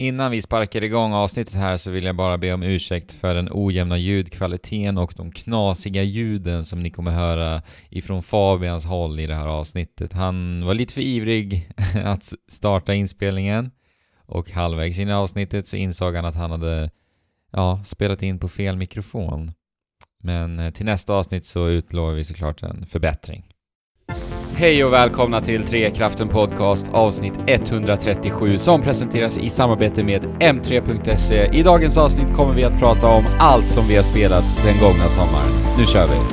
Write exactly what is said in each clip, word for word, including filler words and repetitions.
Innan vi sparkar igång avsnittet här så vill jag bara be om ursäkt för den ojämna ljudkvaliteten och de knasiga ljuden som ni kommer höra ifrån Fabians håll i det här avsnittet. Han var lite för ivrig att starta inspelningen och halvvägs in i avsnittet så insåg han att han hade ja, spelat in på fel mikrofon. Men till nästa avsnitt så utlovar vi såklart en förbättring. Hej och välkomna till Trekraften Podcast avsnitt etthundratrettiosju som presenteras i samarbete med M tre punkt se. I dagens avsnitt kommer vi att prata om allt som vi har spelat den gångna sommaren. Nu kör vi!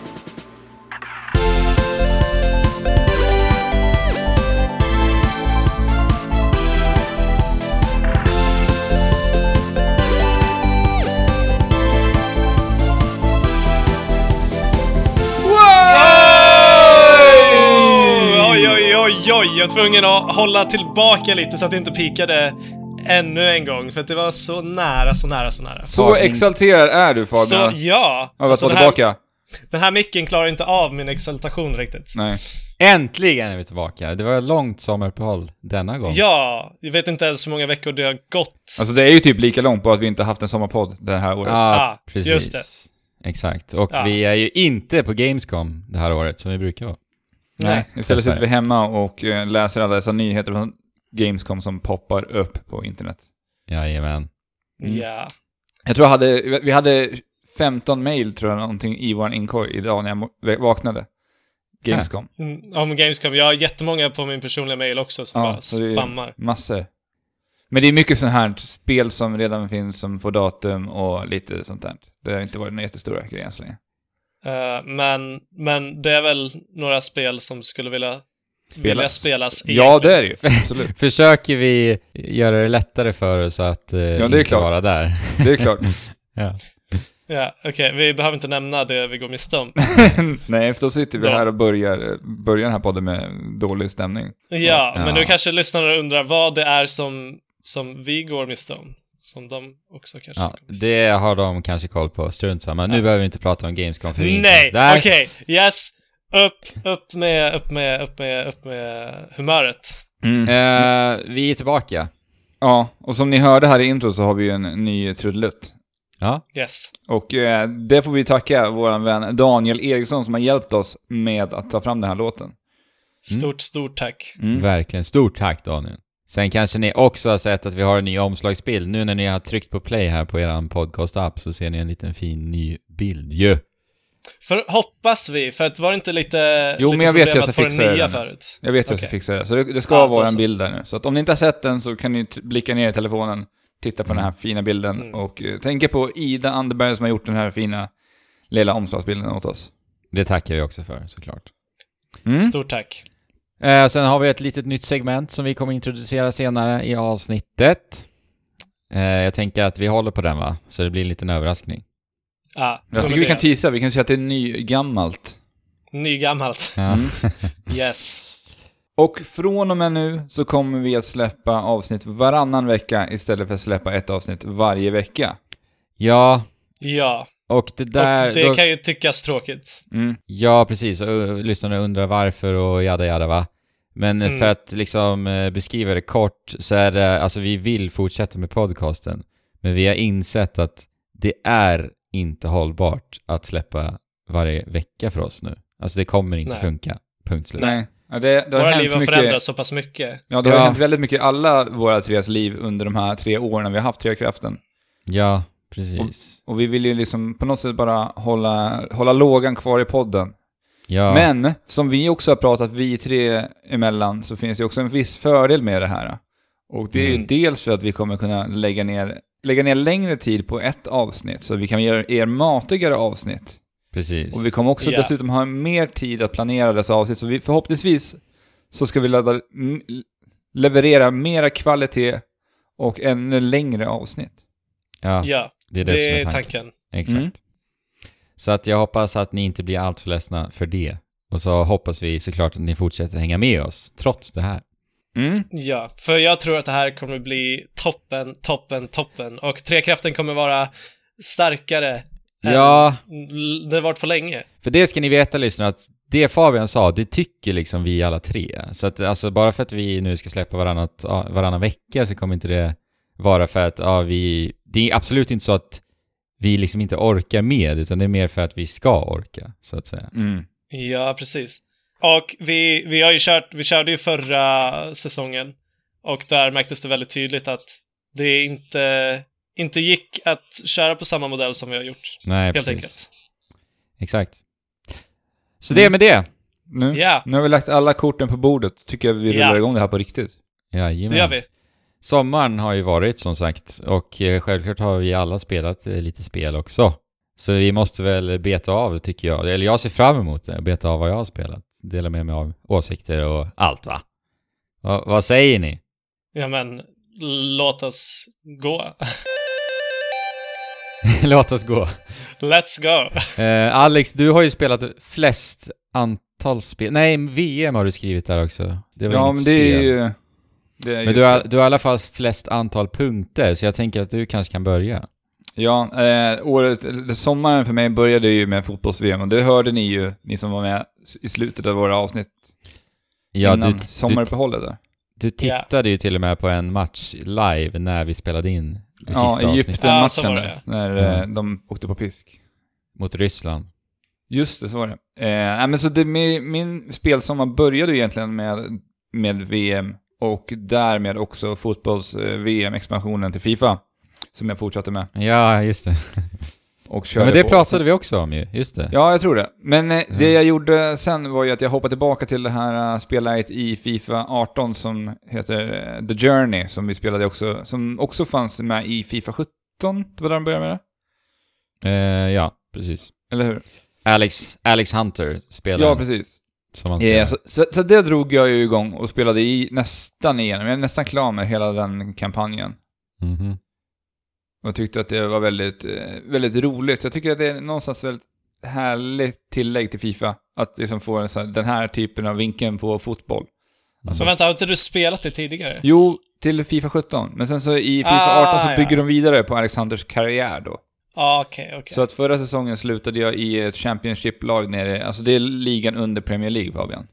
Oj, jag var tvungen att hålla tillbaka lite så att det inte pikade ännu en gång. För att det var så nära, så nära, så nära. Så exalterad är du, Fabian. Så ja. Av att vara tillbaka. Den här micken klarar inte av min exaltation riktigt. Nej. Äntligen är vi tillbaka. Det var ett långt sommaruppehåll denna gång. Ja, jag vet inte ens hur många veckor det har gått. Alltså det är ju typ lika långt på att vi inte haft en sommarpodd det här året. Ja, ah, precis. Just det. Exakt. Och ja. vi är ju inte på Gamescom det här året som vi brukar vara. Nej, istället sitter vi hemma och uh, läser alla dessa nyheter från Gamescom som poppar upp på internet. Jajamän. Mm. Ja. Jag tror jag hade, vi hade femton mejl tror jag någonting i vår inkorg idag när jag vaknade. Gamescom. Mm, om Gamescom. Jag har jättemånga på min personliga mejl också som ja, bara spammar. Massor. Men det är mycket sånt här spel som redan finns som får datum och lite sånt där. Det har inte varit några jättestora grejer så länge. Uh, men, men det är väl några spel som skulle vilja spelas, vilja spelas ja, det är det ju. Absolut. Försöker vi göra det lättare för oss att uh, ja, det är inte klart. vara där. Det är klart. Ja, ja okej. Okay. Vi behöver inte nämna det vi går miste om. Nej, för då sitter vi då. här och börjar, börjar den här podden med dålig stämning. Ja, ja. men nu kanske lyssnarna undrar vad det är som, som vi går miste om. Som de också kanske ja, det har de kanske koll på. Strunt samma. Nu ja. behöver vi inte prata om Gamescom för nej, okej. Okay. Yes. Upp, upp med, upp med, upp med, upp med humöret. Mm. Uh, vi är tillbaka. Ja, och som ni hörde här i intro så har vi ju en ny trudelutt. Ja. Yes. Och uh, det får vi tacka våran vän Daniel Eriksson som har hjälpt oss med att ta fram den här låten. Stort, mm. stort tack. Mm. Verkligen, stort tack Daniel. Sen kanske ni också har sett att vi har en ny omslagsbild. Nu när ni har tryckt på play här på eran podcast-app så ser ni en liten fin ny bild ju. För hoppas vi, för att var det inte lite Jo, lite men jag vet att jag ska fixa nya det. Förut? Jag vet att okay. jag ska fixa det. Så det, det ska ja, vara en så. bild där nu. Så att om ni inte har sett den så kan ni t- blicka ner i telefonen, titta på mm. den här fina bilden mm. och uh, tänka på Ida Anderberg som har gjort den här fina lilla omslagsbilden åt oss. Det tackar vi också för, såklart. Mm. Stort tack. Eh, sen har vi ett litet nytt segment som vi kommer introducera senare i avsnittet. Eh, jag tänker att vi håller på den, va? Så det blir en liten överraskning. Ah, jag tycker vi kan teasa, vi kan säga att det är ny-gammalt. Ny-gammalt. Ja. Mm. Yes. Och från och med nu så kommer vi att släppa avsnitt varannan vecka istället för att släppa ett avsnitt varje vecka. Ja. Ja. Och det där... Och det då... kan ju tyckas tråkigt. Mm. Ja, precis. Och uh, lyssnarna undrar varför och jada jada, va? Men mm. för att liksom uh, beskriva det kort så är det... Alltså vi vill fortsätta med podcasten. Men vi har insett att det är inte hållbart att släppa varje vecka för oss nu. Alltså det kommer inte Nej. funka. Punkt slut. Nej. Ja, det, det har våra hänt liv har mycket... förändrats så pass mycket. Ja, det har ja. hänt väldigt mycket i alla våra treas liv under de här tre åren vi har haft Trekraften. Ja, precis. Och, och vi vill ju liksom på något sätt bara hålla, hålla lågan kvar i podden. Ja. Men som vi också har pratat vi tre emellan så finns det också en viss fördel med det här. Och det är ju mm. dels för att vi kommer kunna lägga ner, lägga ner längre tid på ett avsnitt så vi kan göra er matigare avsnitt. Precis. Och vi kommer också yeah. dessutom ha mer tid att planera dessa avsnitt så vi förhoppningsvis så ska vi ladda, m- leverera mera kvalitet och ännu längre avsnitt. Ja, ja det är det, det som är är tanken. tanken. Exakt. Mm. Så att jag hoppas att ni inte blir allt för ledsna för det. Och så hoppas vi såklart att ni fortsätter hänga med oss trots det här. Mm. Ja, för jag tror att det här kommer bli toppen, toppen, toppen. Och Trekraften kommer vara starkare ja. än det har varit för länge. För det ska ni veta, lyssnare, att det Fabian sa, det tycker liksom vi alla tre. Så att alltså, bara för att vi nu ska släppa varannat, varannan vecka så kommer inte det vara för att ja, vi... Det är absolut inte så att vi liksom inte orkar med, utan det är mer för att vi ska orka, så att säga. Mm. Ja, precis. Och vi, vi har ju kört, vi körde ju förra säsongen, och där märktes det väldigt tydligt att det inte, inte gick att köra på samma modell som vi har gjort. Nej, helt precis. enkelt. Exakt. Så det är med det. Nu, Ja. nu har vi lagt alla korten på bordet. Tycker jag vi rullar Ja. igång det här på riktigt. Jajamän. Det gör vi. Sommaren har ju varit som sagt, och eh, självklart har vi alla spelat eh, lite spel också. Så vi måste väl beta av, tycker jag. Eller jag ser fram emot det, beta av vad jag har spelat. Dela med mig av åsikter och allt, va? Va vad säger ni? Ja, men låt oss gå. Låt oss gå. Let's go. Eh, Alex, du har ju spelat flest antal spel. Nej, V M har du skrivit där också. Det var Ja, inget men det är spel. ju... Det är Men just du har, det. du har i alla fall flest antal punkter, så jag tänker att du kanske kan börja. Ja, eh, året, eller sommaren för mig började ju med fotbolls-V M och det hörde ni ju, ni som var med i slutet av våra avsnitt Ja, innan du, du, sommaruppehållet där. du tittade ju till och med på en match live när vi spelade in det Ja, sista avsnittet Ja, så Egypten-matchen var där, det. när Ja. eh, de åkte på pisk. mot Ryssland. Just det, så var det. Eh, nej, men så det, min, min spelsommar började ju egentligen med, med V M och därmed också fotbolls-V M-expansionen till FIFA som jag fortsatte med. Ja, just det. Och Ja, körde men det på. pratade vi också om ju, just det. Ja, jag tror det. Men eh, det Ja. jag gjorde sen var ju att jag hoppade tillbaka till det här uh, spelläget i FIFA arton som heter uh, The Journey, som vi spelade också, som också fanns med i FIFA sjutton. Det var där de började med det? Eh, ja, precis. Eller hur? Alex, Alex Hunter spelade. Ja, precis. Som han Ja, spelar. så, så, så det drog jag ju igång och spelade i nästan igenom. Jag är nästan klar med hela den kampanjen. Mhm. Och tyckte att det var väldigt, eh, väldigt roligt. Jag tycker att det är någonstans väldigt härligt tillägg till FIFA. Att liksom få en sån här, den här typen av vinkeln på fotboll. Så vänta, har inte du spelat det tidigare? Jo, till FIFA sjutton. Men sen så i FIFA Ah, arton så ja. bygger de vidare på Alexanders karriär då. Ah, okej, okej. Så att förra säsongen slutade jag i ett Championship-lag nere. Alltså det är ligan under Premier League, Fabian.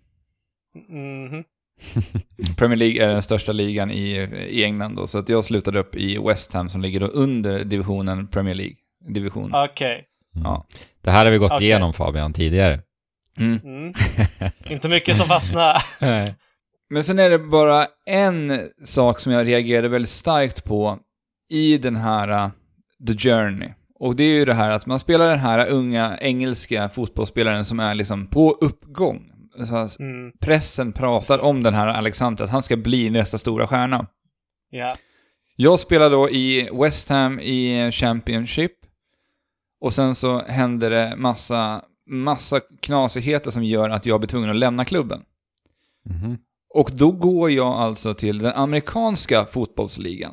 Mhm. Premier League är den största ligan i, i England då. Så att jag slutade upp i West Ham som ligger då under divisionen Premier League. Division. Okej. Mm. Ja. Det här har vi gått Okej. igenom, Fabian, tidigare. Mm. Mm. Inte mycket som fastnar. Men sen är det bara en sak som jag reagerade väldigt starkt på i den här uh, The Journey. Och det är ju det här att man spelar den här unga engelska fotbollsspelaren som är liksom på uppgång. Så Mm. pressen pratar om den här Alexander, att han ska bli nästa stora stjärna. Ja. Jag spelar då i West Ham i Championship. Och sen så händer det massa, massa knasigheter som gör att jag blir tvungen att lämna klubben. Mhm. Och då går jag alltså till den amerikanska fotbollsligan.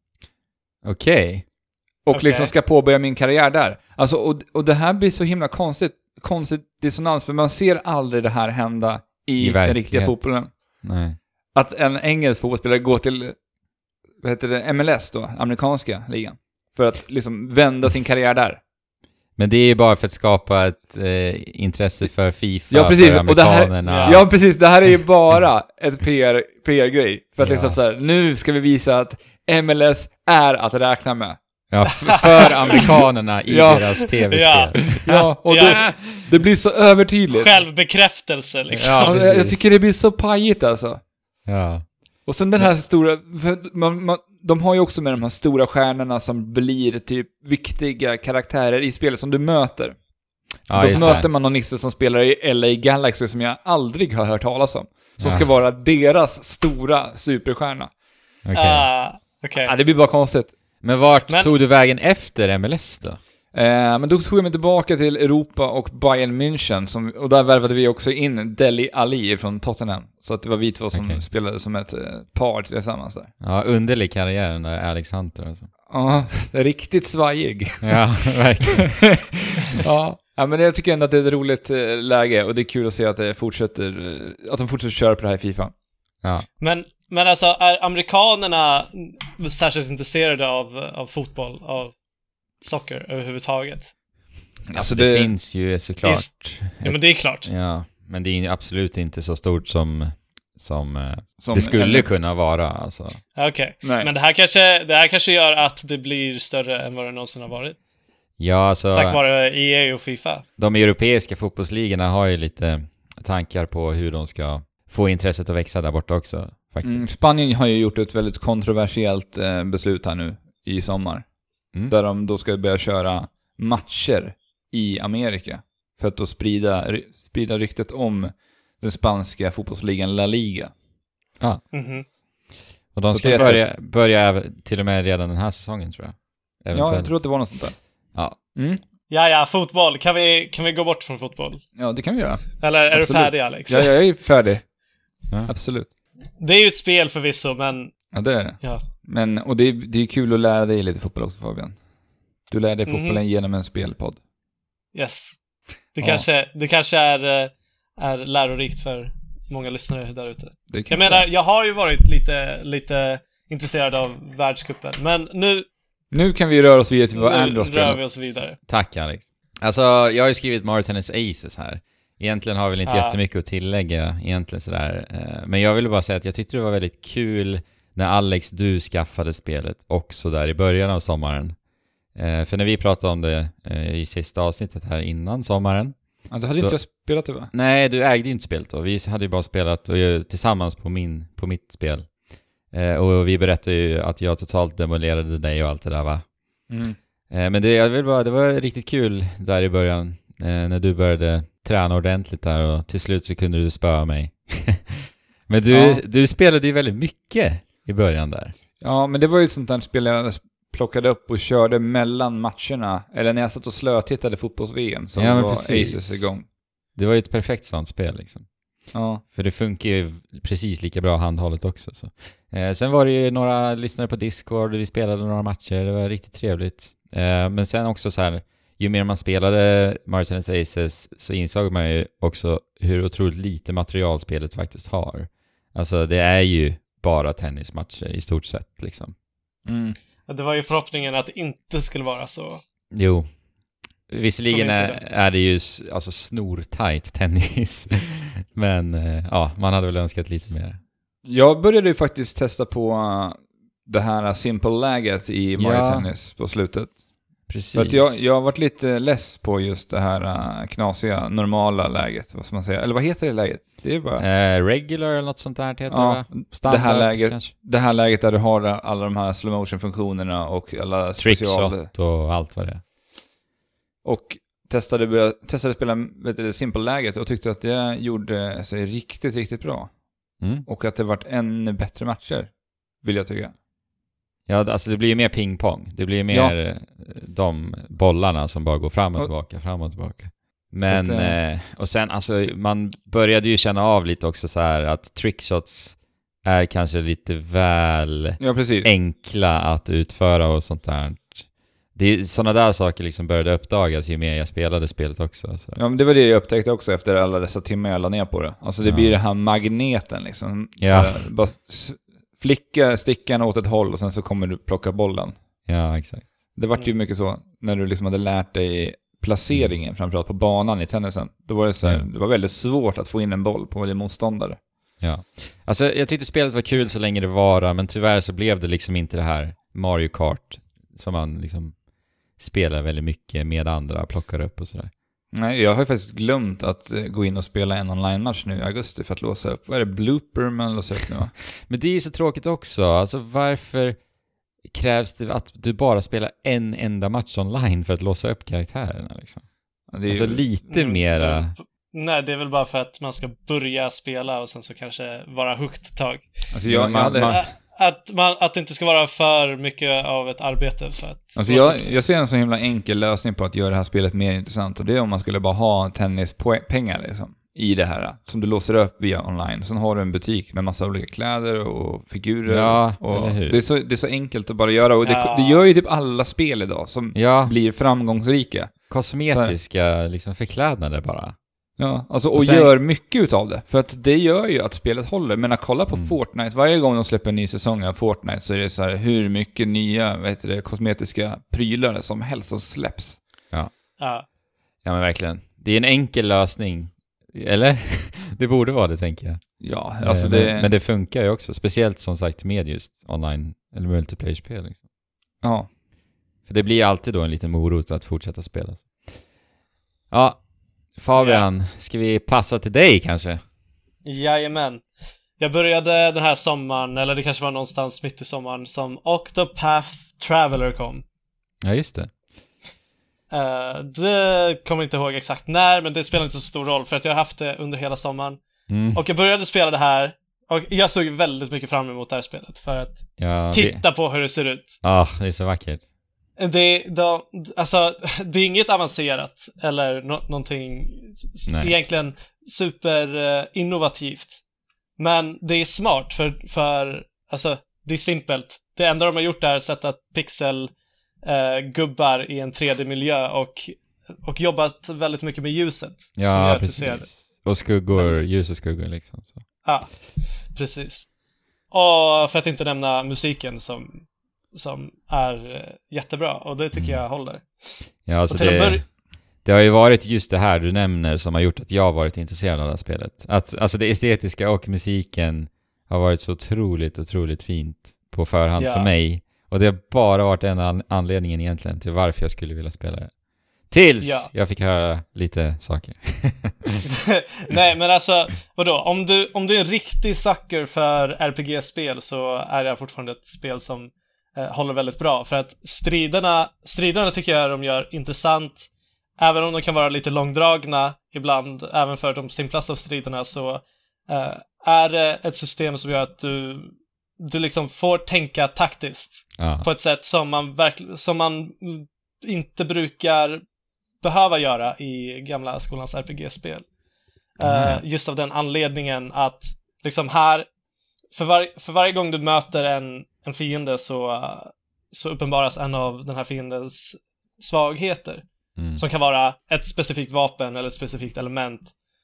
Okej. Och Okej. liksom ska påbörja min karriär där. Alltså, och, och det här blir så himla konstigt, konstigt dissonans, för man ser aldrig det här hända i, I den verklighet. riktiga fotbollen. Nej. Att en engelsk fotbollsspelare går till, vad heter det, M L S då, amerikanska ligan. För att liksom vända sin karriär där. Men det är bara för att skapa ett eh, intresse för FIFA, Ja, precis. för Och det här, amerikanerna. ja, precis. Det här är ju bara ett P R, P R-grej. För att Ja. liksom så här, nu ska vi visa att M L S är att räkna med. Ja, f- för amerikanerna i Ja. deras tv-spel. Ja. Ja, och Ja. det, det blir så övertydligt. Självbekräftelse, liksom. Ja, Ja, precis. jag, jag tycker det blir så pajigt alltså. Ja. Och sen den här stora, för man, man, de har ju också med de här stora stjärnorna som blir typ viktiga karaktärer i spelet som du möter. Ja, Då just möter det. man någon nisse som spelar i L A Galaxy som jag aldrig har hört talas om. Som Ja. ska vara deras stora superstjärna. Okej. Ah, okej. Ja, det blir bara konstigt. Men vart Men- tog du vägen efter M L S då? Eh, men då tog jag mig tillbaka till Europa och Bayern München. Som, och där värvade vi också in Dele Alli från Tottenham. Så att det var vi två som Okej. spelade som ett eh, par tillsammans där. Ja, underlig karriär den där Alex Hunter alltså. Ja, riktigt svajig. Ja, verkligen. ja. ja, men jag tycker ändå att det är ett roligt eh, läge. Och det är kul att se att, det fortsätter, eh, att de fortsätter köra på det här i FIFA. Ja. Men, men alltså, är amerikanerna särskilt intresserade av, av fotboll, av socker överhuvudtaget? Alltså det, finns ju såklart. Ja, men det är klart. Ja, men det är ju absolut inte så stort som som, eh, Som det skulle eller- kunna vara. Alltså. Okej. Nej. Men det här, kanske, det här kanske gör att det blir större än vad det någonsin har varit. Ja, alltså, Tack vare E A och FIFA. de europeiska fotbollsligorna har ju lite tankar på hur de ska få intresset att växa där borta också, faktiskt. Mm, Spanien har ju gjort ett väldigt kontroversiellt eh, beslut här nu i sommar. Mm. Där de då ska börja köra matcher i Amerika. För att då sprida, ry- sprida ryktet om den spanska fotbollsligan La Liga. Mhm. Och de Så ska det är ett börja, börja även- till och med redan den här säsongen, tror jag. Ja, Eventuellt. jag tror att det var något sånt där. Ja. Mm. Ja, ja, fotboll. Kan vi, kan vi gå bort från fotboll? Ja, det kan vi göra. Eller är Absolut. du färdig, Alex? Ja, jag är färdig. Ja. Absolut. Det är ju ett spel förvisso, men Ja, det är det. ja. Men, och det är, det är kul att lära dig lite fotboll också, Fabian. Du lär dig Mhm. fotbollen genom en spelpodd. Yes. Det, Ja. kanske, det kanske är, eh, är lärorikt för många lyssnare där ute. Det kan Jag menar, jag har ju varit lite, lite intresserad av världscupen, men nu, Nu kan vi röra oss vidare till vad nu Andrew har rör spelat. vi oss vidare. Tack, Alex. Alltså, jag har ju skrivit Mario Tennis Aces här. Egentligen har jag väl inte Ja. jättemycket att tillägga egentligen sådär. Eh, Men jag ville bara säga att jag tyckte det var väldigt kul när Alex, du skaffade spelet också där i början av sommaren. Eh, För när vi pratade om det eh, i sista avsnittet här innan sommaren. Ja, du hade Då- inte jag spelat det, va? Nej, du ägde ju inte spelet då. Vi hade ju bara spelat och jag, tillsammans på, min, på mitt spel. Eh, Och vi berättade ju att jag totalt demolerade dig och allt det där, va? Mm. Eh, Men det, jag vill bara, det var riktigt kul där i början eh, när du började träna ordentligt där och till slut så kunde du spöa mig. Men du, Ja. du spelade ju väldigt mycket i början där. Ja, men det var ju ett sånt där spel jag plockade upp och körde mellan matcherna. Eller när jag satt och slötittade fotbolls-V M så Ja, men var precis. Aces igång. Det var ju ett perfekt sånt spel liksom. Ja. För det funkar ju precis lika bra handhållet också. Så. Eh, sen var det ju några lyssnare på Discord, vi spelade några matcher, det var riktigt trevligt. Eh, men sen också så här, ju mer man spelade Mario Tennis Aces så insåg man ju också hur otroligt lite material spelet faktiskt har. Alltså det är ju bara tennismatcher i stort sett liksom. Mm. Det var ju förhoppningen att det inte skulle vara så. Jo. Visserligen Från min är, sida. är det ju s- alltså snortajt tennis. Men eh, ja, man hade väl önskat lite mer. Jag började ju faktiskt testa på uh, det här simple-läget i Mario Ja. Tennis på slutet. Precis. För att jag, jag har varit lite less på just det här uh, knasiga, normala läget. Vad ska man säga? Eller vad heter det läget? Det är bara... Eh, regular eller något sånt där heter Ja, det va? Standard, det här läget- kanske. Det här läget där du har alla de här slow motion-funktionerna och alla special... Trickshot och allt vad det är. Och testade, börja, testade spela vet du, simple-läget och tyckte att det gjorde sig riktigt, riktigt bra. Mm. Och att det varit ännu bättre matcher, vill jag tycka. Ja, alltså det blir ju mer pingpong. Det blir ju mer Ja. eh, de bollarna som bara går fram och Och- tillbaka, fram och tillbaka. Men, Så att, eh, eh, och sen alltså, man började ju känna av lite också så här att trickshots är kanske lite väl Ja, precis. enkla att utföra och sånt där. Det är sådana där saker liksom började uppdagas ju mer jag spelade spelet också. Så. Ja, men det var det jag upptäckte också efter alla dessa timmar jag la ner på det. Alltså det Ja. blir det här magneten liksom. Ja. Så här, bara s- flicka stickan åt ett håll och sen så kommer du plocka bollen. Ja, exakt. Det var ju mycket så när du liksom hade lärt dig placeringen framförallt på banan i tennisen. Då var det så här, Ja. det var väldigt svårt att få in en boll på din motståndare. Ja. Alltså jag tyckte spelet var kul så länge det var, men tyvärr så blev det liksom inte det här Mario Kart som man liksom spelar väldigt mycket med andra, plockar upp och sådär. Nej, jag har ju faktiskt glömt att eh, gå in och spela en online-match nu i augusti för att låsa upp. Vad är det? Blooper man låser upp nu, va? Men det är ju så tråkigt också. Alltså varför krävs det att du bara spelar en enda match online för att låsa upp karaktärerna liksom? Ja, det är Alltså ju, lite Mm, mera... det- Nej, det är väl bara för att man ska börja spela och sen så kanske vara hooked ett tag. alltså jag, jag man- hade... man- Ä- Att, man, att det inte ska vara för mycket av ett arbete för att... Alltså låsa jag, upp det. jag ser en så himla enkel lösning på att göra det här spelet mer intressant och det är om man skulle bara ha tennispengar liksom, i det här som du låser upp via online. Sen har du en butik med massa olika kläder och figurer. Ja, och eller hur? Det, är så, det är så enkelt att bara göra och det, Ja. det gör ju typ alla spel idag som Ja, blir framgångsrika. kosmetiska liksom förklädnader bara. Ja, alltså, och, Och sen- gör mycket utav det. För att det gör ju att spelet håller. Men att kolla på Mm. Fortnite, varje gång de släpper en ny säsong av Fortnite så är det så här hur mycket nya, vad heter det, kosmetiska prylar som helst som släpps. Ja. Ja men verkligen. Det är en enkel lösning. Eller? Det borde vara det, tänker jag. Ja, alltså eh, det... men, men det funkar ju också, speciellt som sagt med just online eller multiplayer-spel liksom. Ja. För det blir alltid då en liten morot att fortsätta spela. Ja, Fabian, yeah. Ska vi passa till dig kanske? Jajamän. Jag började den här sommaren, eller det kanske var någonstans mitt i sommaren, som Octopath Traveler kom. Ja, just det. Uh, det kommer inte ihåg exakt när, men det spelar inte så stor roll för att jag har haft det under hela sommaren. Mm. Och jag började spela det här och jag såg väldigt mycket fram emot det här spelet för att ja, titta det... på hur det ser ut. Ja, ah, det är så vackert. Det, det, alltså, det är inget avancerat eller no- någonting Nej. egentligen super uh, innovativt. Men det är smart för, för alltså, det är simpelt. Det enda de har gjort är att sätta pixel uh, gubbar i en tre D-miljö och, och jobbat väldigt mycket med ljuset. Ja, precis. Och skuggor, ljus och skuggor liksom. Så. Ja, precis. Och för att inte nämna musiken som, som är jättebra. Och det tycker mm. jag håller. Ja, alltså det, bör- det har ju varit just det här du nämner som har gjort att jag har varit intresserad av det här spelet. Att, alltså det estetiska och musiken har varit så otroligt, otroligt fint på förhand ja. för mig. Och det har bara varit en an- anledningen egentligen till varför jag skulle vilja spela det. Tills ja. jag fick höra lite saker. Nej, men alltså, vadå? Om du, om du är en riktig sucker för R P G-spel så är det fortfarande ett spel som eh, håller väldigt bra. För att striderna, striderna tycker jag de gör intressant. Även om de kan vara lite långdragna ibland, även för de simplaste av striderna, så eh, är det ett system som gör att du, du liksom får tänka taktiskt. Ja. På ett sätt som man, verkl- som man inte brukar behöva göra i gamla skolans R P G-spel. Mm. Uh, just av den anledningen att liksom här för, var, för varje gång du möter en, en fiende så, uh, så uppenbaras en av den här fiendens svagheter. Mm. Som kan vara ett specifikt vapen eller ett specifikt element.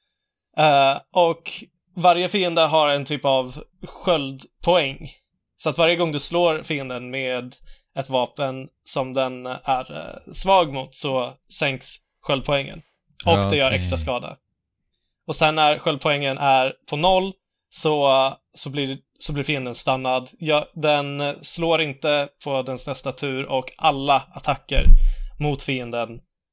Uh, och varje fiende har en typ av sköldpoäng. Så att varje gång du slår fienden med ett vapen som den är uh, svag mot så sänks sköldpoängen. Och okay. det gör extra skada. Och sen när sköldpoängen är på noll så, uh, så, blir, så blir fienden stannad. Ja, den uh, slår inte på dens nästa tur och alla attacker mot fienden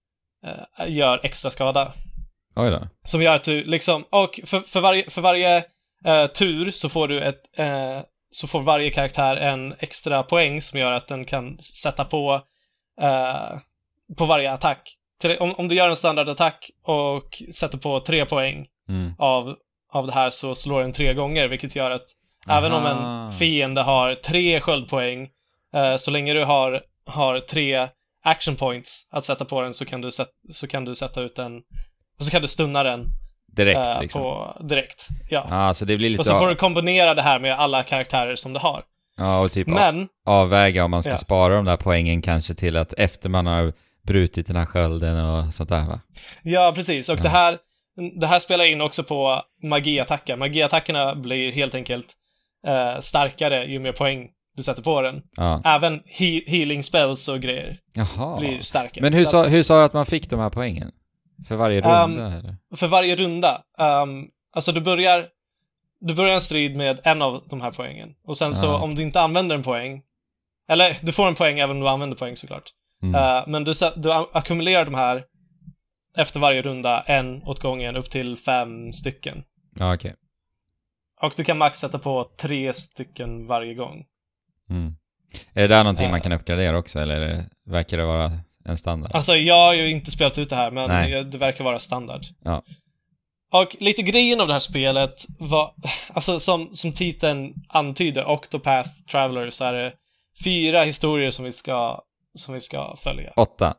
uh, gör extra skada. Oj då. Som gör att du liksom... Och för, för varje, för varje uh, tur så får du ett... Uh, så får varje karaktär en extra poäng som gör att den kan sätta på uh, på varje attack. Om, om du gör en standardattack och sätter på tre poäng mm. av, av det här så slår den tre gånger, vilket gör att Aha. även om en fiende har tre sköldpoäng uh, så länge du har, har tre action points att sätta på den så kan du, set, så kan du sätta ut den och så kan du stunna den direkt uh, liksom. på, direkt, ja. Ah, så det blir lite och så får du kombinera det här med alla karaktärer som du har. Ja, och typ Men, av, avväga om man ska ja. spara de där poängen kanske till att efter man har brutit den här skölden och sånt där, va? Ja, precis. Och ja. det här det här spelar in också på magiattacker. Magiattackerna blir helt enkelt uh, starkare ju mer poäng du sätter på den. Ja. Även he- healing spells och grejer Jaha. blir starkare. Men hur så sa, att, hur sa du att man fick de här poängen? För varje runda, um, eller? För varje runda. Um, alltså du börjar du börjar en strid med en av de här poängen. Och sen så Ah. om du inte använder en poäng, eller du får en poäng även om du använder poäng såklart. Mm. Uh, men du, du ackumulerar de här efter varje runda, en åt gången upp till fem stycken. Ja, okej. Okay. Och du kan max sätta på tre stycken varje gång. Mm. Är det där någonting uh, man kan uppgradera också, eller är det, verkar det vara en standard? Alltså, jag har ju inte spelat ut det här, men Nej. det verkar vara standard. Ja. Och lite grejen av det här spelet var, alltså som, som titeln antyder, Octopath Traveler, så är det fyra historier som vi ska, som vi ska följa. Åtta.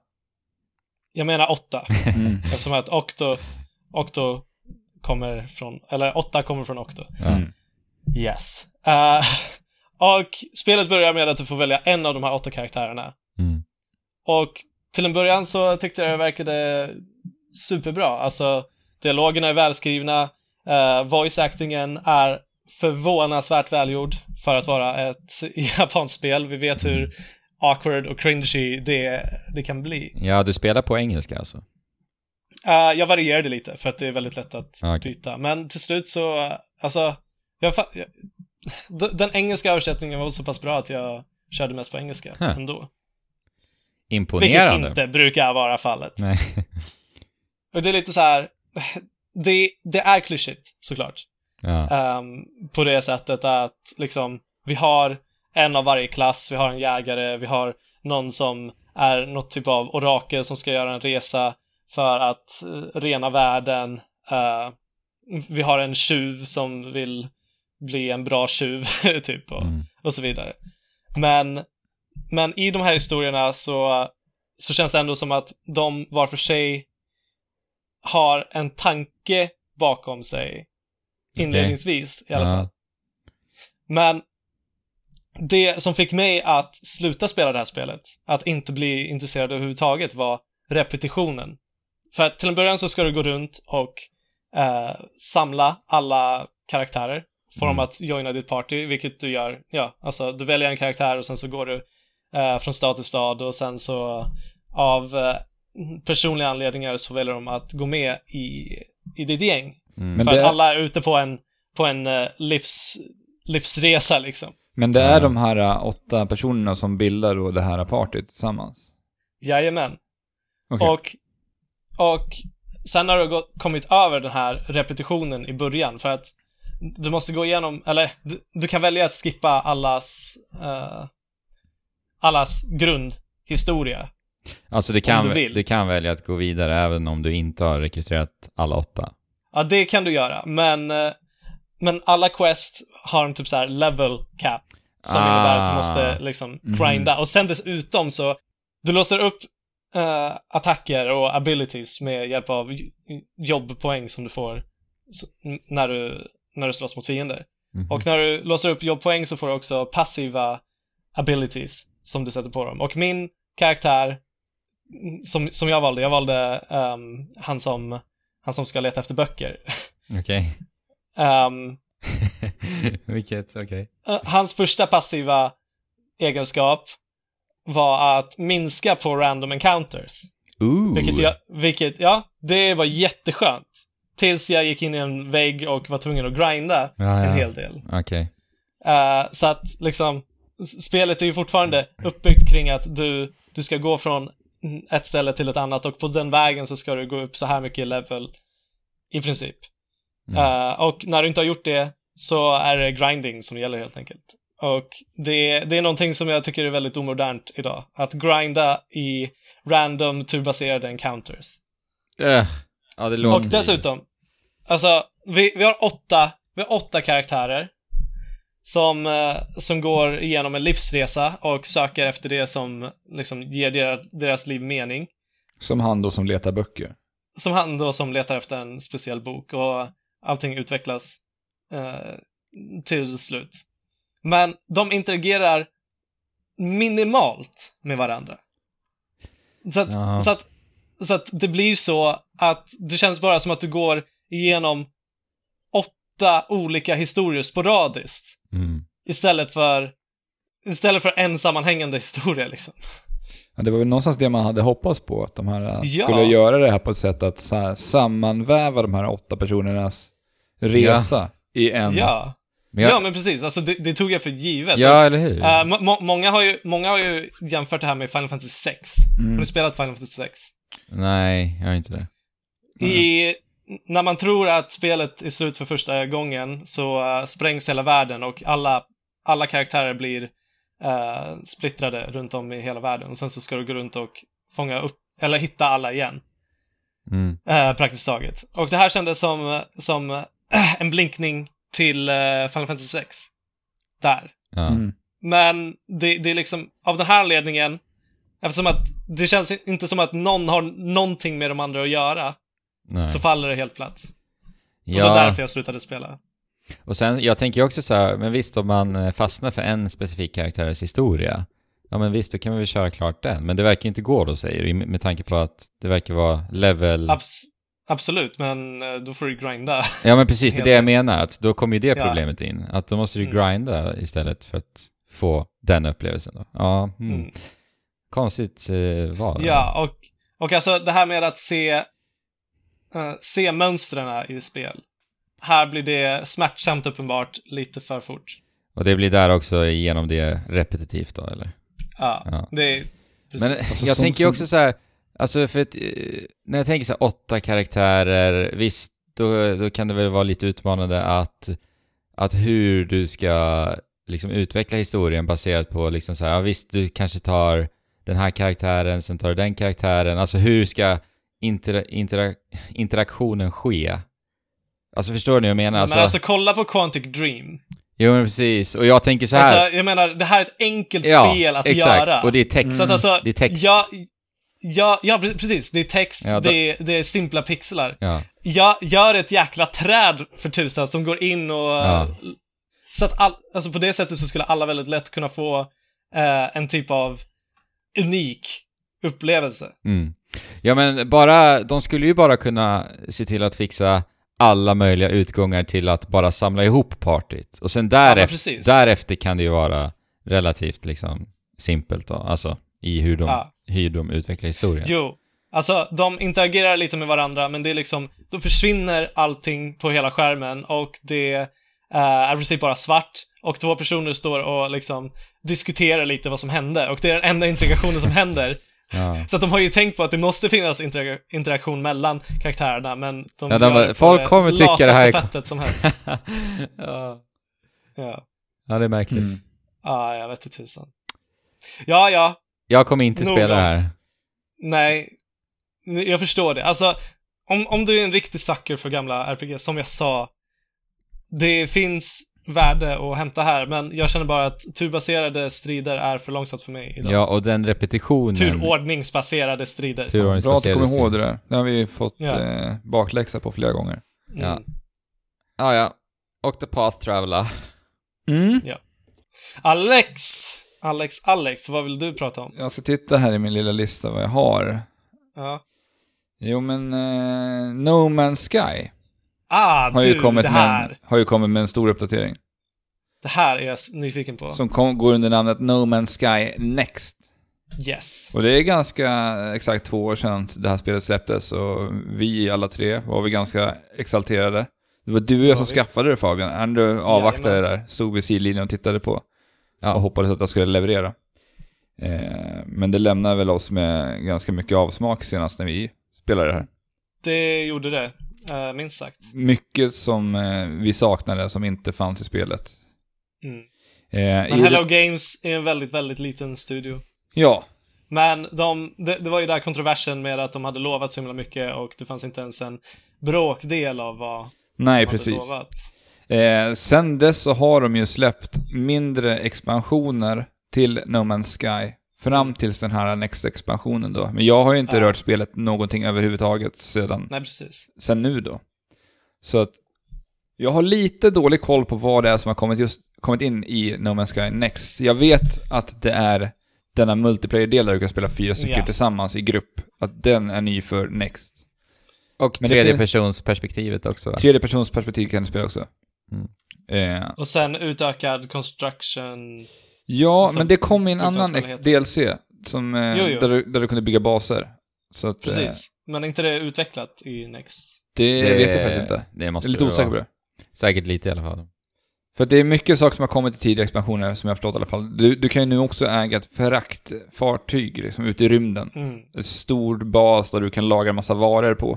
Jag menar åtta. Mm. Eftersom att Octo, Octo kommer från, eller åtta kommer från Octo. Mm. Yes. Uh, och spelet börjar med att du får välja en av de här åtta karaktärerna. Mm. Och till en början så tyckte jag det verkade superbra. Alltså, dialogerna är välskrivna. Uh, voice-actingen är förvånansvärt välgjord för att vara ett japanskt spel. Vi vet hur awkward och cringy det, det kan bli. Ja, du spelar på engelska alltså? Uh, jag varierade lite för att det är väldigt lätt att okay. byta. Men till slut så alltså, jag, jag, den engelska översättningen var så pass bra att jag körde mest på engelska huh. ändå. Imponerande. Vilket inte brukar vara fallet. Nej. Och det är lite så här, det, det är klyschigt, såklart. Ja. Um, på det sättet att liksom, vi har en av varje klass, vi har en jägare, vi har någon som är något typ av orakel som ska göra en resa för att uh, rena världen. Uh, vi har en tjuv som vill bli en bra tjuv typ och, mm. och så vidare. Men, men i de här historierna så, så känns det ändå som att de var för sig har en tanke bakom sig inledningsvis okay. i alla fall. Uh. Men det som fick mig att sluta spela det här spelet, att inte bli intresserad överhuvudtaget, var repetitionen. För att till en början så ska du gå runt och eh, samla alla karaktärer, få mm. dem att joina ditt party, vilket du gör. Ja, alltså du väljer en karaktär och sen så går du eh, från stad till stad och sen så av eh, personliga anledningar så väljer de att gå med i, i ditt gäng. Mm. För det... att alla är ute på en, på en uh, livs, livsresa liksom. Men det är mm. de här uh, åtta personerna som bildar då det här partyt tillsammans? Jajamän. Okay. Och, och sen har du gått, kommit över den här repetitionen i början, för att du måste gå igenom, eller du, du kan välja att skippa allas uh, allas grundhistoria. Alltså du kan, du, du kan välja att gå vidare även om du inte har registrerat alla åtta. Ja, det kan du göra, men men alla quest har en typ så här level cap som ah. innebär att du måste liksom grinda. Mm. Och sen dessutom så du låser upp uh, attacker och abilities med hjälp av jobbpoäng som du får när du när du slåss mot fiender. Mm. Och när du låser upp jobbpoäng så får du också passiva abilities som du sätter på dem. Och min karaktär som, som jag valde, jag valde um, han som han som ska leta efter böcker. Okej. Okay. um, Vilket, okej. Okay. Hans första passiva egenskap var att minska på random encounters. Ooh. Vilket, jag, vilket, ja, det var jätteskönt. Tills jag gick in i en vägg och var tvungen att grinda ja, ja. en hel del. Okej. Okay. Uh, så att liksom spelet är ju fortfarande uppbyggt kring att du, du ska gå från ett ställe till ett annat och på den vägen så ska du gå upp så här mycket level i princip. Mm. Uh, och när du inte har gjort det så är det grinding som gäller helt enkelt. Och det, det är någonting som jag tycker är väldigt omodernt idag. Att grinda i random turbaserade encounters. Uh, ja, det låter... Och dessutom, alltså, vi, vi har åtta vi har åtta karaktärer som, eh, som går igenom en livsresa och söker efter det som liksom ger deras, deras liv mening. Som han då som letar böcker. Som han då som letar efter en speciell bok, och allting utvecklas eh, till slut. Men de interagerar minimalt med varandra. Så att, så att, så att det blir så att det känns bara som att du går igenom åtta olika historier sporadiskt. Mm. Istället för istället för en sammanhängande historia liksom. Ja, det var väl någonstans det man hade hoppats på, att de här ja. skulle göra det här på ett sätt att så här, sammanväva de här åtta personernas resa ja. i en. Ja. Men jag... Ja, men precis. Alltså det, det tog jag för givet. Ja, eller hur? Uh, må- många har ju många har ju jämfört det här med Final Fantasy sex. Mm. Har du spelat Final Fantasy sex? Nej, jag har inte det. Mm. I när man tror att spelet är slut för första gången så uh, sprängs hela världen och alla alla karaktärer blir uh, splittrade runt om i hela världen, och sen så ska du gå runt och fånga upp eller hitta alla igen. Mm. Uh, praktiskt taget. Och det här kändes som som uh, en blinkning till uh, Final Fantasy sex. Där. Mm. Men det, det är liksom av den här ledningen, eftersom att det känns inte som att någon har någonting med de andra att göra. Nej. Så faller det helt platt. Ja. Och det är därför jag slutade spela. Och sen, jag tänker också så här, men visst, om man fastnar för en specifik karaktärs historia, ja men visst, då kan vi väl köra klart den. Men det verkar inte gå då, säger du, med tanke på att det verkar vara level... Abs- absolut, men då får du grinda. Ja, men precis, det är det jag menar, att då kommer ju det problemet ja. in. Att då måste du grinda mm. istället för att få den upplevelsen då. Ja, mm. Mm. Konstigt eh, val. Ja, och, och alltså det här med att se uh, se mönstren i spel. här blir det smärtsamt uppenbart lite för fort. Och det blir där också genom det repetitivt då, eller? Ja, Ja. det är precis. Men Alltså, jag som- tänker ju som- också så här, alltså för att, eh, när jag tänker så här åtta karaktärer, visst, då, då kan det väl vara lite utmanande att, att hur du ska liksom utveckla historien baserat på liksom så här, ja visst, du kanske tar den här karaktären, sen tar du den karaktären, alltså hur ska intera- intera- interaktionen ske? Alltså förstår ni vad jag menar? Men alltså kolla på Quantic Dream. Jo men precis, och jag tänker så här. Alltså, jag menar, det här är ett enkelt Ja, spel att exakt. göra. Och det är text. Så att alltså, Det är text. Ja, ja, ja, precis. Det är text, Ja, då- det, är, det är simpla pixlar. Ja. Jag gör ett jäkla träd för tusan som går in och... Ja. Så att all, alltså på det sättet så skulle alla väldigt lätt kunna få eh, en typ av unik upplevelse. Mm. Ja men bara, de skulle ju bara kunna se till att fixa alla möjliga utgångar till att bara samla ihop partyt. Och sen Ja, men därefter, precis. därefter kan det ju vara relativt liksom simpelt då, alltså i hur de, Ja. hur de utvecklar historien. Jo, alltså de interagerar lite med varandra, men det är liksom, då försvinner allting på hela skärmen och det eh, är precis bara svart och två personer står och liksom diskuterar lite vad som hände och det är den enda interaktionen som händer. Ja. Så att de har ju tänkt på att det måste finnas intera- interaktion mellan karaktärerna, men de Ja, de bara, gör det på folk det kommer tycka det här är- lataste fettet som helst. ja. Ja, ja, det är märkligt. Mm. ah, jag vet inte tusan. Ja, ja, Jag kommer inte Nog spela om- det här. nej, jag förstår det. Alltså, om, om du är en riktig sucker för gamla R P G, som jag sa, det finns värde att hämta här, men jag känner bara att turbaserade strider är för långsamt för mig idag. Ja, och den repetitionen. Turordningsbaserade strider. Bra att du Turordningsbaserade kommer ihåg strider. det där. Det har vi fått Ja. eh, bakläxa på flera gånger. Mm. Ja. Ja, ja. Octopath Traveler. Mm. Alex! Alex, Alex, vad vill du prata om? Jag ska titta här i min lilla lista vad jag har. Ja. Jo men eh, No Man's Sky Ah, har du, ju, kommit det med här. en, har ju kommit med en stor uppdatering. Det här är jag s- nyfiken på. Som kom, går under namnet No Man's Sky Next. Yes. Och det är ganska exakt två år sedan det här spelet släpptes och vi alla tre var vi ganska exalterade. Det var du och jag som vi. skaffade det, Fabian. Andrew avvaktade det Jajamän. där, stod vid sidlinjen och tittade på Ja. och hoppades att jag skulle leverera. Eh, men det lämnar väl oss med ganska mycket avsmak senast när vi spelade det här. Det gjorde det, uh, minst sagt. Mycket som eh, vi saknade som inte fanns i spelet. Mm. Eh, Men i Hello det- Games är en väldigt, väldigt liten studio. Ja, Men de, det, det var ju där kontroversen med att de hade lovat så himla mycket och det fanns inte ens en bråkdel av vad nej de precis. hade lovat. Eh, sen dess så har de ju släppt mindre expansioner till No Man's Sky fram tills den här Next-expansionen då. Men jag har ju inte Ja. rört spelet någonting överhuvudtaget sedan, Nej, precis. sedan nu då. Så att jag har lite dålig koll på vad det är som har kommit, just, kommit in i No Man's Sky Next. Jag vet att det är denna multiplayer-del där du kan spela fyra stycken Ja. tillsammans i grupp. Att den är ny för Next. Och Men det tredje finns- persons perspektivet också. Va? Tredje persons perspektiv kan du spela också. Mm. Eh, Och sen utökad construction. Ja, Alltså, men det kom i en typ vad annan spelet heter. D L C som, eh, Jo, jo. Där, du, där du kunde bygga baser. Så att, eh, Precis. Men inte det utvecklat i Next? det, vet jag faktiskt inte. Det Jag måste är lite det osäker på vara. det. Säkert lite i alla fall. För att det är mycket saker som har kommit i tidigare expansioner som jag har förstått i alla fall. Du, du kan ju nu också äga ett fraktfartyg liksom, ute i rymden. Mm. En stor bas där du kan lagra en massa varor på.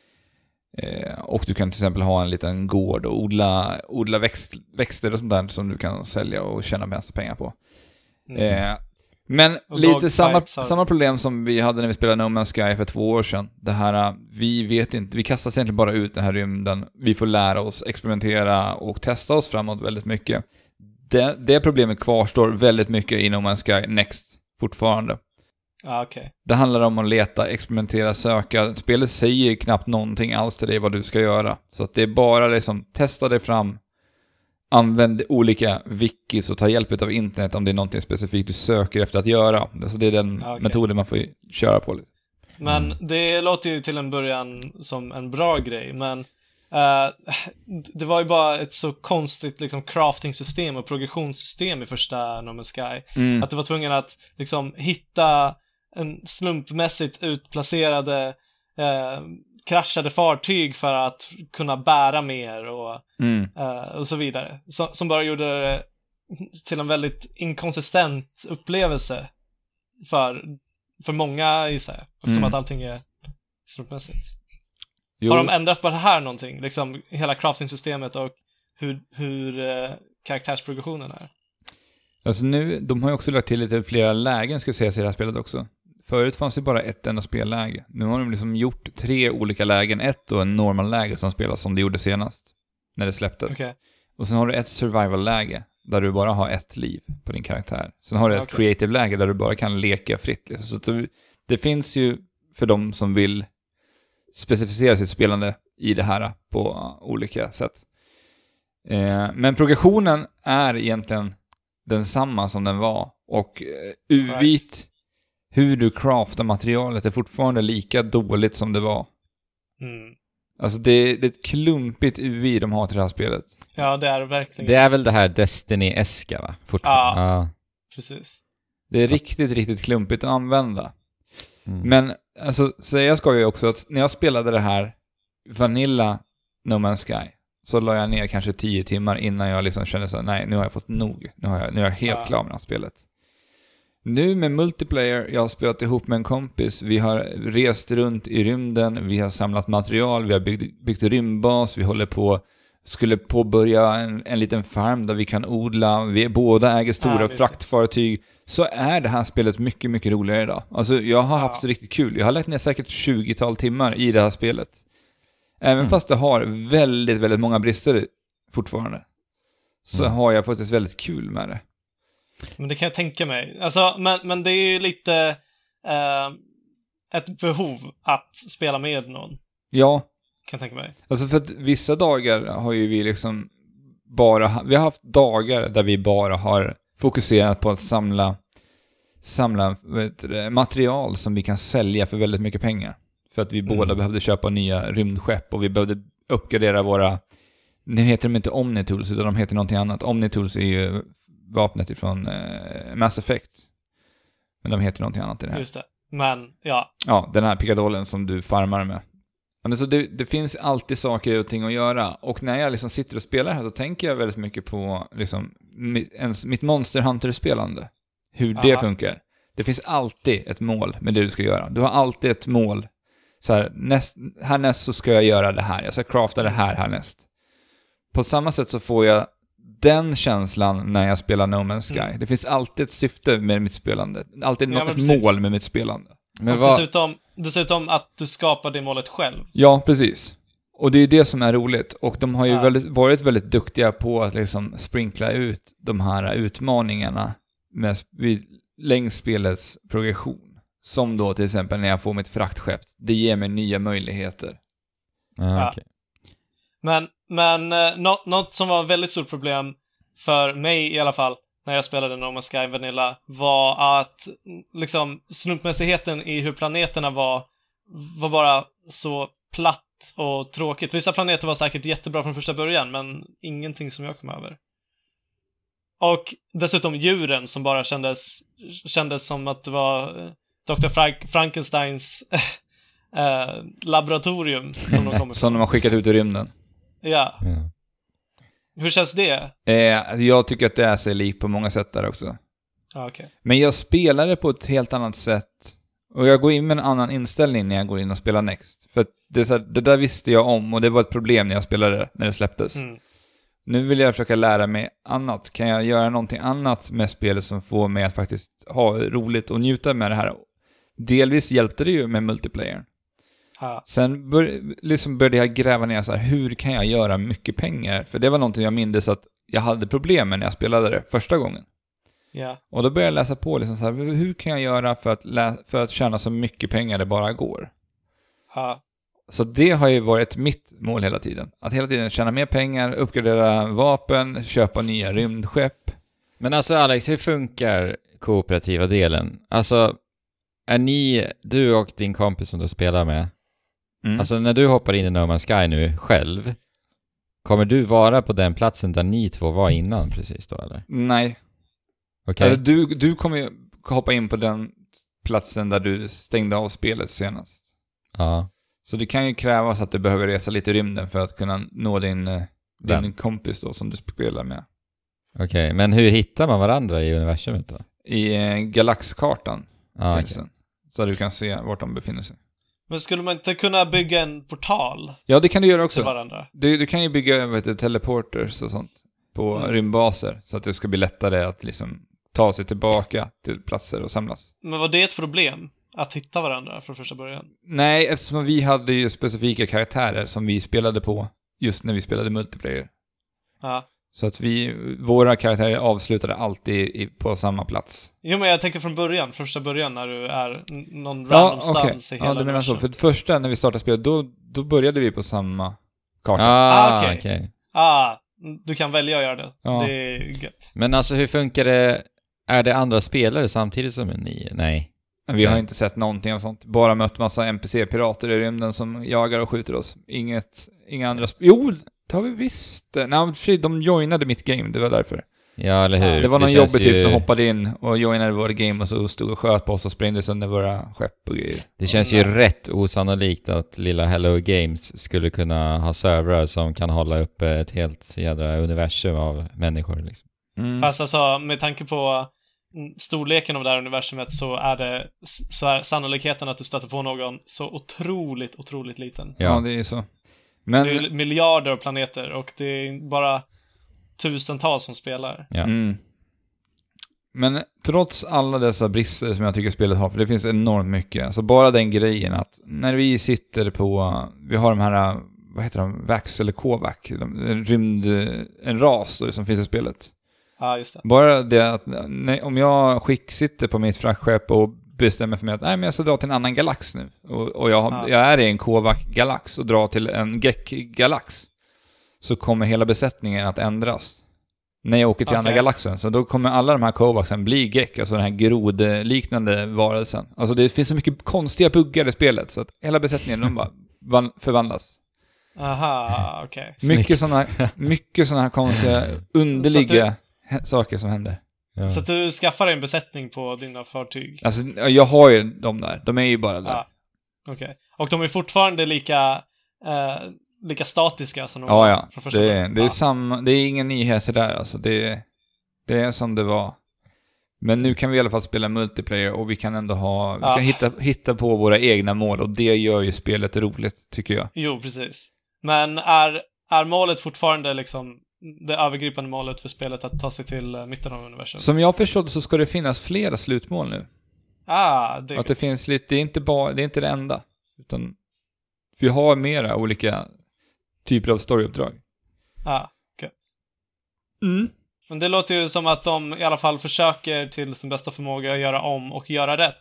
Eh, och du kan till exempel ha en liten gård och odla, odla växt, växter och sånt där som du kan sälja och tjäna massa pengar på. Mm. Eh, men Och lite dogfights samma, har- samma problem som vi hade när vi spelade No Man's Sky för två år sedan. Det här, eh, vi vet inte, vi kastas egentligen bara ut den här rymden. Vi får lära oss, experimentera och testa oss framåt väldigt mycket. Det, det problemet kvarstår väldigt mycket i No Man's Sky Next fortfarande. Ja, okej. Det handlar om att leta, experimentera, söka. Spelet säger knappt någonting alls till dig vad du ska göra. Så att det är bara liksom, testa dig fram. Använd olika wikis och ta hjälp av internet om det är någonting specifikt du söker efter att göra. Alltså det är den Ja, okej. metoden man får köra på. Lite. Men det låter ju till en början som en bra grej, men eh, det var ju bara ett så konstigt liksom crafting-system och progressionssystem i första No Man's Sky. Mm. Att du var tvungen att liksom hitta en slumpmässigt utplacerade eh, kraschade fartyg för att kunna bära mer och, Mm. eh, och så vidare. Så, som bara gjorde det till en väldigt inkonsistent upplevelse för, för många i sig. Eftersom Mm. att allting är slumpmässigt. Jo. Har de ändrat på det här någonting? Liksom hela crafting-systemet och hur, hur eh, karaktärsprogressionen är? Alltså nu, de har ju också lagt till lite flera lägen ska jag säga i det här spelet också. Förut fanns det bara ett enda spelläge. Nu har de liksom gjort tre olika lägen. Ett och en normal läge som spelas som det gjorde senast. När det släpptes. Okay. Och sen har du ett survival-läge där du bara har ett liv på din karaktär. Sen har du ett Okay. creative-läge där du bara kan leka fritt. Liksom. Så det, det finns ju för de som vill specificera sitt spelande i det här på olika sätt. Eh, men progressionen är egentligen densamma som den var. Och eh, U I, Right. hur du craftar materialet är fortfarande lika dåligt som det var. Mm. Alltså det, det är ett klumpigt U I de har till det här spelet. Ja, det är det verkligen. Det är väl det här Destiny-eska, va? Fortfarande. Ja. Ja. Precis. Det är riktigt, riktigt klumpigt att använda. Mm. Men alltså, säga ska jag också att när jag spelade det här Vanilla No Man's Sky så la jag ner kanske tio timmar innan jag liksom kände så här, nej, nu har jag fått nog. Nu, har jag, nu är jag helt Ja. klar med det här spelet. Nu med multiplayer, jag har spelat ihop med en kompis, vi har rest runt i rymden, vi har samlat material, vi har byggt, byggt rymdbas, vi håller på, skulle påbörja en, en liten farm där vi kan odla, vi båda äger stora Ja, fraktfartyg, så är det här spelet mycket, mycket roligare idag. Alltså jag har Ja. haft riktigt kul, jag har lagt ner säkert tjugotal timmar i det här spelet. Även Mm. fast det har väldigt, väldigt många brister fortfarande, så Mm. har jag faktiskt väldigt kul med det. Men det kan jag tänka mig. Alltså, men, men det är ju lite eh, ett behov att spela med någon, Ja, kan jag tänka mig. alltså för att vissa dagar har ju vi liksom bara, vi har haft dagar där vi bara har fokuserat på att samla samla vet du, material som vi kan sälja för väldigt mycket pengar. För att vi Mm. båda behövde köpa nya rymdskepp och vi behövde uppgradera våra, nu heter de inte Omnitools utan de heter någonting annat. Omnitools är ju vapnet ifrån eh, Mass Effect. Men de heter någonting annat i det här. Just det. Men, ja. Ja, den här pickadolen som du farmar med. Ja, men så det, det finns alltid saker och ting att göra. Och när jag liksom sitter och spelar här, då tänker jag väldigt mycket på liksom, mi- ens, mitt Monster Hunter-spelande. Hur det Aha. funkar. Det finns alltid ett mål med det du ska göra. Du har alltid ett mål. Så här, näst, härnäst så ska jag göra det här. Jag ska crafta det här härnäst. På samma sätt så får jag den känslan när jag spelar No Man's Sky. Mm. Det finns alltid ett syfte med mitt spelande. Alltid Ja, något, men ett precis. mål med mitt spelande. Men och vad... dessutom, dessutom att du skapar det målet själv. Ja, precis. Och det är ju det som är roligt. Och de har ju Ja. väldigt, varit väldigt duktiga på att liksom sprinkla ut de här utmaningarna med, vid, längs spelets progression. Som då till exempel när jag får mitt fraktskepp. Det ger mig nya möjligheter. Ja, Ja. okej. Men, men eh, något, något som var ett väldigt stort problem för mig i alla fall när jag spelade No Man's Sky Vanilla var att mm, liksom slumpmässigheten i hur planeterna var var bara så platt och tråkigt. Vissa planeter var säkert jättebra från första början, men ingenting som jag kom över. Och dessutom djuren som bara kändes kändes som att det var eh, doktor Frank, Frankensteins eh, laboratorium som de kommer Som de från. har skickat ut i rymden. Ja. Ja. Hur känns det? Eh, alltså jag tycker att det är sig lik på många sätt där också. Ja, okej. Men jag spelar det på ett helt annat sätt. Och jag går in med en annan inställning när jag går in och spelar Next. För att det, är så här, det där visste jag om och det var ett problem när jag spelade det, när det släpptes. Mm. Nu vill jag försöka lära mig annat. Kan jag göra någonting annat med spelet som får mig att faktiskt ha roligt och njuta med det här? Delvis hjälpte det ju med multiplayer. Ja. Sen bör, liksom började jag gräva ner så här, hur kan jag göra mycket pengar? För det var någonting jag mindes att jag hade problem med när jag spelade det första gången. Ja. Och då började jag läsa på liksom så här, hur kan jag göra för att, lä- för att tjäna så mycket pengar det bara går? Ja. Så det har ju varit mitt mål hela tiden. Att hela tiden tjäna mer pengar, uppgradera vapen, köpa nya rymdskepp. Men alltså Alex, hur funkar kooperativa delen? Alltså, är ni, du och din kompis som du spelar med, Mm. alltså när du hoppar in i No Man's Sky nu själv, kommer du vara på den platsen där ni två var innan precis då, eller? Nej. Okej. Alltså, du, du kommer ju hoppa in på den platsen där du stängde av spelet senast. Ja. Så det kan ju krävas att du behöver resa lite i rymden för att kunna nå din, eh, din kompis då som du spelar med. Okej, okay, men hur hittar man varandra i universumet då? I eh, galaxkartan ah, finns okay. den. Så du kan se vart de befinner sig. Men skulle man inte kunna bygga en portal? Ja, det kan du göra också. Till varandra? Du, du kan ju bygga vet du, teleporters och sånt på mm. rymdbaser så att det ska bli lättare att liksom ta sig tillbaka till platser och samlas. Men var det ett problem? Att hitta varandra från första början? Nej, eftersom vi hade ju specifika karaktärer som vi spelade på just när vi spelade multiplayer. Ja. Så att vi, våra karaktärer avslutade alltid i, på samma plats. Jo, men jag tänker från början, första början när du är någon ja, random okay. stans i hela ja, du menar så. För det första när vi startade spelet, då, då började vi på samma karta. Ah, ah okej. Okay. Okay. Ah, du kan välja att göra det. Ja. Det är gött. Men alltså, hur funkar det? Är det andra spelare samtidigt som ni? Nej. Vi har inte sett någonting av sånt. Bara mött massa N P C-pirater i rymden som jagar och skjuter oss. Inget, inga andra... Sp- jo, det har vi visst. Nej, de joinade mitt game, det var därför. Ja, eller hur? Det var någon det jobbig typ ju... som hoppade in och joinade vårt game och så stod och sköt på oss och sprängde sönder våra skepp och grejer. Det känns ju rätt osannolikt att lilla Hello Games skulle kunna ha servrar som kan hålla upp ett helt jädra universum av människor liksom. Mm. Fast alltså, med tanke på storleken av det här universumet så är det så är sannolikheten att du stöter på någon så otroligt, otroligt liten. Ja, ja det är så. Men... Det är miljarder av planeter och det är bara tusentals som spelar. Ja. Mm. Men trots alla dessa brister som jag tycker spelet har, för det finns enormt mycket. Alltså bara den grejen att när vi sitter på, vi har de här, vad heter de, Vax eller Kovac, en rymd, en ras då, som finns i spelet. Ja, just det. Bara det att nej, om jag skick sitter på mitt frachtskepp och bestämmer för mig att nej, men jag ska dra till en annan galax nu. Och, och jag, har, ja. jag är i en Kovac-galax och drar till en Gek-galax. Så kommer hela besättningen att ändras. När jag åker till okay. andra galaxen. Så då kommer alla de här Kovacsen bli Gek. Alltså den här grodliknande varelsen. Alltså det finns så mycket konstiga buggar i spelet. Så att hela besättningen de bara van- förvandlas. Aha, okej. Okay. Mycket sådana mycket såna här konstiga, underliga du, saker som händer. Ja. Så att du skaffar en besättning på dina fartyg? Alltså, jag har ju de där. De är ju bara där. Ah, okej. Okay. Och de är fortfarande lika... Eh, lika statiska som de ja, var ja. från första det är, det är ja. samma, det är ingen nyheter där alltså. Det, det är som det var. Men nu kan vi i alla fall spela multiplayer och vi kan ändå ha, vi ja. kan hitta, hitta på våra egna mål och det gör ju spelet roligt, tycker jag. Jo, precis. Men är, är målet fortfarande liksom det övergripande målet för spelet att ta sig till uh, mitten av universum? Som jag förstått så ska det finnas flera slutmål nu. Ah, det är att det finns lite, det är inte bara, det är inte det enda. Utan vi har mera olika typer av storyuppdrag. Ah, okej. Okay. Mm. Men det låter ju som att de i alla fall försöker till sin bästa förmåga att göra om och göra rätt.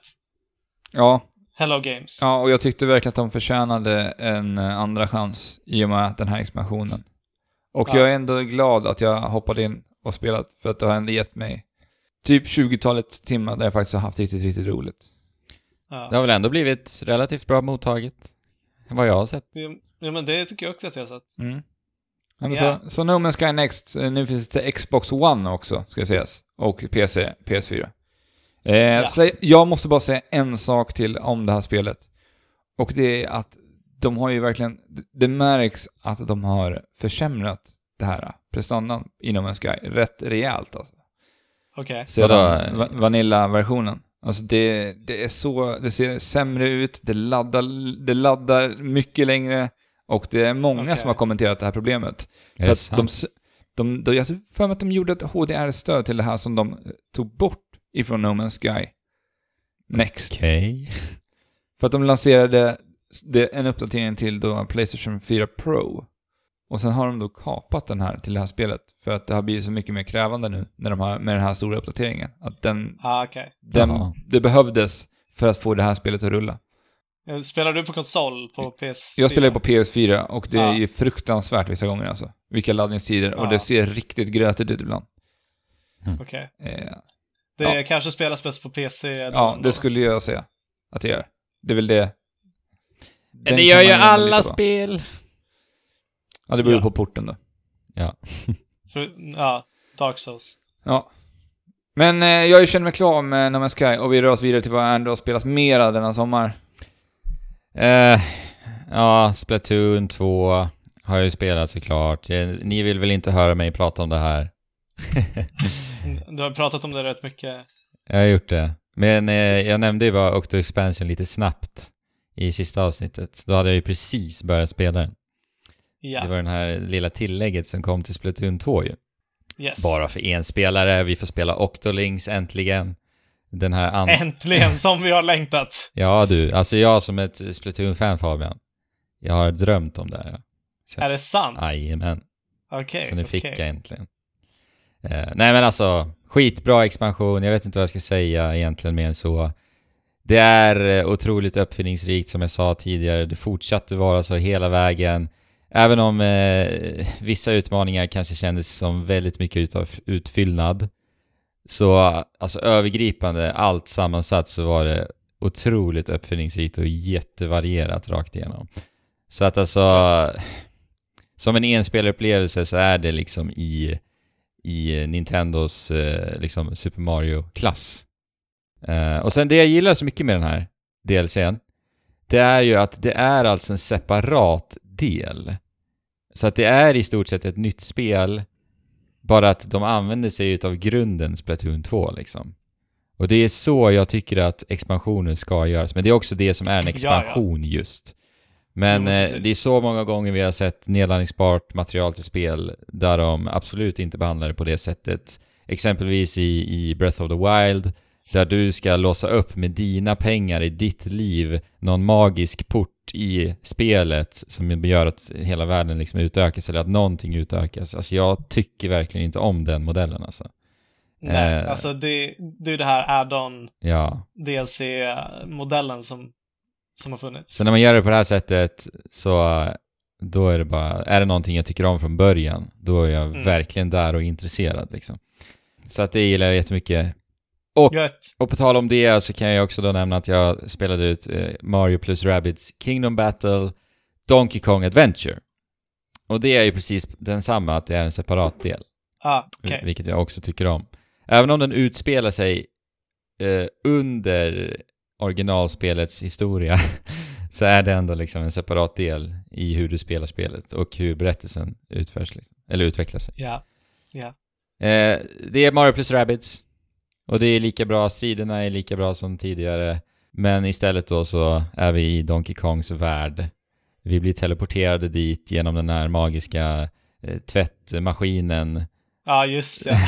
Ja. Hello Games. Ja, och jag tyckte verkligen att de förtjänade en andra chans i och med den här expansionen. Och ja. jag är ändå glad att jag hoppade in och spelat för att det har ändå gett mig typ tjugotalet timmar där jag faktiskt har haft riktigt, riktigt roligt. Ja. Det har väl ändå blivit relativt bra mottaget. Vad jag har sett. Ja, men det tycker jag också att jag har sett. Mm. Ja, men yeah. så, så No Man's Sky Next, nu finns det till Xbox One också, ska sägas. Och P C, P S fyra. Eh, ja. Så jag måste bara säga en sak till om det här spelet. Och det är att de har ju verkligen, det märks att de har försämrat det här prestandan i No Man's Sky rätt rejält alltså. Okej. Okay. Sedan va- Vanilla-versionen. Alltså det, det är så, det ser sämre ut, det laddar, det laddar mycket längre och det är många okay. som har kommenterat det här problemet. Är för att de, de, de, jag tror för mig att de gjorde ett H D R-stöd till det här som de tog bort ifrån No Man's Sky Next. Okej. Okay. För att de lanserade det, en uppdatering till då PlayStation fyra Pro. Och sen har de då kapat den här till det här spelet. För att det har blivit så mycket mer krävande nu när de har, med den här stora uppdateringen. Att den, ah, okay. den det behövdes för att få det här spelet att rulla. Spelar du på konsol på P S fyra? Jag spelar på P S fyra och det ah. är ju fruktansvärt vissa gånger alltså. Vilka laddningstider. Ah. Och det ser riktigt grötigt ut ibland. Mm. Okej. Okay. Eh, det ja. kanske spelas bäst på P C. Ja, det skulle jag säga att det gör. Det är väl det. Den det gör ju alla spel. Ja, det beror ja. på porten då. Ja. För, ja, Dark Souls. Ja. Men eh, jag känner mig klar med No Man's Sky och vi rör oss vidare till vad Andrew har spelat mera denna sommar. Eh, Ja, Splatoon två har jag ju spelat såklart. Ni vill väl inte höra mig prata om det här? Du har pratat om det rätt mycket. Jag har gjort det. Men eh, jag nämnde ju bara Octo Expansion lite snabbt i sista avsnittet. Då hade jag ju precis börjat spela den. Ja. Det var den här lilla tillägget som kom till Splatoon två ju. Yes. Bara för en spelare. Vi får spela Octolings äntligen. Den här an- Äntligen, som vi har längtat. Ja du, alltså jag som ett Splatoon-fan, Fabian. Jag har drömt om det här. Ja. Så, är det sant? Jajamän. Okej, okay, Så nu fick okay. jag äntligen. Uh, nej men alltså, skitbra expansion. Jag vet inte vad jag ska säga egentligen mer än så. Det är uh, otroligt uppfinningsrikt som jag sa tidigare. Det fortsatte vara så hela vägen. Även om uh, vissa utmaningar kanske kändes som väldigt mycket utav utfyllnad. Så alltså övergripande, allt sammansatt, så var det otroligt uppfinningsrikt och jättevarierat rakt igenom. Så att alltså, Klart. som en enspelupplevelse så är det liksom i, i Nintendos eh, liksom Super Mario-klass. Eh, och sen det jag gillar så mycket med den här D L C:n, det är ju att det är alltså en separat del. Så att det är i stort sett ett nytt spel, bara att de använder sig av grunden Splatoon två liksom. Och det är så jag tycker att expansionen ska göras. Men det är också det som är en expansion ja, ja. just. Men jo, eh, det är så många gånger vi har sett nedladdningsbart material till spel där de absolut inte behandlar det på det sättet. Exempelvis i, i Breath of the Wild, där du ska låsa upp med dina pengar i ditt liv någon magisk port i spelet som gör att hela världen liksom utökas, eller att någonting utökas. Alltså jag tycker verkligen inte om den modellen alltså. Nej, eh, alltså det, det är det här add-on ja. D L C-modellen som, som har funnits. Så när man gör det på det här sättet så då är det bara, är det någonting jag tycker om från början, då är jag mm. verkligen där och intresserad liksom. Så att det gillar jag jättemycket. Och, och på tal om det så kan jag också då nämna att jag spelade ut eh, Mario plus Rabbids Kingdom Battle Donkey Kong Adventure. Och det är ju precis densamma, att det är en separat del. Ah, okay. Vilket jag också tycker om. Även om den utspelar sig eh, under originalspelets historia så är det ändå liksom en separat del i hur du spelar spelet och hur berättelsen utförs liksom, eller utvecklar sig. Ja, ja. Eh, det är Mario plus Rabbids. Och det är lika bra, striderna är lika bra som tidigare. Men istället då så är vi i Donkey Kongs värld. Vi blir teleporterade dit genom den här magiska eh, tvättmaskinen. Ja, just det.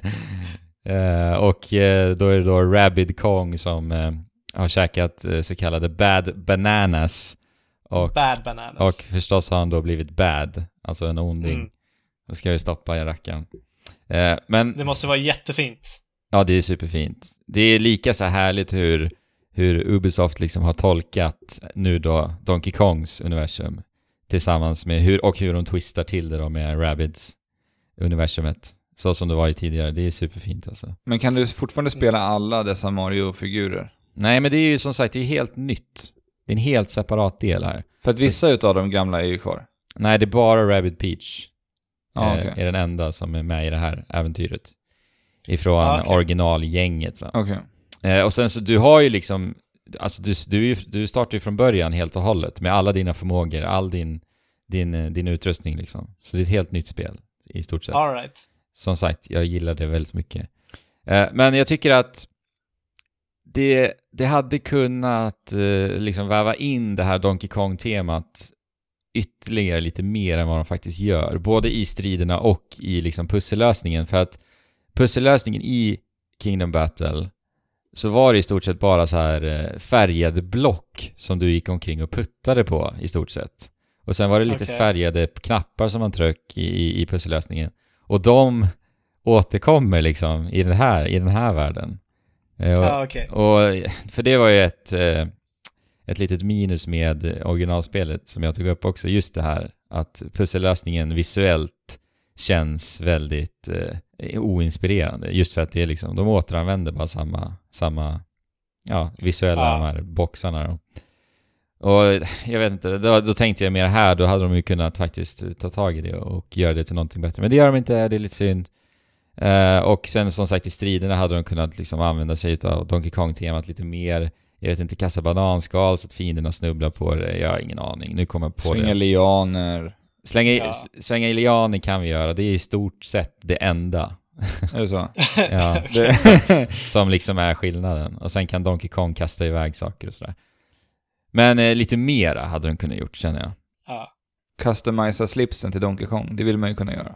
eh, och eh, då är det då Rabbid Kong som eh, har käkat eh, så kallade bad bananas. Och, bad bananas. Och förstås har han då blivit bad, alltså en onding. Mm. Då ska vi stoppa i rackaren. Eh, men det måste vara jättefint. Ja, det är superfint. Det är lika så härligt hur, hur Ubisoft liksom har tolkat nu då Donkey Kongs universum tillsammans med hur, och hur de twistar till det då med Rabbids universumet. Så som det var i tidigare. Det är superfint alltså. Men kan du fortfarande spela alla dessa Mario-figurer? Nej, men det är ju som sagt, det är helt nytt. Det är en helt separat del här. För att vissa utav de gamla är ju kvar. Nej, det är bara Rabbid Peach. Ah, eh, okay. är den enda som är med i det här äventyret. Ifrån ah, okay. originalgänget va? Okay. Eh, och sen så, du har ju liksom, alltså du, du, du startar ju från början helt och hållet med alla dina förmågor, all din, din, din utrustning liksom. Så det är ett helt nytt spel i stort sett. All right. Som sagt, jag gillar det väldigt mycket. Eh, men jag tycker att det, det hade kunnat eh, liksom väva in det här Donkey Kong-temat ytterligare lite mer än vad de faktiskt gör. Både i striderna och i liksom pussellösningen. För att pussellösningen i Kingdom Battle så var det i stort sett bara så här färgade block som du gick omkring och puttade på i stort sett. Och sen var det lite okay. färgade knappar som man tryck i, i, i pussellösningen. Och de återkommer liksom i den här, i den här världen. Och, ah, okay. och för det var ju ett, ett litet minus med originalspelet som jag tog upp också. Just det här att pussellösningen visuellt känns väldigt eh, oinspirerande. Just för att det är liksom, de återanvänder bara samma, samma ja, visuella ja. de här boxarna. Då. Och jag vet inte, då, då tänkte jag mer här, då hade de ju kunnat faktiskt ta tag i det och göra det till någonting bättre. Men det gör de inte, det är lite synd. Uh, och sen som sagt i striderna hade de kunnat liksom använda sig av Donkey Kong-temat lite mer. jag vet inte, kasta bananskal så att fienderna snubblar på det. Jag har ingen aning. Nu kommer jag på Slänga det. lianer. Slänga, Ja. slänga i lianer kan vi göra. Det är i stort sett det enda. Är det så? Ja, Det, som liksom är skillnaden. Och sen kan Donkey Kong kasta iväg saker och sådär. Men eh, lite mera hade de kunnat gjort, känner jag. Ja. customisa slipsen till Donkey Kong. Det vill man ju kunna göra.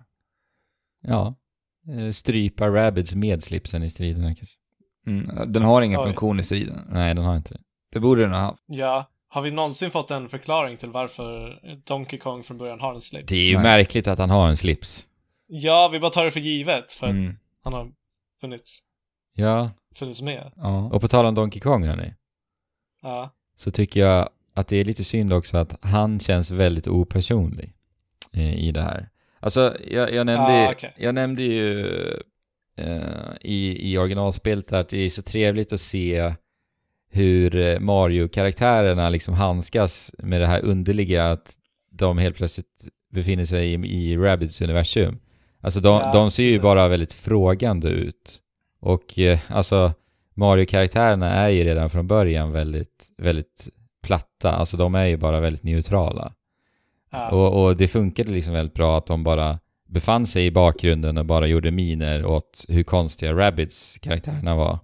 Ja. Eh, strypa Rabbids med slipsen i striden kanske. Mm. Den har ingen Oj. funktion i striden. Nej, den har inte det. Det borde den ha haft. Ja. Har vi någonsin fått en förklaring till varför Donkey Kong från början har en slips? Det är ju Nej. märkligt att han har en slips. Ja, vi bara tar det för givet för att Mm. han har funnits, Ja. funnits med. Ja. Och på tal om Donkey Kong, hörni, Ja. så tycker jag att det är lite synd också att han känns väldigt opersonlig eh, i det här. Alltså, jag, jag, nämnde, Ah, okej. jag nämnde ju eh, i, i originalspelet att det är så trevligt att se hur eh, Mario-karaktärerna liksom handskas med det här underliga att de helt plötsligt befinner sig i, i Rabbids universum. Alltså de, Ja, de ser ju precis. bara väldigt frågande ut. Och eh, alltså Mario-karaktärerna är ju redan från början väldigt, väldigt platta. Alltså de är ju bara väldigt neutrala. Ja. Och, och det funkade liksom väldigt bra att de bara befann sig i bakgrunden och bara gjorde miner åt hur konstiga Rabbids karaktärerna var.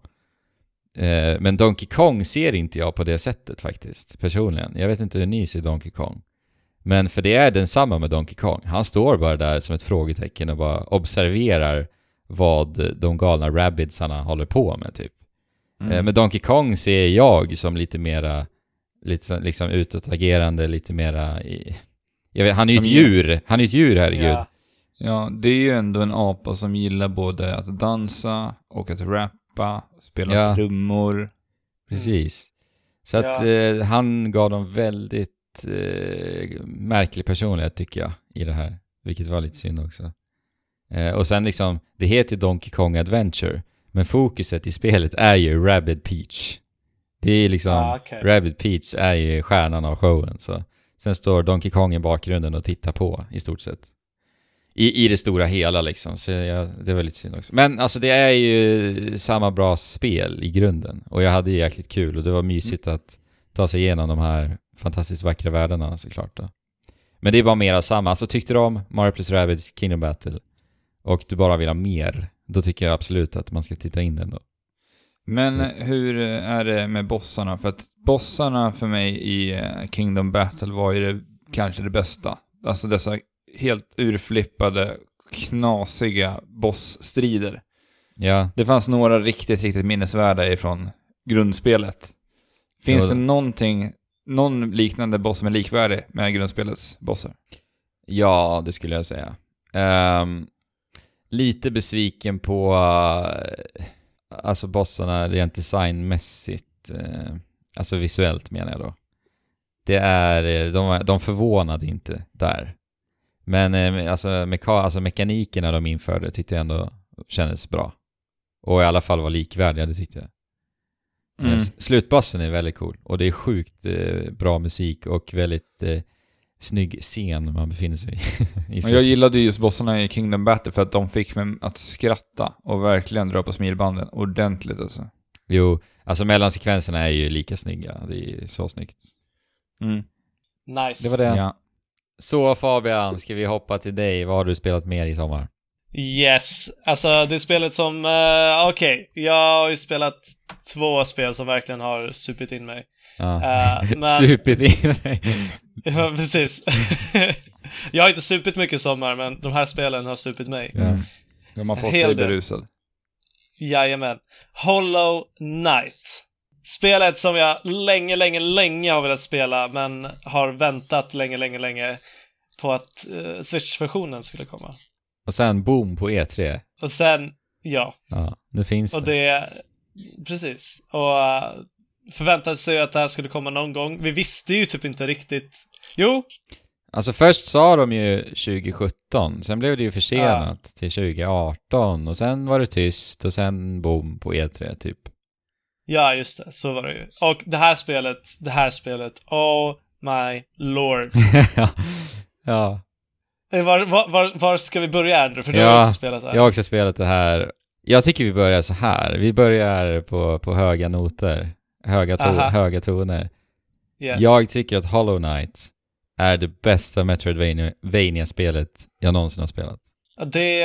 Eh, men Donkey Kong ser inte jag på det sättet faktiskt, personligen. Jag vet inte hur ni ser Donkey Kong. Men för det är densamma med Donkey Kong. Han står bara där som ett frågetecken och bara observerar vad de galna Rabbidsarna håller på med typ. Mm. Eh, men Donkey Kong ser jag som lite mera lite liksom utåtagerande, lite mera i, jag vet, han är ju ett Som djur. Han är ju ett djur, herregud. Ja. Ja, det är ju ändå en apa som gillar både att dansa och att rappa, spela Ja. trummor. Precis. Så att Ja. eh, han gav dem väldigt eh, märklig personlighet tycker jag i det här. Vilket var lite synd också. Eh, och sen liksom, det heter ju Donkey Kong Adventure. Men fokuset i spelet är ju Rabbid Peach. Det är liksom, Ah, okej. Rabbid Peach är ju stjärnan av showen. Så. Sen står Donkey Kong i bakgrunden och tittar på i stort sett. I, i det stora hela liksom. Så jag, det var lite synd också. Men alltså det är ju samma bra spel i grunden. Och jag hade ju jäkligt kul. Och det var mysigt att ta sig igenom de här fantastiskt vackra världarna såklart då. Men det är bara mer av samma. Alltså tyckte du om Mario plus Rabbids Kingdom Battle och du bara vill ha mer, då tycker jag absolut att man ska titta in den då. Men hur är det med bossarna? För att bossarna för mig i eh, Kingdom Battle var ju det, kanske det bästa. Alltså dessa helt urflippade, knasiga bossstrider. Ja, Det fanns några riktigt, riktigt minnesvärda ifrån grundspelet. Finns Ja, det det- någonting, någon liknande boss som är likvärdig med grundspelets bossar? ja det skulle jag säga. Ehm, lite besviken på uh, alltså bossarna rent designmässigt. Uh, alltså visuellt menar jag då. Det är, de, de förvånade inte där. Men eh, alltså, meka- alltså mekanikerna de införde tyckte jag ändå kändes bra. Och i alla fall var likvärdiga, det tyckte jag. Mm. Eh, s- Slutbossen är väldigt cool. Och det är sjukt eh, bra musik och väldigt eh, snygg scen man befinner sig i. i Men slutet. jag gillade just bossarna i Kingdom Battle för att de fick mig att skratta och verkligen dra på smilbanden ordentligt alltså. Jo, alltså mellansekvenserna är ju lika snygga. Det är så snyggt. Mm. Nice. Det var det. Ja. Så Fabian, ska vi hoppa till dig. Vad har du spelat mer i sommar? Yes. Alltså, det spelet som... Uh, Okej, jag har ju spelat två spel som verkligen har supit in mig. Ja. Eh, men- Supit in mig. Ja, precis. Jag har inte supit mycket i sommar, men de här spelen har supit mig. Ja. Mm. De har fått Hel dig del. berusad. Jajamän. Hollow Knight. Spelet som jag länge, länge, länge har velat spela, men har väntat länge, länge, länge på att uh, Switch-versionen skulle komma. Och sen boom på E tre. Och sen, ja. Ja, nu finns Och det. det... Precis. Och uh, förväntade sig att det här skulle komma någon gång. Vi visste ju typ inte riktigt... Jo, Alltså först sa de ju tjugo sjutton, sen blev det ju försenat till tjugo arton och sen var det tyst och sen boom på E tre typ. ja just det, så var det ju. Och det här spelet, det här spelet, oh my lord. ja. ja. Eh, Var, var, var, var ska vi börja, Andrew? För du har Ja, också spelat det här. Jag har också spelat det här. Jag tycker vi börjar så här. Vi börjar på, på höga noter. höga, to- höga toner. Yes. Jag tycker att Hollow Knight är det bästa Metroidvania-spelet jag någonsin har spelat. Det,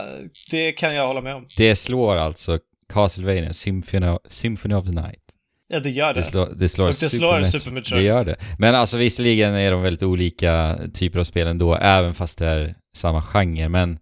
det kan jag hålla med om. Det slår alltså Castlevania Symphony, Symphony of the Night. Ja, det gör det. Det slår, det slår, Och det Super, slår Met- Super Metroid. Det gör det. Men alltså visserligen är de väldigt olika typer av spel ändå, även fast det är samma genre. Men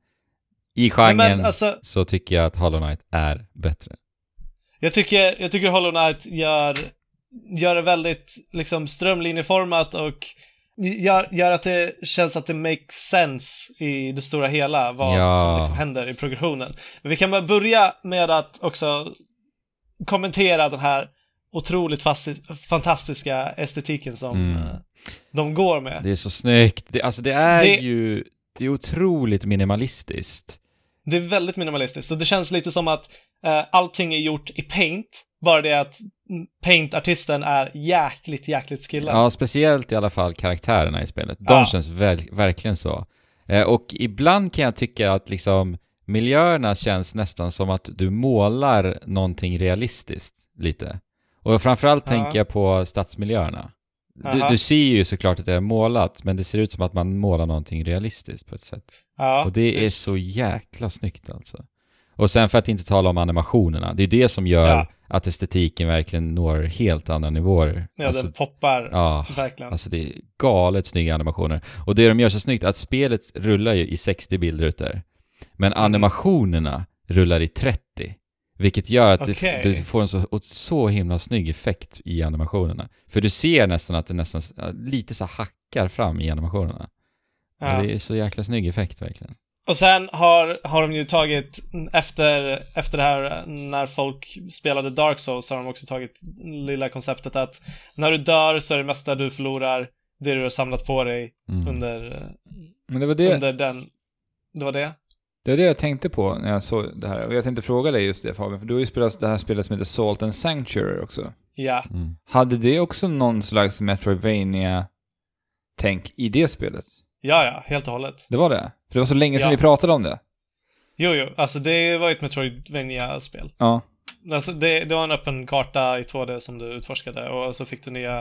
i genren Men, men, alltså, så tycker jag att Hollow Knight är bättre. Jag tycker, jag tycker Hollow Knight gör, gör det väldigt liksom strömlinjeformat och gör, gör att det känns att det makes sense i det stora hela vad Ja. som liksom händer i progressionen. Men vi kan bara börja med att också kommentera den här otroligt fasti- fantastiska estetiken som Mm. eh, de går med. Det är så snyggt. Det, alltså det är Det- ju det är otroligt minimalistiskt. Det är väldigt minimalistiskt och det känns lite som att eh, allting är gjort i Paint, bara det att Paint-artisten är jäkligt, jäkligt skillad. Ja, speciellt i alla fall karaktärerna i spelet. De Ja. känns väl, verkligen så. Eh, och ibland kan jag tycka att liksom miljöerna känns nästan som att du målar någonting realistiskt lite. Och framförallt Ja. tänker jag på stadsmiljöerna. Du, Aha. du ser ju såklart att det är målat, men det ser ut som att man målar någonting realistiskt på ett sätt. Ja, Och det är visst. så jäkla snyggt alltså. Och sen för att inte tala om animationerna. Det är det som gör Ja. att estetiken verkligen når helt andra nivåer. Ja, alltså, den poppar ja, verkligen. alltså det är galet snygga animationer. Och det de gör så snyggt, att spelet rullar ju i sextio bildrutor. Men Mm. animationerna rullar i trettio. Vilket gör att Okej. det, det får en så, så himla snygg effekt i animationerna. För du ser nästan att det nästan lite så hackar fram i animationerna. Ja. Och det är så jäkla snygg effekt verkligen. Och sen har, har de ju tagit, efter, efter det här, när folk spelade Dark Souls, har de också tagit lilla konceptet att när du dör så är det mesta du förlorar det du har samlat på dig Mm. under, Men det var det, under den. Det var det? det var det jag tänkte på när jag såg det här. Och jag tänkte fråga dig just det, Fabian, för du har ju spelat det här spelet som heter Salt and Sanctuary också. Ja. Mm. Hade det också någon slags Metroidvania-tänk i det spelet? Ja, ja, helt och hållet. Det var det? För det var så länge sedan Ja. vi pratade om det. Jo, jo, alltså det var ett Metroidvania-spel. Ja. Alltså det, det var en öppen karta i två D som du utforskade och så fick du nya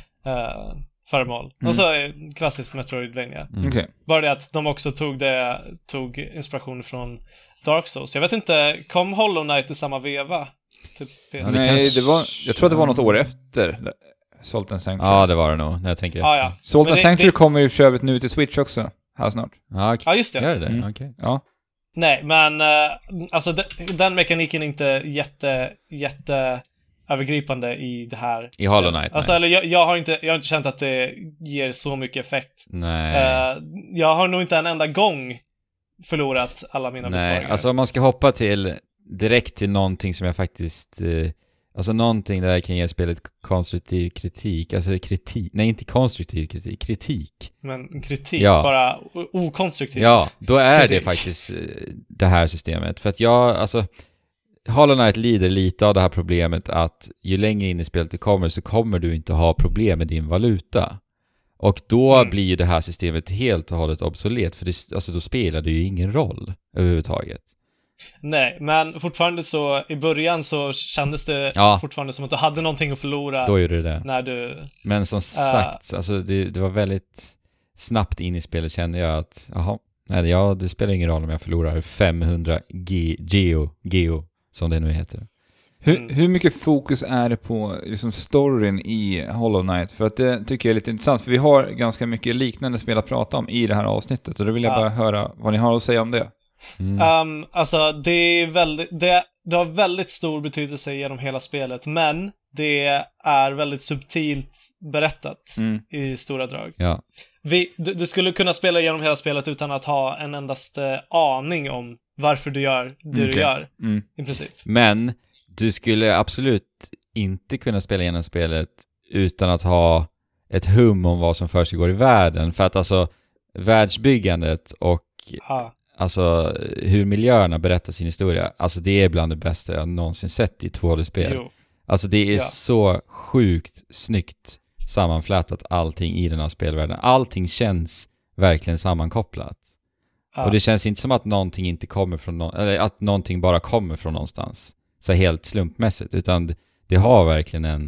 uh, föremål. Mm. Och så är klassiskt Metroidvania. Mm. Okej. Bara det att de också tog det, tog inspiration från Dark Souls. Jag vet inte, kom Hollow Knight i samma veva? Till P S? det Nej, kanske- det var, jag tror att det var något år efter Salt and Sanctuary. Ja, det var det nog, när jag tänker Ja, efter. ja. Salt Men and det- Sanctuary det- kommer ju för övrigt nu till Switch också, här snart. Ja, okej. Ja, just det. Gör det? Mm. Okej. Ja. Nej, men uh, alltså den, den mekaniken är inte jätte, jätte övergripande i det här. I Hollow Knight, Alltså, nej. eller jag, jag har inte, jag har inte känt att det ger så mycket effekt. Nej. Eh, jag har nog inte en enda gång förlorat alla mina Nej, besparingar. alltså om man ska hoppa till direkt till någonting som jag faktiskt eh, alltså någonting där jag kan ge spelet konstruktiv kritik, alltså kritik, nej inte konstruktiv kritik, kritik. Men kritik, Ja. bara o- okonstruktiv. Ja, då är Kritik. det faktiskt eh, det här systemet. För att jag, alltså Hollow Knight lider lite av det här problemet att ju längre in i spelet du kommer så kommer du inte ha problem med din valuta. Och då Mm. blir ju det här systemet helt och hållet obsolet, för det, alltså då spelar det ju ingen roll överhuvudtaget. Nej, men fortfarande så, i början så kändes det Ja. fortfarande som att du hade någonting att förlora Då gjorde det det. när du... Men som sagt, alltså det, det var väldigt snabbt in i spelet kände jag att jaha, nej, ja, det spelar ingen roll om jag förlorar femhundra ge, geo, geo som det nu heter. Hur, Mm. hur mycket fokus är det på liksom storyn i Hollow Knight? För att det tycker jag är lite intressant, för vi har ganska mycket liknande spel att prata om i det här avsnittet, och då vill jag Ja. bara höra vad ni har att säga om det. Mm. Um, alltså, det är väldigt... Det, det har väldigt stor betydelse genom hela spelet, men det är väldigt subtilt berättat Mm. i stora drag. Ja. Vi, du, du skulle kunna spela igenom hela spelet utan att ha en endaste aning om varför du gör det du Okej. gör, Mm. i princip. Men du skulle absolut inte kunna spela igenom spelet utan att ha ett hum om vad som försiggår i världen. För att alltså världsbyggandet och Ja. alltså hur miljöerna berättar sin historia, alltså det är bland det bästa jag någonsin sett i två D-spel. Jo. Alltså det är Ja. så sjukt snyggt sammanflätat allting i den här spelvärlden. Allting känns verkligen sammankopplat. Ja. Och det känns inte som att någonting inte kommer från nå- eller att någonting bara kommer från någonstans. Så helt slumpmässigt, utan det, det har verkligen en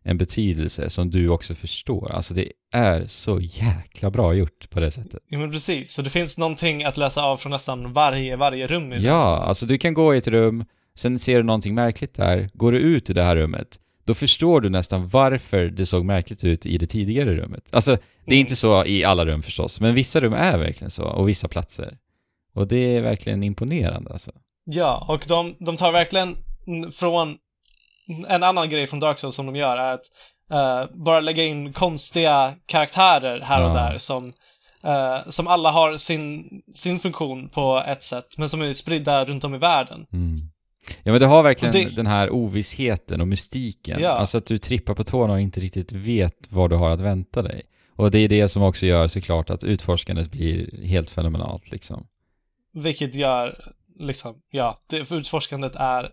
en betydelse som du också förstår. Alltså det är så jäkla bra gjort på det sättet. Ja, men precis. Så det finns någonting att läsa av från nästan varje, varje rum i Ja, det. alltså du kan gå i ett rum, sen ser du någonting märkligt där, går du ut ur det här rummet, då förstår du nästan varför det såg märkligt ut i det tidigare rummet. Alltså, det är Mm. inte så i alla rum förstås, men vissa rum är verkligen så, och vissa platser. Och det är verkligen imponerande alltså. Ja, och de, de tar verkligen från en annan grej från Dark Souls som de gör är att uh, bara lägga in konstiga karaktärer här och Ja. där som, uh, som alla har sin, sin funktion på ett sätt, men som är spridda runt om i världen. Mm. Ja, men det har verkligen det... den här ovissheten och mystiken. Ja. Alltså att du trippar på tårna och inte riktigt vet vad du har att vänta dig. Och det är det som också gör såklart att utforskandet blir helt fenomenalt liksom. Vilket gör, liksom, ja, det, för utforskandet är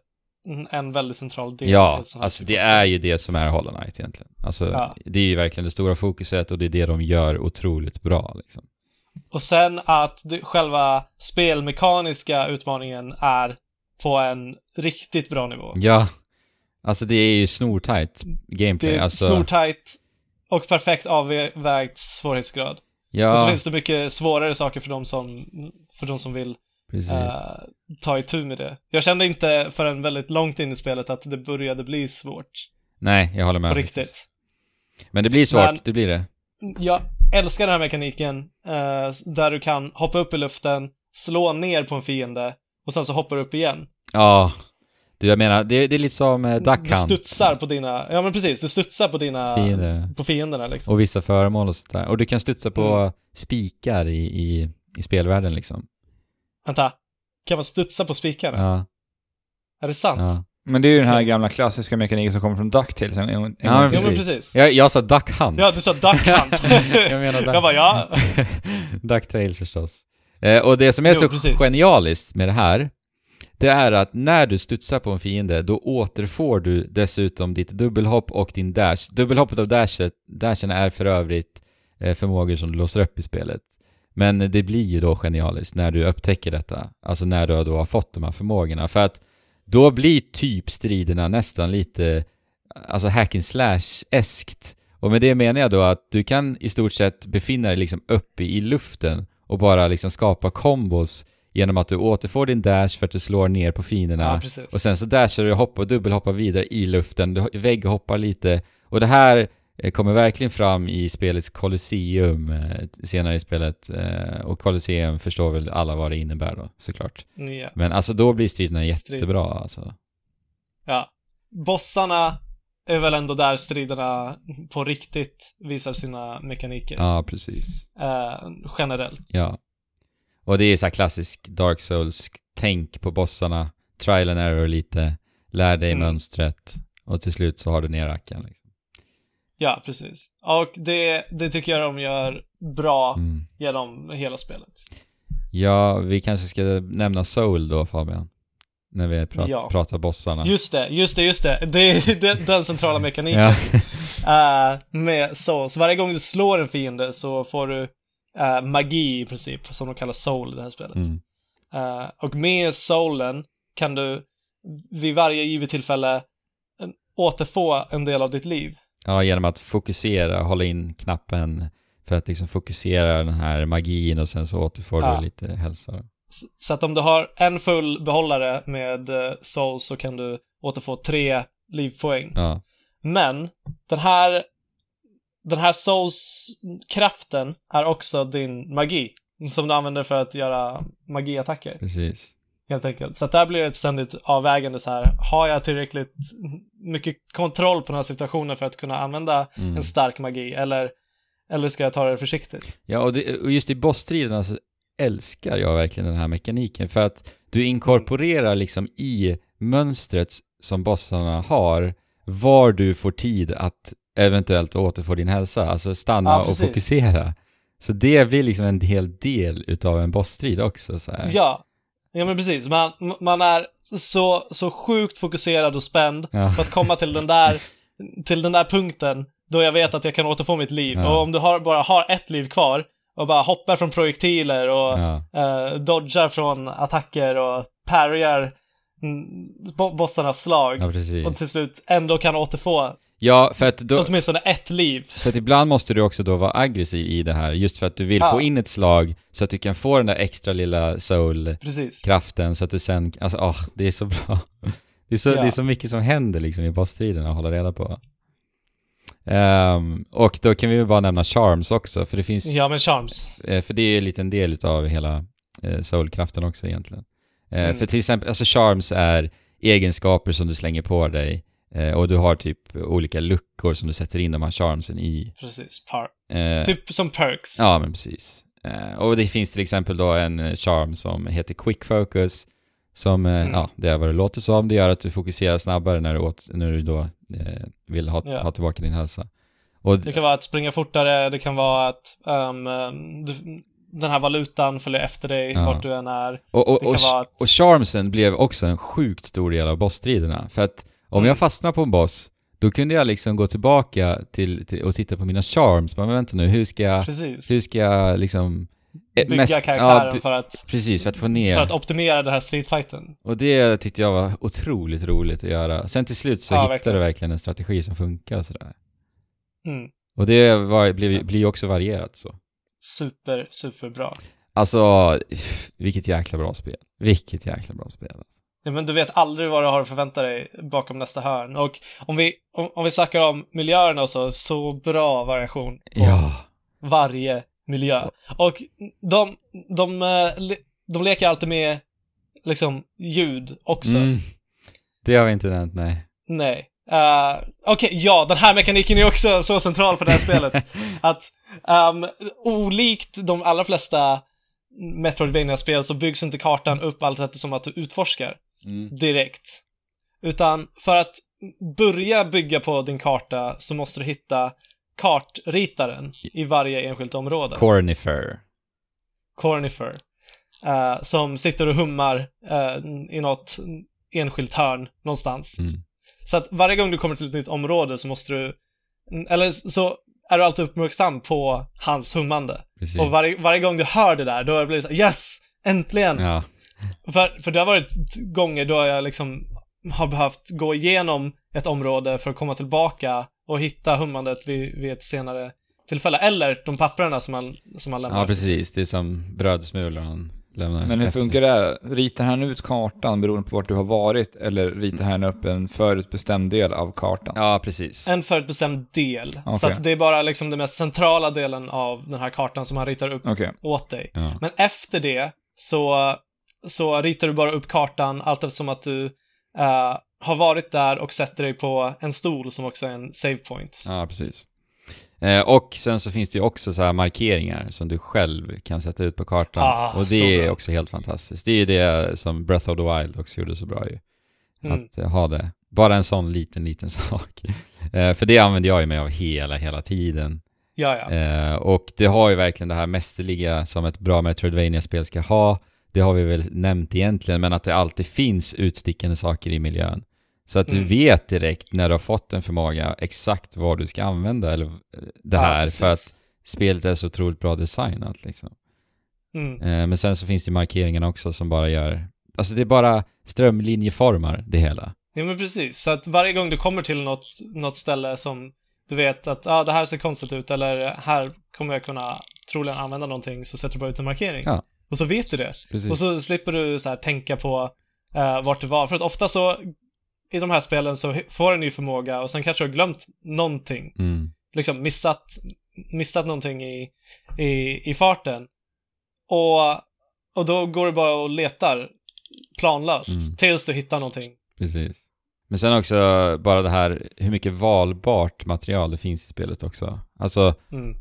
en väldigt central del. Ja, alltså det är ju det som är Hollow Knight egentligen. Alltså ja. Det är ju verkligen det stora fokuset och det är det de gör otroligt bra liksom. Och sen att det, själva spelmekaniska utmaningen är på en riktigt bra nivå. Ja, alltså det är ju snortajt gameplay. Det är alltså... snortajt och perfekt avvägt svårighetsgrad. Ja. Och så finns det mycket svårare saker för de som, för de som vill uh, ta itu med det. Jag kände inte förrän väldigt långt in i spelet att det började bli svårt. Nej, jag håller med. På riktigt. Men det blir svårt, Men, det blir det. Jag älskar den här mekaniken uh, där du kan hoppa upp i luften, slå ner på en fiende och sen så hoppar du upp igen. Ja, du, jag menar, det, det är lite som uh, Duck Hunt. Du studsar på dina, ja men precis, du studsar på dina, Fiende. på fienderna liksom. Och vissa föremål och sådär. Och du kan studsa på Mm. spikar i, i, i spelvärlden liksom. Vänta, kan man studsa på spikarna? Ja. Är det sant? Ja. Men det är ju den här Okej. gamla klassiska mekaniken som kommer från DuckTales. En, en, en Ja, men Ja, precis. men precis. Jag, jag sa Duck Hunt. Ja, du sa Duck Hunt. jag menar Duck... Jag bara, ja. DuckTales förstås. Eh, och det som är Jo, så precis. genialiskt med det här, det är att när du studsar på en fiende, då återfår du dessutom ditt dubbelhopp och din dash. Dubbelhoppet och dashet, dashen är för övrigt eh, förmågor som du låser upp i spelet. Men det blir ju då genialiskt när du upptäcker detta. Alltså när du då har fått de här förmågorna. För att då blir typ striderna nästan lite alltså hack and slash-eskt. Och med det menar jag då att du kan i stort sett befinna dig liksom uppe i luften och bara liksom skapa kombos genom att du återfår din dash för att du slår ner på fienderna. Ja, precis. Och sen så dashar du och hoppar och dubbelhoppar vidare i luften. Du vägghoppar lite. Och det här eh, kommer verkligen fram i spelets Colosseum eh, senare i spelet. Eh, och Colosseum förstår väl alla vad det innebär då, såklart. Ja. Men alltså då blir striderna Strid. jättebra alltså. Ja. Bossarna är väl ändå där striderna på riktigt visar sina mekaniker. Ja, precis. Eh, generellt. Ja. Och det är så här klassisk Dark Souls tänk på bossarna, trial and error lite, lär dig Mm. mönstret och till slut så har du ner racken liksom. Ja, precis. Och det, det tycker jag de gör bra Mm. genom hela spelet. Ja, vi kanske ska nämna Soul då, Fabian. När vi prat- Ja. pratar bossarna. Just det, just det, just det. Det är det, den centrala mekaniken. Ja. Uh, med Souls. Varje gång du slår en fiende så får du uh, magi i princip, som de kallar soul i det här spelet. Mm. Uh, och med soulen kan du vid varje givet tillfälle uh, återfå en del av ditt liv. Ja, genom att fokusera, hålla in knappen för att liksom fokusera den här magin och sen så återfår Ja. du lite hälsa. Så, så att om du har en full behållare med uh, souls så kan du återfå tre livpoäng. Ja. Men den här den här souls-kraften är också din magi som du använder för att göra magiattacker, Precis. helt enkelt. Så att där blir det ett ständigt avvägande så här. Har jag tillräckligt mycket kontroll på den här situationen för att kunna använda Mm. en stark magi, eller, eller ska jag ta det försiktigt? Ja, och, det, och just i bossstriderna så älskar jag verkligen den här mekaniken för att du inkorporerar liksom i mönstret som bossarna har var du får tid att eventuellt återfå din hälsa, alltså stanna Ja, och precis. fokusera. Så det blir liksom en hel del utav en bossstrid också så här. Ja, ja men precis. Man, man är så, så sjukt fokuserad och spänd Ja. för att komma till den där till den där punkten då jag vet att jag kan återfå mitt liv. Ja. Och om du har, bara har ett liv kvar och bara hoppar från projektiler och Ja. eh, dodgar från attacker och parryar mm, bo- bossarnas slag Ja, precis. och till slut ändå kan återfå Ja, för att då, åtminstone ett liv. För att ibland måste du också då vara aggressiv i det här, just för att du vill Ja. få in ett slag så att du kan få den där extra lilla soul-kraften, Precis. så att du sen, alltså åh, det är så bra. Det är så, Ja. det är så mycket som händer liksom i bossstriderna att hålla reda på. Um, och då kan vi ju bara nämna charms också, för det finns, Ja, men charms. eh, för det är en liten del utav hela eh, soul-kraften också egentligen. Eh, Mm. För till exempel, alltså charms är egenskaper som du slänger på dig, eh, och du har typ olika luckor som du sätter in de här charmsen i. Precis. Par- Eh, typ som perks. Ja, men precis. Eh, och det finns till exempel då en eh, charm som heter Quick Focus, som, eh, Mm. ja, det är vad det låter som. Det gör att du fokuserar snabbare när du, åt, när du då eh, vill ha, Ja. ha tillbaka din hälsa. Och Det kan vara att springa fortare, det kan vara att um, um, du, den här valutan följer efter dig Ja. vart du än är. Och, och, Det kan och, vara att- och charmsen blev också en sjukt stor del av bossstriderna. För att om Mm. jag fastnar på en boss, då kunde jag liksom gå tillbaka till, till och titta på mina charms. Men vänta nu, hur ska jag, Precis. hur ska jag liksom... eh, Bygga mest- karaktären ja, b- för att Precis, för att få ner... för att optimera den här streetfighten. Och det tyckte jag var otroligt roligt att göra. Sen till slut så Ja, hittade verkligen. du verkligen en strategi som funkar och sådär. Mm. Och det var, blir, blir ju också varierat så. Super, super bra. Alltså, vilket jäkla bra spel. Vilket jäkla bra spel. Ja, men du vet aldrig vad du har att förvänta dig bakom nästa hörn. Och om vi, om, om vi snackar om miljöerna och så, så bra variation på Ja. varje miljö. Och de, de, eh, le, de leker alltid med liksom ljud också. Mm. Det har vi inte nämnt, nej. Nej. Uh, Okej, ja, den här mekaniken är också så central för det här spelet. Att um, olikt de allra flesta Metroidvania-spel så byggs inte kartan upp allt eftersom att du utforskar Mm. direkt. Utan för att börja bygga på din karta så måste du hitta kartritaren i varje enskilt område. Cornifer. Cornifer. Uh, som sitter och hummar uh, i något enskilt hörn någonstans. Mm. Så att varje gång du kommer till ett nytt område så måste du, eller så är du alltid uppmärksam på hans hummande. Precis. Och varje, varje gång du hör det där, då har det blivit så här, yes! Äntligen! Ja. För, för det har varit gånger då jag liksom har behövt gå igenom ett område för att komma tillbaka och hitta hummandet vid, vid ett senare tillfälle. Eller de papperna som man, som man lämnar. Ja, efter sig. precis. Det är som brödsmulor han lämnar. Men hur efter funkar det? Ritar han ut kartan beroende på vart du har varit, eller ritar han upp en förutbestämd del av kartan? Ja, precis. En förutbestämd del. Okej. Så att det är bara liksom den mest centrala delen av den här kartan som han ritar upp Okej. åt dig. Ja. Men efter det så, så ritar du bara upp kartan allt eftersom att du uh, har varit där och sätter dig på en stol som också är en save point. Ja, precis. Eh, och sen så finns det ju också så här markeringar som du själv kan sätta ut på kartan. Ah, och så det är bra. också helt fantastiskt. Det är ju det som Breath of the Wild också gjorde så bra ju. Mm. Att eh, ha det. Bara en sån liten, liten sak. eh, för det använder jag ju mig av hela, hela tiden. Ja, ja. Eh, och det har ju verkligen det här mästerliga som ett bra Metroidvania-spel ska ha. Det har vi väl nämnt egentligen, men att det alltid finns utstickande saker i miljön. Så att du Mm. vet direkt när du har fått en förmåga exakt vad du ska använda eller det Ja, här, precis. för att spelet är så otroligt bra designat liksom. Mm. Eh, men sen så finns det markeringarna också som bara gör, alltså det är bara strömlinjeformar det hela. Ja, men precis. Så att varje gång du kommer till något, något ställe som du vet att ah, det här ser konstigt ut eller här kommer jag kunna troligen använda någonting, så sätter du bara ut en markering. Ja. Och så vet du det. Precis. Och så slipper du så här tänka på uh, vart du var. För att ofta så i de här spelen så får du en ny förmåga och sen kanske du har glömt någonting. Mm. Liksom missat, missat någonting i, i, i farten. Och, och då går du bara och letar planlöst Mm. tills du hittar någonting. Precis. Men sen också bara det här hur mycket valbart material det finns i spelet också. Alltså, Mm.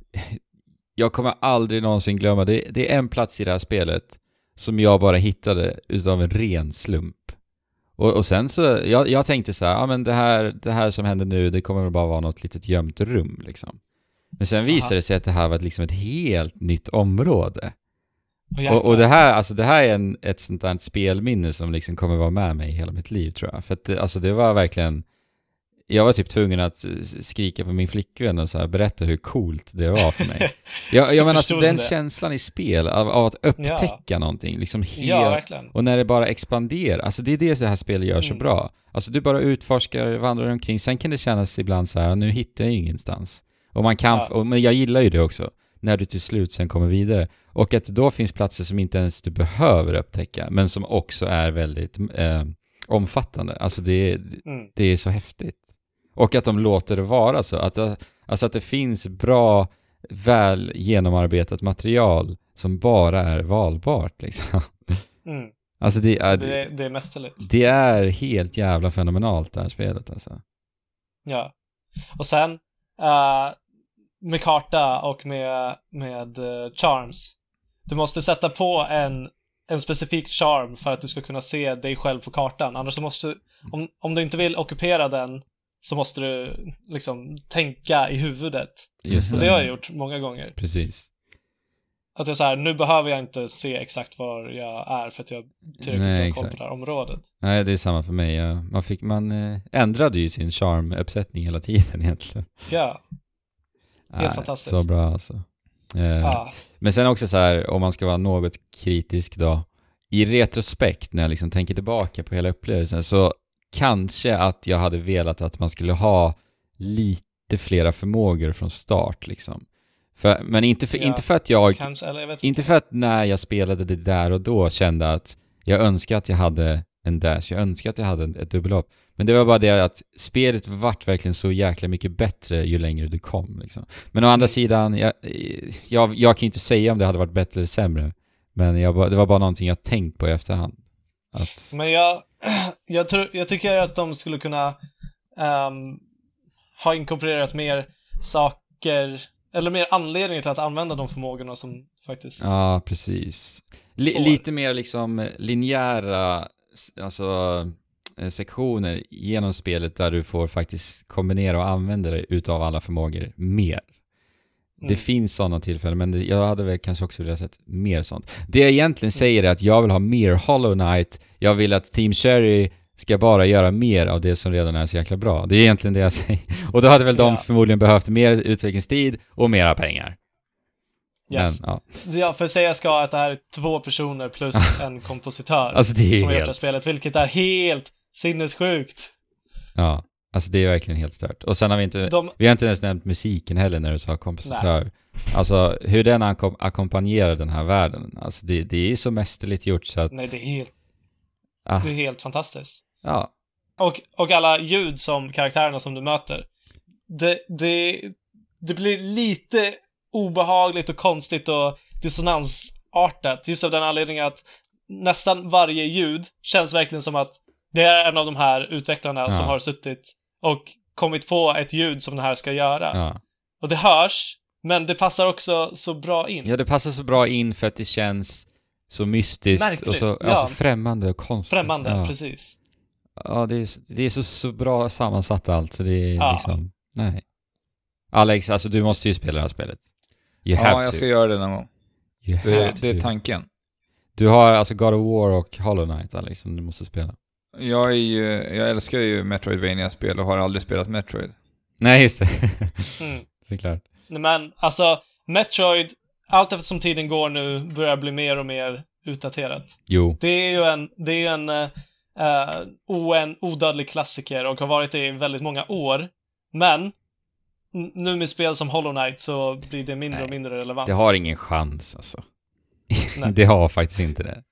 jag kommer aldrig någonsin glömma, det, det är en plats i det här spelet som jag bara hittade utav en ren slump. Och, och sen så, jag, jag tänkte så här, ja men det här, det här som händer nu, det kommer väl bara vara något litet gömt rum liksom. Men sen visade det sig att det här var liksom ett helt nytt område. Och, Och, och det här, alltså det här är en, ett sånt där spelminne som liksom kommer vara med mig hela mitt liv tror jag. För att det, alltså det var verkligen, jag var typ tvungen att skrika på min flickvän och så här, berätta hur coolt det var för mig. Jag, jag menar alltså, den det. känslan i spel av, av att upptäcka ja. någonting liksom helt, ja, verkligen. Och när det bara expanderar, alltså det är det det här spelet gör så mm. bra. Alltså du bara utforskar, vandrar omkring, sen kan det kännas ibland så här, nu hittar jag ingenstans. Och man kan, ja. och, men jag gillar ju det också, när du till slut sen kommer vidare. Och att då finns platser som inte ens du behöver upptäcka, men som också är väldigt eh, omfattande. Alltså det, mm. det är så häftigt. Och att de låter det vara så. Att, alltså att det finns bra, väl genomarbetat material som bara är valbart. Liksom. Mm. Alltså det är, det, det är mästerligt. Det är helt jävla fenomenalt det här spelet. Alltså. Ja. Och sen uh, med karta och med, med uh, charms. Du måste sätta på en, en specifik charm för att du ska kunna se dig själv på kartan. Annars så måste du, om, om du inte vill ockupera den, så måste du liksom tänka i huvudet. Just det. Och det har jag gjort många gånger. Precis. Att jag så här, nu behöver jag inte se exakt var jag är för att jag tillräckligt bra koll på det här området. Nej, det är samma för mig. Ja. Man, fick, man äh, ändrade ju sin charm-uppsättning hela tiden egentligen. Ja. Helt äh, fantastiskt. Så bra alltså. Eh, ah. Men sen också så här, om man ska vara något kritisk då. I retrospekt, när jag liksom tänker tillbaka på hela upplevelsen, så kanske att jag hade velat att man skulle ha lite flera förmågor från start liksom. För, men inte för, ja, inte för att jag, kanske, eller jag vet inte. inte för att när jag spelade det där och då kände att jag önskar att jag hade en dash, jag önskar att jag hade ett dubbelhopp. Men det var bara det att spelet vart verkligen så jäkla mycket bättre ju längre du kom liksom. Men å andra sidan, jag, jag, jag kan ju inte säga om det hade varit bättre eller sämre. Men jag, det var bara någonting jag tänkt på i efterhand. Att... Men jag, jag, tror, jag tycker att de skulle kunna um, ha inkorporerat mer saker, eller mer anledningar till att använda de förmågorna som faktiskt... Ja, precis. L- lite mer liksom linjära alltså, sektioner genom spelet där du får faktiskt kombinera och använda dig utav alla förmågor mer. Mm. Det finns sådana tillfällen, men det, jag hade väl kanske också velat sett mer sånt. Det jag egentligen säger är att jag vill ha mer Hollow Knight. Jag vill att Team Cherry ska bara göra mer av det som redan är så jäkla bra. Det är egentligen det jag säger. Och då hade väl de ja. förmodligen behövt mer utvecklingstid och mera pengar. Yes. Men, ja. ja, för att säga ska att det här är två personer plus en kompositör alltså det är som har helt... gjort det spelet, vilket är helt sinnessjukt. Ja, alltså det är verkligen helt stört. Och sen har vi inte, de... vi har inte ens nämnt musiken heller när du sa kompositör. Nej. Alltså hur den akom- ackompanjerar den här världen. Alltså det, det är så mästerligt gjort så att... Nej, det är helt, ah. det är helt fantastiskt. Ja. Och, och alla ljud som karaktärerna som du möter. Det, det, det blir lite obehagligt och konstigt och dissonansartat. Just av den anledningen att nästan varje ljud känns verkligen som att det är en av de här utvecklarna ja. som har suttit och kommit på ett ljud som den här ska göra. Ja. Och det hörs, men det passar också så bra in. Ja, det passar så bra in för att det känns så mystiskt Märkligt. och så ja. alltså främmande och konstigt. Främmande, ja. precis. Ja, det är, det är så, så bra sammansatt allt. Så det är ja. liksom... Nej. Alex, alltså du måste ju spela det här spelet. You ja, have jag to. ska göra det någon gång. You det, have är, to. det är tanken. Du har alltså God of War och Hollow Knight, Alex, som du måste spela. Jag, är ju, jag älskar ju Metroidvania-spel och har aldrig spelat Metroid. Nej, just det. mm. Såklart. Men alltså, Metroid, allt eftersom tiden går nu, börjar bli mer och mer utdaterat. Jo. Det är ju en, det är ju en, uh, o, en odödlig klassiker och har varit det i väldigt många år. Men nu med spel som Hollow Knight så blir det mindre Nej, och mindre relevant. Det har ingen chans alltså. Det har faktiskt inte det.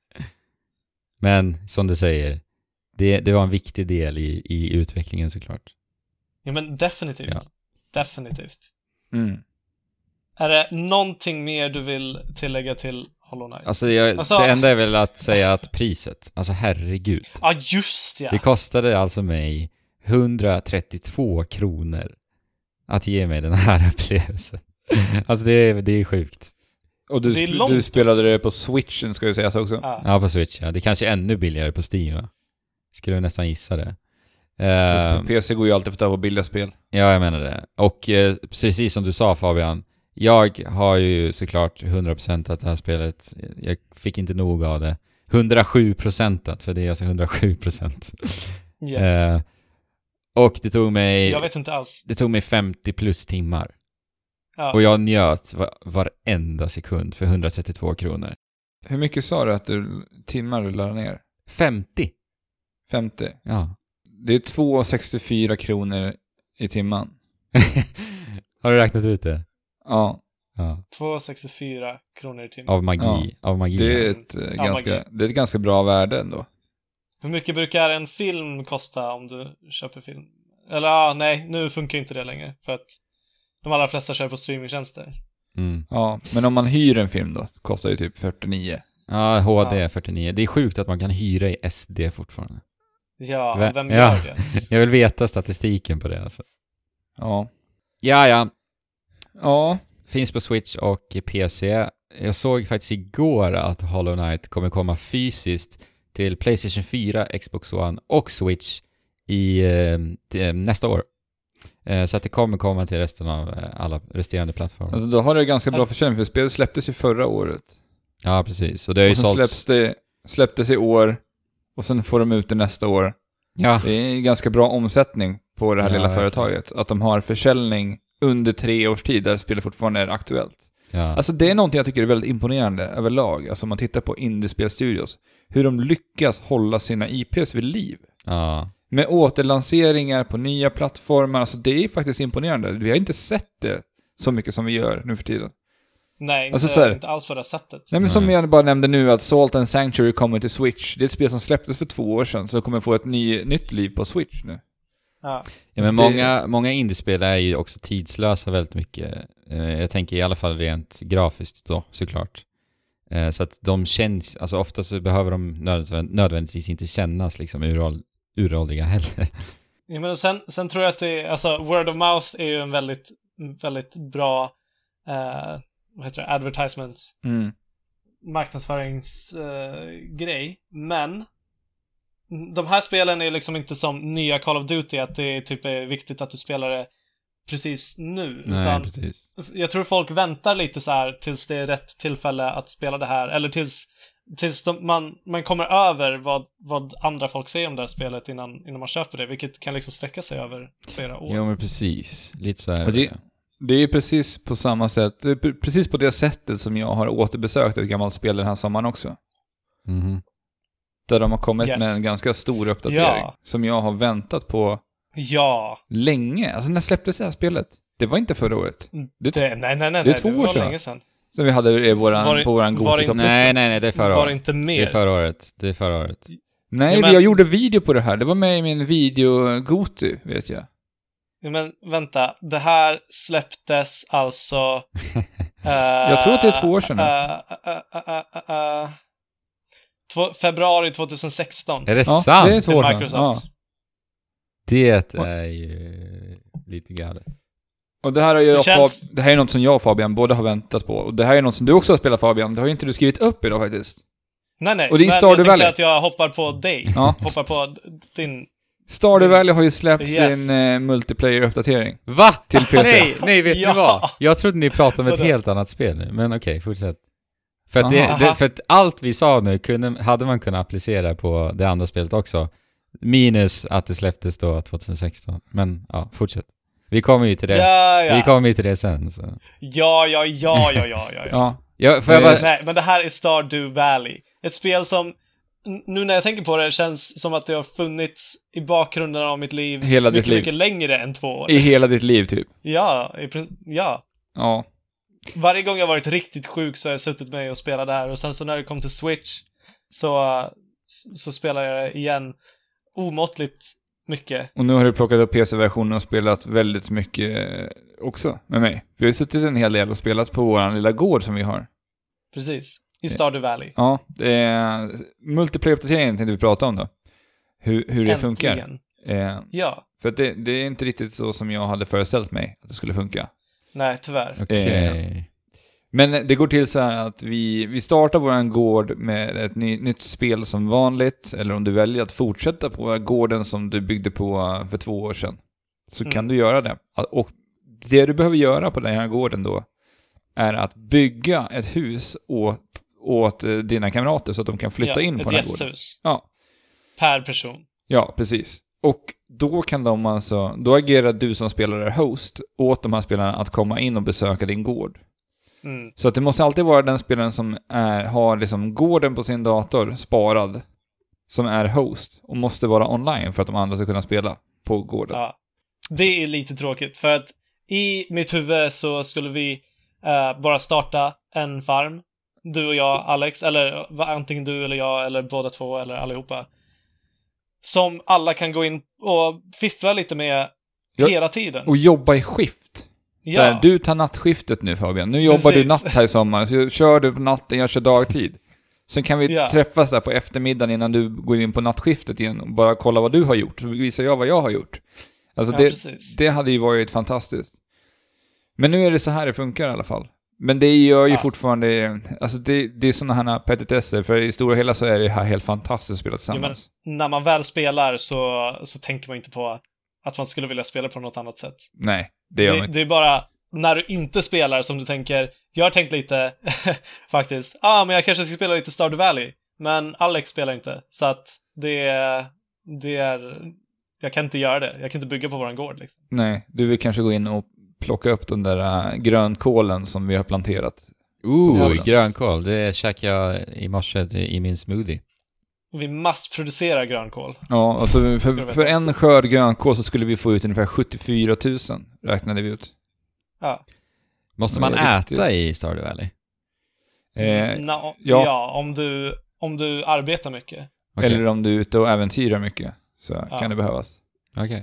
Men som du säger, det, det var en viktig del i, i utvecklingen såklart. Ja, men definitivt. Ja. Definitivt. Mm. Är det någonting mer du vill tillägga till Hollow Knight? Alltså, jag, alltså, det enda är väl att säga att priset, alltså herregud. Ja, just ja. Det kostade alltså mig hundratrettiotvå kronor att ge mig den här upplevelsen. Alltså det är, det är sjukt. Och du, sp- du spelade också. Det på Switchen, ska jag säga så också. Ja. ja, på Switch. Ja. Det är kanske är ännu billigare på Steam, va? Skulle jag nästan gissa det. Uh, P C går ju alltid för att ha billiga spel. Ja, jag menar det. Och uh, precis som du sa, Fabian, jag har ju såklart hundra procent att det här spelet, jag fick inte nog av det. hundrasju procent, för det är alltså hundrasju procent. Yes. Uh, Och det tog mig... Jag vet inte alls. Det tog mig femtio plus timmar. Ja. Och jag njöt var, varenda sekund för hundratrettiotvå kronor. Hur mycket sa du att du timmar du laddar ner? femtio. femtio. Ja. Det är två komma sextiofyra kronor i timman. Har du räknat ut det? Ja. Ja. två komma sextiofyra kronor i timmen. Av magi. Ja. Av magi. Det är ett, eh, Ja, ganska, magi. det är ett ganska bra värde ändå. Hur mycket brukar en film kosta om du köper film? Eller ja, nej, nu funkar inte det längre. För att de allra flesta kör på streamingtjänster. Mm. Ja, men om man hyr en film då, kostar ju typ fyrtionio. Ja, H D Ja. fyrtionio. Det är sjukt att man kan hyra i S D fortfarande. Ja, Vä- vem ja. gör det ens? Jag vill veta statistiken på det alltså. Ja. Ja, ja. Ja. Finns på Switch och P C. Jag såg faktiskt igår att Hollow Knight kommer komma fysiskt till PlayStation fyra, Xbox One och Switch i eh, till, nästa år. Eh, så att det kommer komma till resten av eh, alla resterande plattformar. Alltså då har det ganska bra försäljning, för spelet släpptes ju förra året. Ja, precis. Och det har ju Och sen sålts... släpps det, släpptes i år, och sen får de ut det nästa år. Ja. Det är ganska bra omsättning på det här Ja, lilla verkligen. företaget. Att de har försäljning under tre års tid där spelet fortfarande är aktuellt. Ja. Alltså det är någonting jag tycker är väldigt imponerande överlag. Alltså om man tittar på Indiespelstudios. Hur de lyckas hålla sina I P:s vid liv. ja. Med återlanseringar på nya plattformar. Alltså det är faktiskt imponerande. Vi har inte sett det så mycket som vi gör nu för tiden. Nej, inte, Alltså så här- inte alls på det sättet. Nej men som Nej. jag bara nämnde nu, att Salt and Sanctuary kommer till Switch. Det är ett spel som släpptes för två år sedan, så kommer få ett ny, nytt liv på Switch nu. Ja. Ja, men Så det- många, många indiespel är ju också tidslösa väldigt mycket. Eh, jag tänker i alla fall rent grafiskt då, såklart. Eh, så att de känns, alltså ofta så behöver de nödvänd, nödvändigtvis inte kännas liksom uråld, uråldriga heller. Ja, men sen, sen tror jag att det är, alltså word of mouth är ju en väldigt, väldigt bra, eh, vad heter det, advertisements, Mm. marknadsföringsgrej. Eh, grej. Men de här spelen är liksom inte som nya Call of Duty, att det är typ är viktigt att du spelar det precis nu. Nej, utan precis. jag tror folk väntar lite så här tills det är rätt tillfälle att spela det här, eller tills tills de, man, man kommer över vad, vad andra folk säger om det här spelet innan, innan man köper det, vilket kan liksom sträcka sig över flera år. Ja, men precis. Lite så här. Och det, det är precis på samma sätt, det är precis på det sättet som jag har återbesökt ett gammalt spel den här sommaren också. Mhm. Där de har kommit Yes. med en ganska stor uppdatering. Ja. Som jag har väntat på Ja. länge. Alltså när släpptes det här spelet? Det var inte förra året. Det, Det, nej, nej, nej. det är nej, två det år var sedan. länge sedan. som vi hade i våran, Var det- på våran var det- Goti-topplista. Nej, nej, nej, det är förra Var året. det inte Det är mer? förra året. Det är förra året. Nej, Ja, men- jag gjorde video på det här. Det var med i min video Goti, vet jag. Ja, men vänta, det här släpptes alltså... eh, Jag tror att det är två år sedan nu. eh, eh, eh, eh, eh, två, februari tjugohundrasexton. Är det Ja, sant? det är två Till år sedan. Microsoft. Ja. Det är ju lite galet. Och det här, är ju Det jag, känns- Fab, det här är något som jag och Fabian båda har väntat på. Och det här är något som du också har spelat, Fabian. Det har ju inte du skrivit upp idag faktiskt. Nej, nej. Och det är men Stardew jag tänkte Valley. att jag hoppar på dig. Ja. Hoppar på din... Stardew Valley har ju släppt Yes. sin eh, multiplayer-uppdatering. Va? Till P C. Nej, nej, vet Ja. ni vad? Jag trodde ni pratade om ett Vadå? helt annat spel nu, men okej, fortsätt. För att, det, Aha. det, för att allt vi sa nu kunde, hade man kunnat applicera på det andra spelet också. Minus att det släpptes då tjugohundrasexton. Men ja, fortsätt. Vi kommer ju till det. Ja, ja. Vi kommer ju till det sen. Så. Ja, ja, ja, ja, ja, ja. ja. Ja. Ja, får jag Nej. bara... Nej, men det här är Stardew Valley. Ett spel som, n- nu när jag tänker på det, känns som att det har funnits i bakgrunden av mitt liv Hela ditt mycket, liv. mycket längre än två år. I hela ditt liv, typ. Ja, i, prin- ja. Ja. Varje gång jag varit riktigt sjuk så har jag suttit med och spelat det här, och sen så när det kom till Switch så, så spelar jag det igen omåttligt mycket. Och nu har du plockat upp P C-versionen och spelat väldigt mycket eh, också med mig. Vi har ju suttit en hel del och spelat på våran lilla gård som vi har. Precis. I Stardew Valley. Ja, det är multiplayer-uppdateringen tänkte vi prata om då. Hur, hur det Äntligen. funkar. Eh, Ja. för att det, det är inte riktigt så som jag hade föreställt mig att det skulle funka. Nej, tyvärr. Okej. Eh, Men det går till så här att vi, vi startar våran gård med ett ny, nytt spel som vanligt. Eller om du väljer att fortsätta på gården som du byggde på för två år sedan. Så Mm. kan du göra det. Och det du behöver göra på den här gården då är att bygga ett hus åt, åt dina kamrater så att de kan flytta ja, in på ett den här gården. gästhus. Ja. Per person. Ja, precis. Och då kan de alltså, då agerar du som spelare host åt de här spelarna att komma in och besöka din gård. Mm. Så att det måste alltid vara den spelaren som är, har liksom gården på sin dator sparad som är host och måste vara online för att de andra ska kunna spela på gården. Ja. Det är lite tråkigt för att i mitt huvud så skulle vi uh, bara starta en farm, du och jag, Alex, eller antingen du eller jag eller båda två eller allihopa, som alla kan gå in och fiffla lite med ja, hela tiden. Och jobba i skift. Ja. Här, du tar nattskiftet nu, Fabian. Nu jobbar Precis. du natt här i sommar, så kör du på natten, jag kör dagtid. Sen kan vi ja. träffas där på eftermiddagen innan du går in på nattskiftet igen och bara kolla vad du har gjort. Så visar jag vad jag har gjort. Alltså ja, det, precis. det hade ju varit fantastiskt. Men nu är det så här det funkar i alla fall. Men det gör ju ja. fortfarande, alltså det, det är sådana här petitesser, för i stora hela så är det här helt fantastiskt att spela tillsammans. Jo, men när man väl spelar så, så tänker man inte på att man skulle vilja spela på något annat sätt. Nej, det gör det, man inte. Det är bara när du inte spelar som du tänker, jag har tänkt lite faktiskt, ah men jag kanske ska spela lite Stardew Valley, men Alex spelar inte, så att det, det är, jag kan inte göra det, jag kan inte bygga på våran gård liksom. Nej, du vill kanske gå in och plocka upp den där uh, grönkålen som vi har planterat. Ooh, grönkål. Det käkade jag i morse i min smoothie. Vi massproducerar grönkål. Ja, alltså för, för en skörd grönkål så skulle vi få ut ungefär sjuttiofyra tusen, räknade vi ut. Ja. Måste man äta i Stardew Valley? Eh, no, ja, ja om, du, om du arbetar mycket. Okay. Eller om du är ute och äventyrar mycket, så ja. kan det behövas. Okej.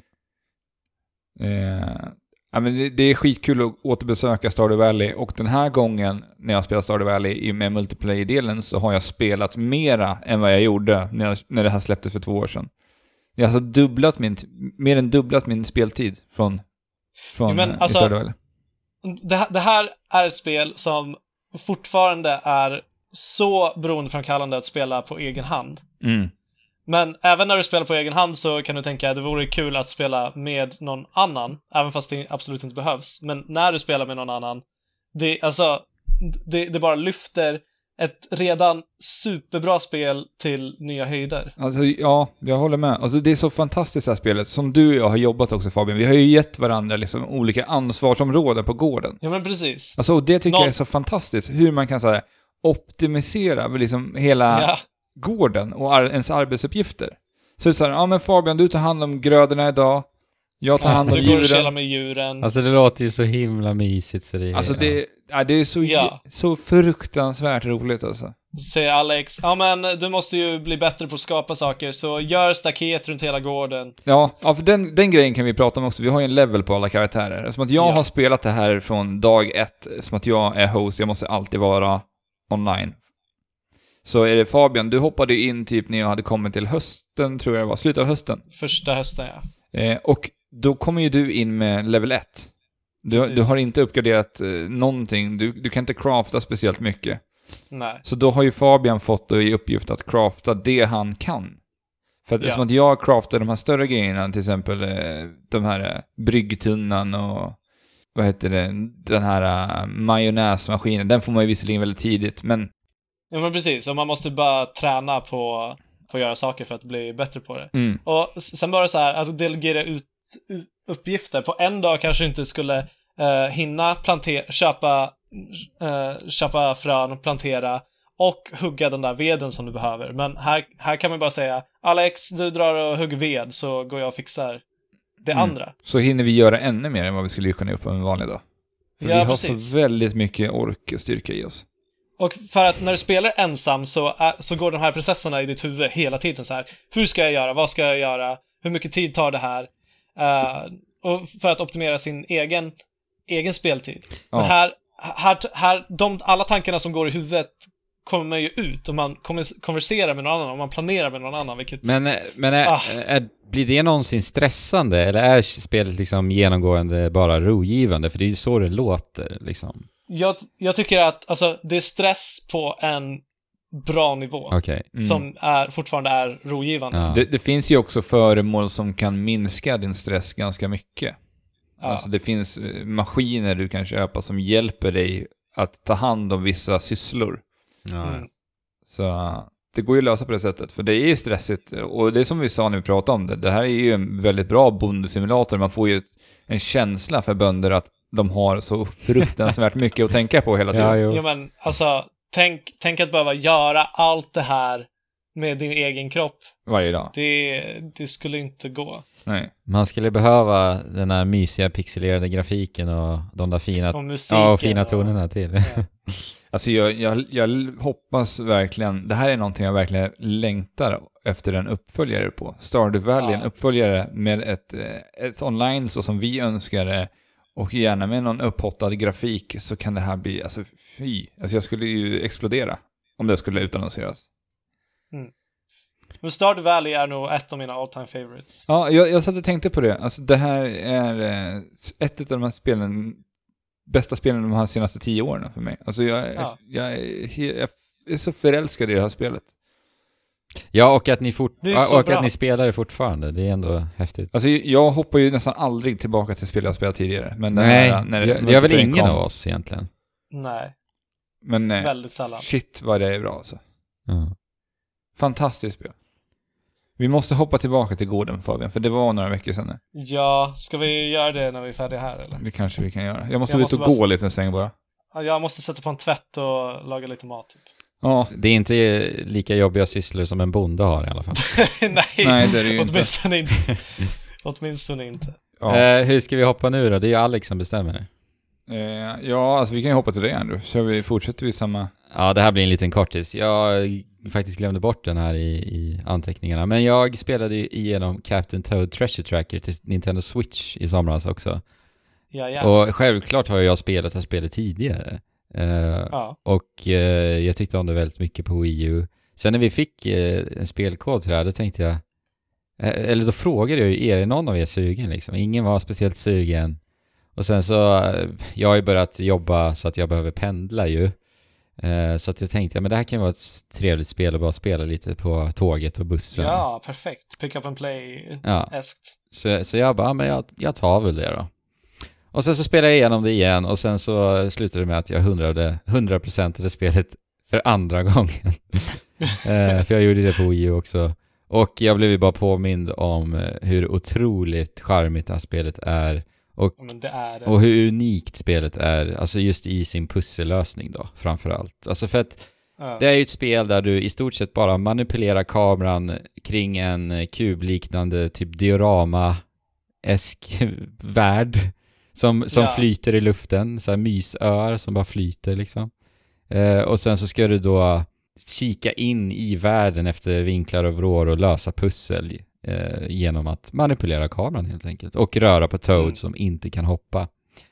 Okay. Eh, ja, men det, det är skitkul att återbesöka Stardew Valley, och den här gången när jag spelar Stardew Valley med multiplayer-delen så har jag spelat mera än vad jag gjorde när, jag, när det här släpptes för två år sedan. Jag har alltså dubblat min, mer än dubblat min speltid från, från ja, men, eh, alltså, Stardew Valley. Det, det här är ett spel som fortfarande är så beroendeframkallande att spela på egen hand. Mm. Men även när du spelar på egen hand så kan du tänka att det vore kul att spela med någon annan, även fast det absolut inte behövs. Men när du spelar med någon annan, det, alltså, det, det bara lyfter ett redan superbra spel till nya höjder. Alltså, ja, jag håller med. Alltså, det är så fantastiskt det här spelet. Som du och jag har jobbat också, Fabian. Vi har ju gett varandra liksom olika ansvarsområden på gården. Ja, men precis. Alltså, och det tycker någon... jag är så fantastiskt. Hur man kan så här, optimisera liksom hela ja. gården och ar- ens arbetsuppgifter. Så det är så här, ja men Fabian, du tar hand om grödorna idag. Jag tar hand om djuren. Du går och källa med djuren. Alltså det låter ju så himla mysigt så det är... Alltså det, ja, det är så, ja. så fruktansvärt roligt alltså. Säger Alex, ja men du måste ju bli bättre på att skapa saker, så gör staket runt hela gården. Ja, ja för den, den grejen kan vi prata om också. Vi har ju en level på alla karaktärer. Som att jag ja. har spelat det här från dag ett. Som att jag är host, jag måste alltid vara online. Så är det Fabian, du hoppade in typ när jag hade kommit till hösten, tror jag det var, slutet av hösten. Första hösten, ja. Eh, och då kommer ju du in med level ett. Du, du har inte uppgraderat eh, någonting, du, du kan inte crafta speciellt mycket. Nej. Så då har ju Fabian fått i uppgift att crafta det han kan. För att, ja. som att jag craftar de här större grejerna, till exempel eh, de här eh, bryggtunnan och vad heter det, den här eh, majonnäsmaskinen, den får man ju visserligen väldigt tidigt, men ja men precis, och man måste bara träna på, på att göra saker för att bli bättre på det. Mm. Och sen bara så här, att delegera ut uppgifter. På en dag kanske inte skulle uh, hinna plantera, köpa, uh, köpa frön, plantera och hugga den där veden som du behöver. Men här, här kan man bara säga, Alex, du drar och hugger ved så går jag och fixar det mm. andra. Så hinner vi göra ännu mer än vad vi skulle kunna göra på en vanlig dag. För ja, vi har precis. så väldigt mycket ork och styrka i oss. Och för att när du spelar ensam så, är, så går de här processerna i ditt huvud hela tiden så här. Hur ska jag göra? Vad ska jag göra? Hur mycket tid tar det här? Uh, och för att optimera sin egen, egen speltid. Ja. Men här, här, här de, alla tankarna som går i huvudet kommer ju ut och man konverserar med någon annan och man planerar med någon annan. Vilket, men men är, ah. är, blir det någonsin stressande eller är spelet liksom genomgående bara rogivande? För det är ju så det låter liksom. Jag, jag tycker att alltså, det är stress på en bra nivå okay. mm. som är, fortfarande är rogivande. Ja. Det, det finns ju också föremål som kan minska din stress ganska mycket. Ja. Alltså det finns maskiner du kan köpa som hjälper dig att ta hand om vissa sysslor. Ja. Mm. Så det går ju att lösa på det sättet. För det är ju stressigt. Och det är som vi sa när vi pratade om det. Det här är ju en väldigt bra bondesimulator. Man får ju en känsla för bönder att de har så fruktansvärt mycket att tänka på hela tiden. Ja, jo. Jo, men alltså, tänk, tänk att behöva göra allt det här med din egen kropp. Varje dag. Det, det skulle inte gå. Nej. Man skulle behöva den här mysiga pixelerade grafiken och de där fina, Och musiken ja, och fina och- tonerna till. Ja. Alltså jag, jag, jag hoppas verkligen, det här är någonting jag verkligen längtar efter en uppföljare på. Stardew Valley, Ja. en uppföljare med ett, eh, ett online så som vi önskar det, och gärna med någon upphottad grafik, så kan det här bli, alltså fy. Alltså jag skulle ju explodera om det skulle utannonseras. Men Stardew Valley är nog ett av mina all-time favorites. Ja, jag, jag satt och tänkte på det. Alltså det här är eh, ett av de här spelen, bästa spelen de här senaste tio åren för mig. Alltså jag, Ja. jag, är, he- jag är så förälskad i det här spelet. Ja, och att ni fort Det är så ja, och bra. att ni spelar det fortfarande. Det är ändå häftigt. Alltså jag hoppar ju nästan aldrig tillbaka till spel jag spelat tidigare. Men det Nej, här, när det, det är väl multiplayern ingen kom. av oss egentligen. Nej, Men eh, väldigt sällan. shit vad det är bra alltså. Ja. Fantastiskt spel. Vi måste hoppa tillbaka till gården, Fabian, för det var några veckor sedan nu. Ja, ska vi göra det när vi är färdiga här eller? Det kanske vi kan göra. Jag måste Jag ut måste och bara- gå lite en sväng bara. Ja, jag måste sätta på en tvätt och laga lite mat typ. Ja, Det är inte lika jobbiga sysslor som en bonde har i alla fall. Nej, nej det är det ju inte. åtminstone inte. Åtminstone inte. Ja. Eh, hur ska vi hoppa nu då? Det är ju Alex som bestämmer. Eh, ja, alltså vi kan ju hoppa till det, Andrew. Så vi fortsätter vi samma... Ja, det här blir en liten kortis. Jag faktiskt glömde bort den här i, i anteckningarna. Men jag spelade ju igenom Captain Toad Treasure Tracker till Nintendo Switch i somras också. Ja, ja. Och självklart har jag spelat det här spelet tidigare. Eh, ja. Och eh, jag tyckte om det väldigt mycket på Wii U. Sen när vi fick eh, en spelkod till det här, då tänkte jag... Eh, eller då frågade jag ju er, är någon av er sugen liksom? Ingen var speciellt sugen. Och sen så, eh, jag har ju börjat jobba så att jag behöver pendla ju. Eh, så att jag tänkte, ja men det här kan vara ett trevligt spel och bara spela lite på tåget och bussen. Ja, perfekt. Pick up and play Ja. eskt. Så, så jag bara, ja, men jag, jag tar väl det då. Och sen så spelade jag igenom det igen och sen så slutade det med att jag hundrade, hundra procent av det spelet för andra gången. eh, för jag gjorde det på Wii U också. Och jag blev ju bara påmind om eh, hur otroligt charmigt det här spelet är. Och, Ja, men det är det. och hur unikt spelet är, alltså just i sin pussellösning då, framförallt. Alltså för att Ja. det är ju ett spel där du i stort sett bara manipulerar kameran kring en kubliknande typ diorama-esk värld som, som Ja. flyter i luften, så här mysöar som bara flyter liksom. Eh, och sen så ska du då kika in i världen efter vinklar och vrår och lösa pussel eh, genom att manipulera kameran helt enkelt. Och röra på Toad Mm. som inte kan hoppa.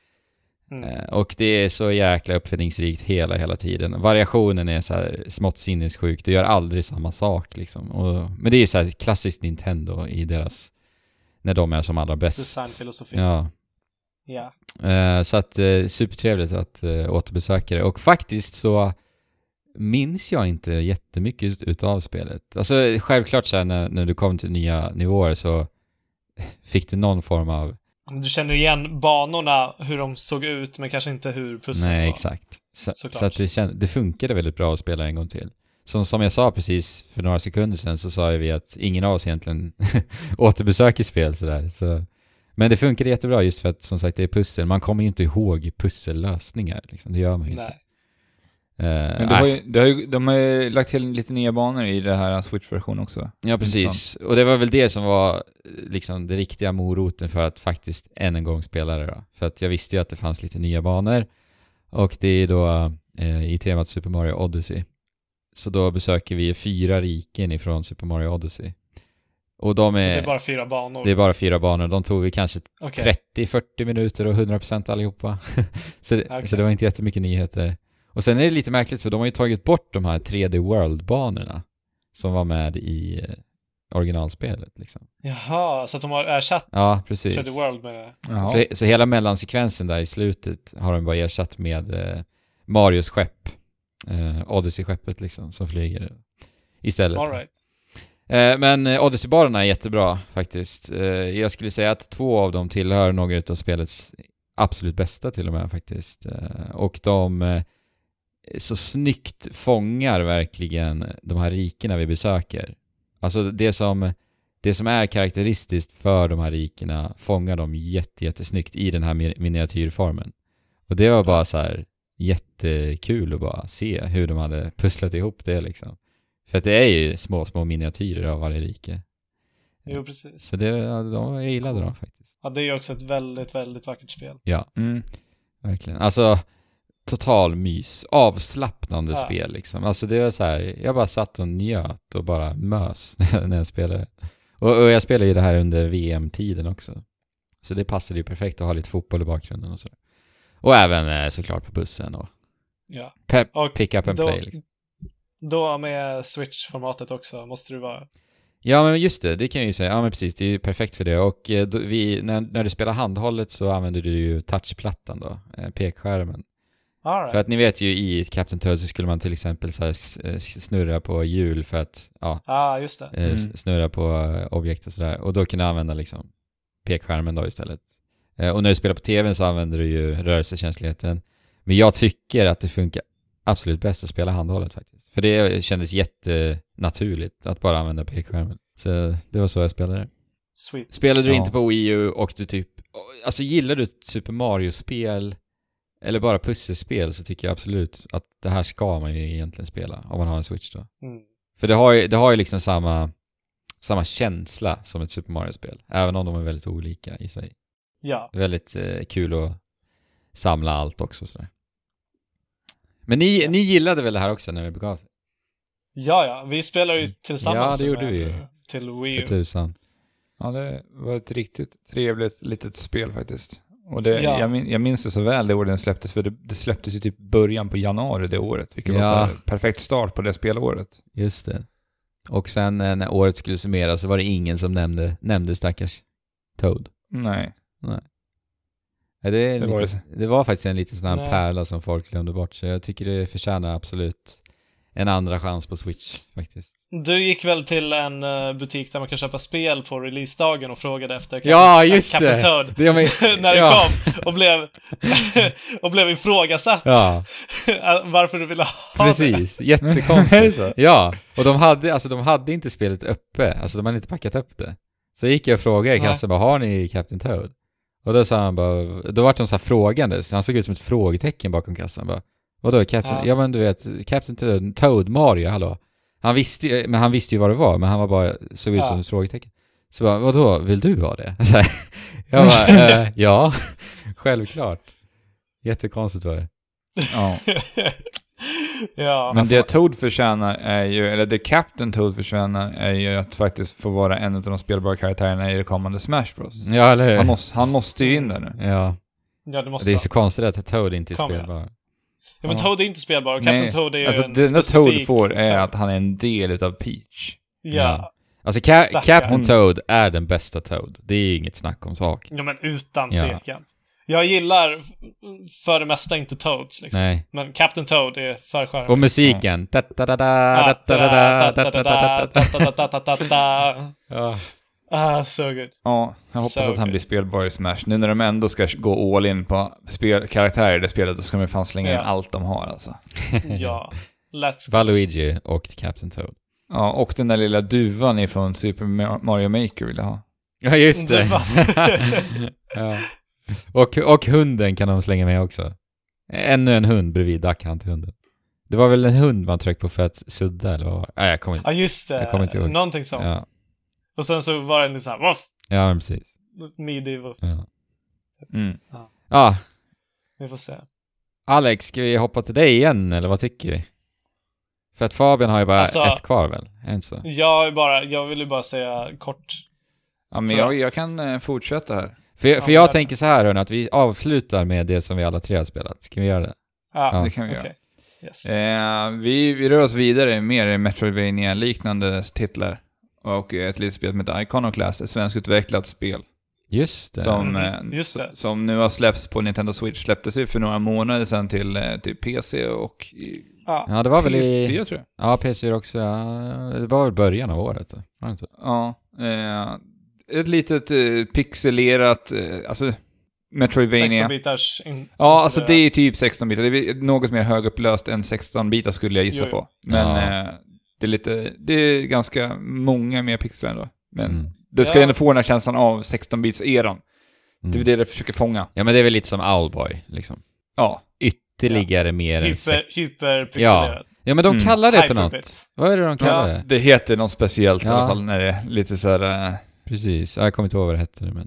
Mm. Eh, och det är så jäkla uppfinningsrikt hela, hela tiden. Variationen är så här smått sinnessjuk. Du gör aldrig samma sak liksom. Och, men det är så här klassiskt Nintendo i deras, när de är som allra bäst. Designfilosofi. Ja. Ja. Eh, så att eh, supertrevligt att eh, återbesöka det. Och faktiskt så minns jag inte jättemycket ut, utav spelet. Alltså självklart så här, när, när du kom till nya nivåer så fick du någon form av... Du känner igen banorna, hur de såg ut, men kanske inte hur pusslen Nej, var. exakt. Så, Såklart. så att det, känd, det funkade väldigt bra att spela en gång till. Som, som jag sa precis för några sekunder sedan så sa ju vi att ingen av oss egentligen återbesöker spel sådär. Så. Men det funkade jättebra just för att som sagt det är pussel. Man kommer ju inte ihåg pussellösningar. Liksom. Det gör man ju Nej. inte. Uh, Men det har ju, det har ju, de har ju lagt till lite nya banor i det här Switch-versionen också. Ja, precis. Och det var väl det som var liksom det riktiga moroten för att faktiskt än en gång spela det då. För att jag visste ju att det fanns lite nya banor. Och det är då eh, i temat Super Mario Odyssey. Så då besöker vi fyra riken ifrån Super Mario Odyssey. Och de är... Det är bara fyra banor. Det är bara fyra banor. De tog vi kanske Okej. trettio till fyrtio minuter och hundra procent allihopa. så, det, Okej. så det var inte jättemycket nyheter. Och sen är det lite märkligt för de har ju tagit bort de här tre D World-banorna som var med i eh, originalspelet liksom. Jaha, så att de har ersatt Ja, precis. tre D World med... Jaha. Så, så hela mellansekvensen där i slutet har de bara ersatt med eh, Marios skepp. Eh, Odyssey-skeppet liksom, som flyger istället. All right. Eh, men eh, Odyssey-banorna är jättebra faktiskt. Eh, jag skulle säga att två av dem tillhör några av spelets absolut bästa till och med faktiskt. Eh, och de... Eh, så snyggt fångar verkligen de här rikena vi besöker. Alltså det som, det som är karaktäristiskt för de här rikena fångar de jätte, jättesnyggt i den här miniatyrformen. Och det var bara så här jättekul att bara se hur de hade pusslat ihop det liksom. För att det är ju små, små miniatyrer av varje rike. Jo, precis. Så det, ja, de, jag gillade dem faktiskt. Ja, det är ju också ett väldigt, väldigt vackert spel. Ja, Mm. verkligen. Alltså, total mys. Avslappnande Ja. spel liksom. Alltså det var så här, jag bara satt och njöt och bara mös när jag spelade. Och, och jag spelade ju det här under V M-tiden också. Så det passade ju perfekt att ha lite fotboll i bakgrunden och så. Och även eh, såklart på bussen och Ja. pep, Och pick up and då, play liksom. Då med Switch-formatet också måste det vara. Ja, men just det, det kan jag ju säga. Ja, men precis, det är ju perfekt för det. Och eh, då, vi, när, när du spelar handhållet så använder du ju touchplattan då, eh, pekskärmen. All right. För att ni vet ju i Captain Toad så skulle man till exempel så här s- s- snurra på hjul för att ja, ah, just det. eh, s- Mm. snurra på eh, objekt och sådär. Och då kan du använda liksom pekskärmen då istället. Eh, och när du spelar på tvn så använder du ju rörelsekänsligheten. Men jag tycker att det funkar absolut bäst att spela handhållet faktiskt. För det kändes jättenaturligt att bara använda pekskärmen. Så det var så jag spelade. Sweet. Spelade du Ja. inte på Wii U och du typ... Alltså gillar du ett Super Mario-spel eller bara pusselspel så tycker jag absolut att det här ska man ju egentligen spela om man har en Switch då. Mm. För det har ju, det har ju liksom samma, samma känsla som ett Super Mario-spel. Även om de är väldigt olika i sig. Ja. Det är väldigt eh, kul att samla allt också sådär. Men ni, Yes. ni gillade väl det här också när det begav sig? Ja, ja. Vi spelar ju tillsammans. Ja, det gjorde med- vi ju. Till Wii För U. tusan. Ja, det var ett riktigt trevligt litet spel faktiskt. Och det, Ja. jag, min, jag minns det så väl det året den släpptes, för det, det släpptes ju typ början på januari det året, vilket var Ja. så här perfekt start på det spelåret. Just det. Och sen eh, när året skulle summeras så var det ingen som nämnde, nämnde stackars Toad. Nej. Ja, det, är Det lite, var det. det. var faktiskt en liten sån här Nej. pärla som folk glömde bort. Så jag tycker det förtjänar absolut en andra chans på Switch faktiskt. Du gick väl till en eh, butik där man kan köpa spel på releasedagen och frågade efter Cap- Ja, just Captain det. Toad Det är med, när det ja. kom och blev och blev ifrågasatt Ja, varför du ville ha precis. Jättekonstigt. Ja, och de hade, alltså, de hade inte spelet uppe. Alltså de hade inte packat upp det. Så gick jag och frågade i Nej. kassan, bara, har ni Captain Toad? Och då sa han bara, då var de så här frågande. Så han såg ut som ett frågetecken bakom kassan. Bara, vadå, Captain? Ja. Ja. ja men du vet, Captain Toad, Toad Mario, hallå. Han visste ju, men han visste ju vad det var, men han var bara, såg ut Ja. som ett frågetecken. Så bara, vadå, vill du ha det? Så här, jag bara, eh, ja, självklart. Jättekonstigt var det. Ja. Ja. Men det Toad förtjänar är ju, eller det Captain Toad förtjänar är ju att faktiskt få vara en av de spelbara karaktärerna i det kommande Smash Bros. Ja, eller hur? Han måste, han måste ju in där nu. Ja, Ja, det måste det är vara. så konstigt att Toad inte är Kom igen. spelbar. Ja, men Toad är inte spelbar. Captain Nej. Toad är ju Alltså en det enda specifik Toad får är Toad. att han är en del utav Peach. Ja. Alltså Ca- Stackare. Captain Hon- Toad är den bästa Toad. Det är inget snack om sak. Ja, men utan Ja. tvekan. Jag gillar f- för det mesta inte Toads liksom. Nej. Men Captain Toad är för skön. Och musiken. Da, da, da, da, da, da, da, da, da, da, da. Ja. Ah, so good. Ja, jag hoppas Så att han okej. blir spelbar i Smash. Nu när de ändå ska gå all in på spel- karaktärer i det spelet, då ska de fan slänga Ja. in allt de har alltså. Ja. Let's go. Valuigi och Captain Toad. Ja, och den där lilla duvan ifrån Super Mario Maker vill jag ha. Ja, just det. Det var- Ja. Och, och hunden kan de slänga med också. Ännu en hund bredvid Duck Hunt-hunden. Det var väl en hund man tryckte på för att sudda, eller vad var det? Nej, jag kommer inte. Ja, just det. Jag kommer inte ihåg. Någonting sånt. Ja, Och sen så var det en lite såhär, voff, ja men precis. midi, voff. Ja. Mm. ja, Vi får se. Alex, ska vi hoppa till dig igen, eller vad tycker vi? För att Fabian har ju bara Alltså- ett kvar väl? Är det inte så? Jag, är bara, jag vill ju bara säga kort. Ja, men Tror jag, jag. jag kan eh, fortsätta här. För, Ja, för jag men- tänker så här, hörni, att vi avslutar med det som vi alla tre har spelat. Ska vi göra det? Ja, Ja. Det kan vi göra. okej. Yes. Eh, vi, vi rör oss vidare mer i Metroidvania-liknande titlar. Och ett litet spel som heter Iconoclast, ett svenskutvecklat spel. Just det. Som, Mm, eh, just det. s- som nu har släppts på Nintendo Switch. Släpptes ju för några månader sedan till, eh, till P C och i Ja. Ja, det var väl P S i... fyra tror jag. Ja, P C också. Ja, det var väl början av året. Så. Var det inte så? Ja, eh, ett litet eh, pixelerat, eh, alltså Metroidvania. sexton-bitars in- Ja, alltså det är typ sexton bitar. Det är något mer högupplöst än sexton bitar skulle jag gissa Jo, jo. på. Men Ja. eh, det är lite, det är ganska många mer pixlar ändå. Men Mm. det ska Ja. ändå få den här känslan av sexton-bits-eran. Det är Mm. det det försöker fånga. Ja, men det är väl lite som Owlboy, liksom. Ja. Ytterligare mer än... se- Hyper, hyperpixelerad. Ja, men de Mm. kallar det för något. Hyperbits. Vad är det de kallar Ja. det? Det heter något speciellt i Ja. alla fall när det är lite så här... eh, Precis. Jag kommer inte ihåg vad det hette, men...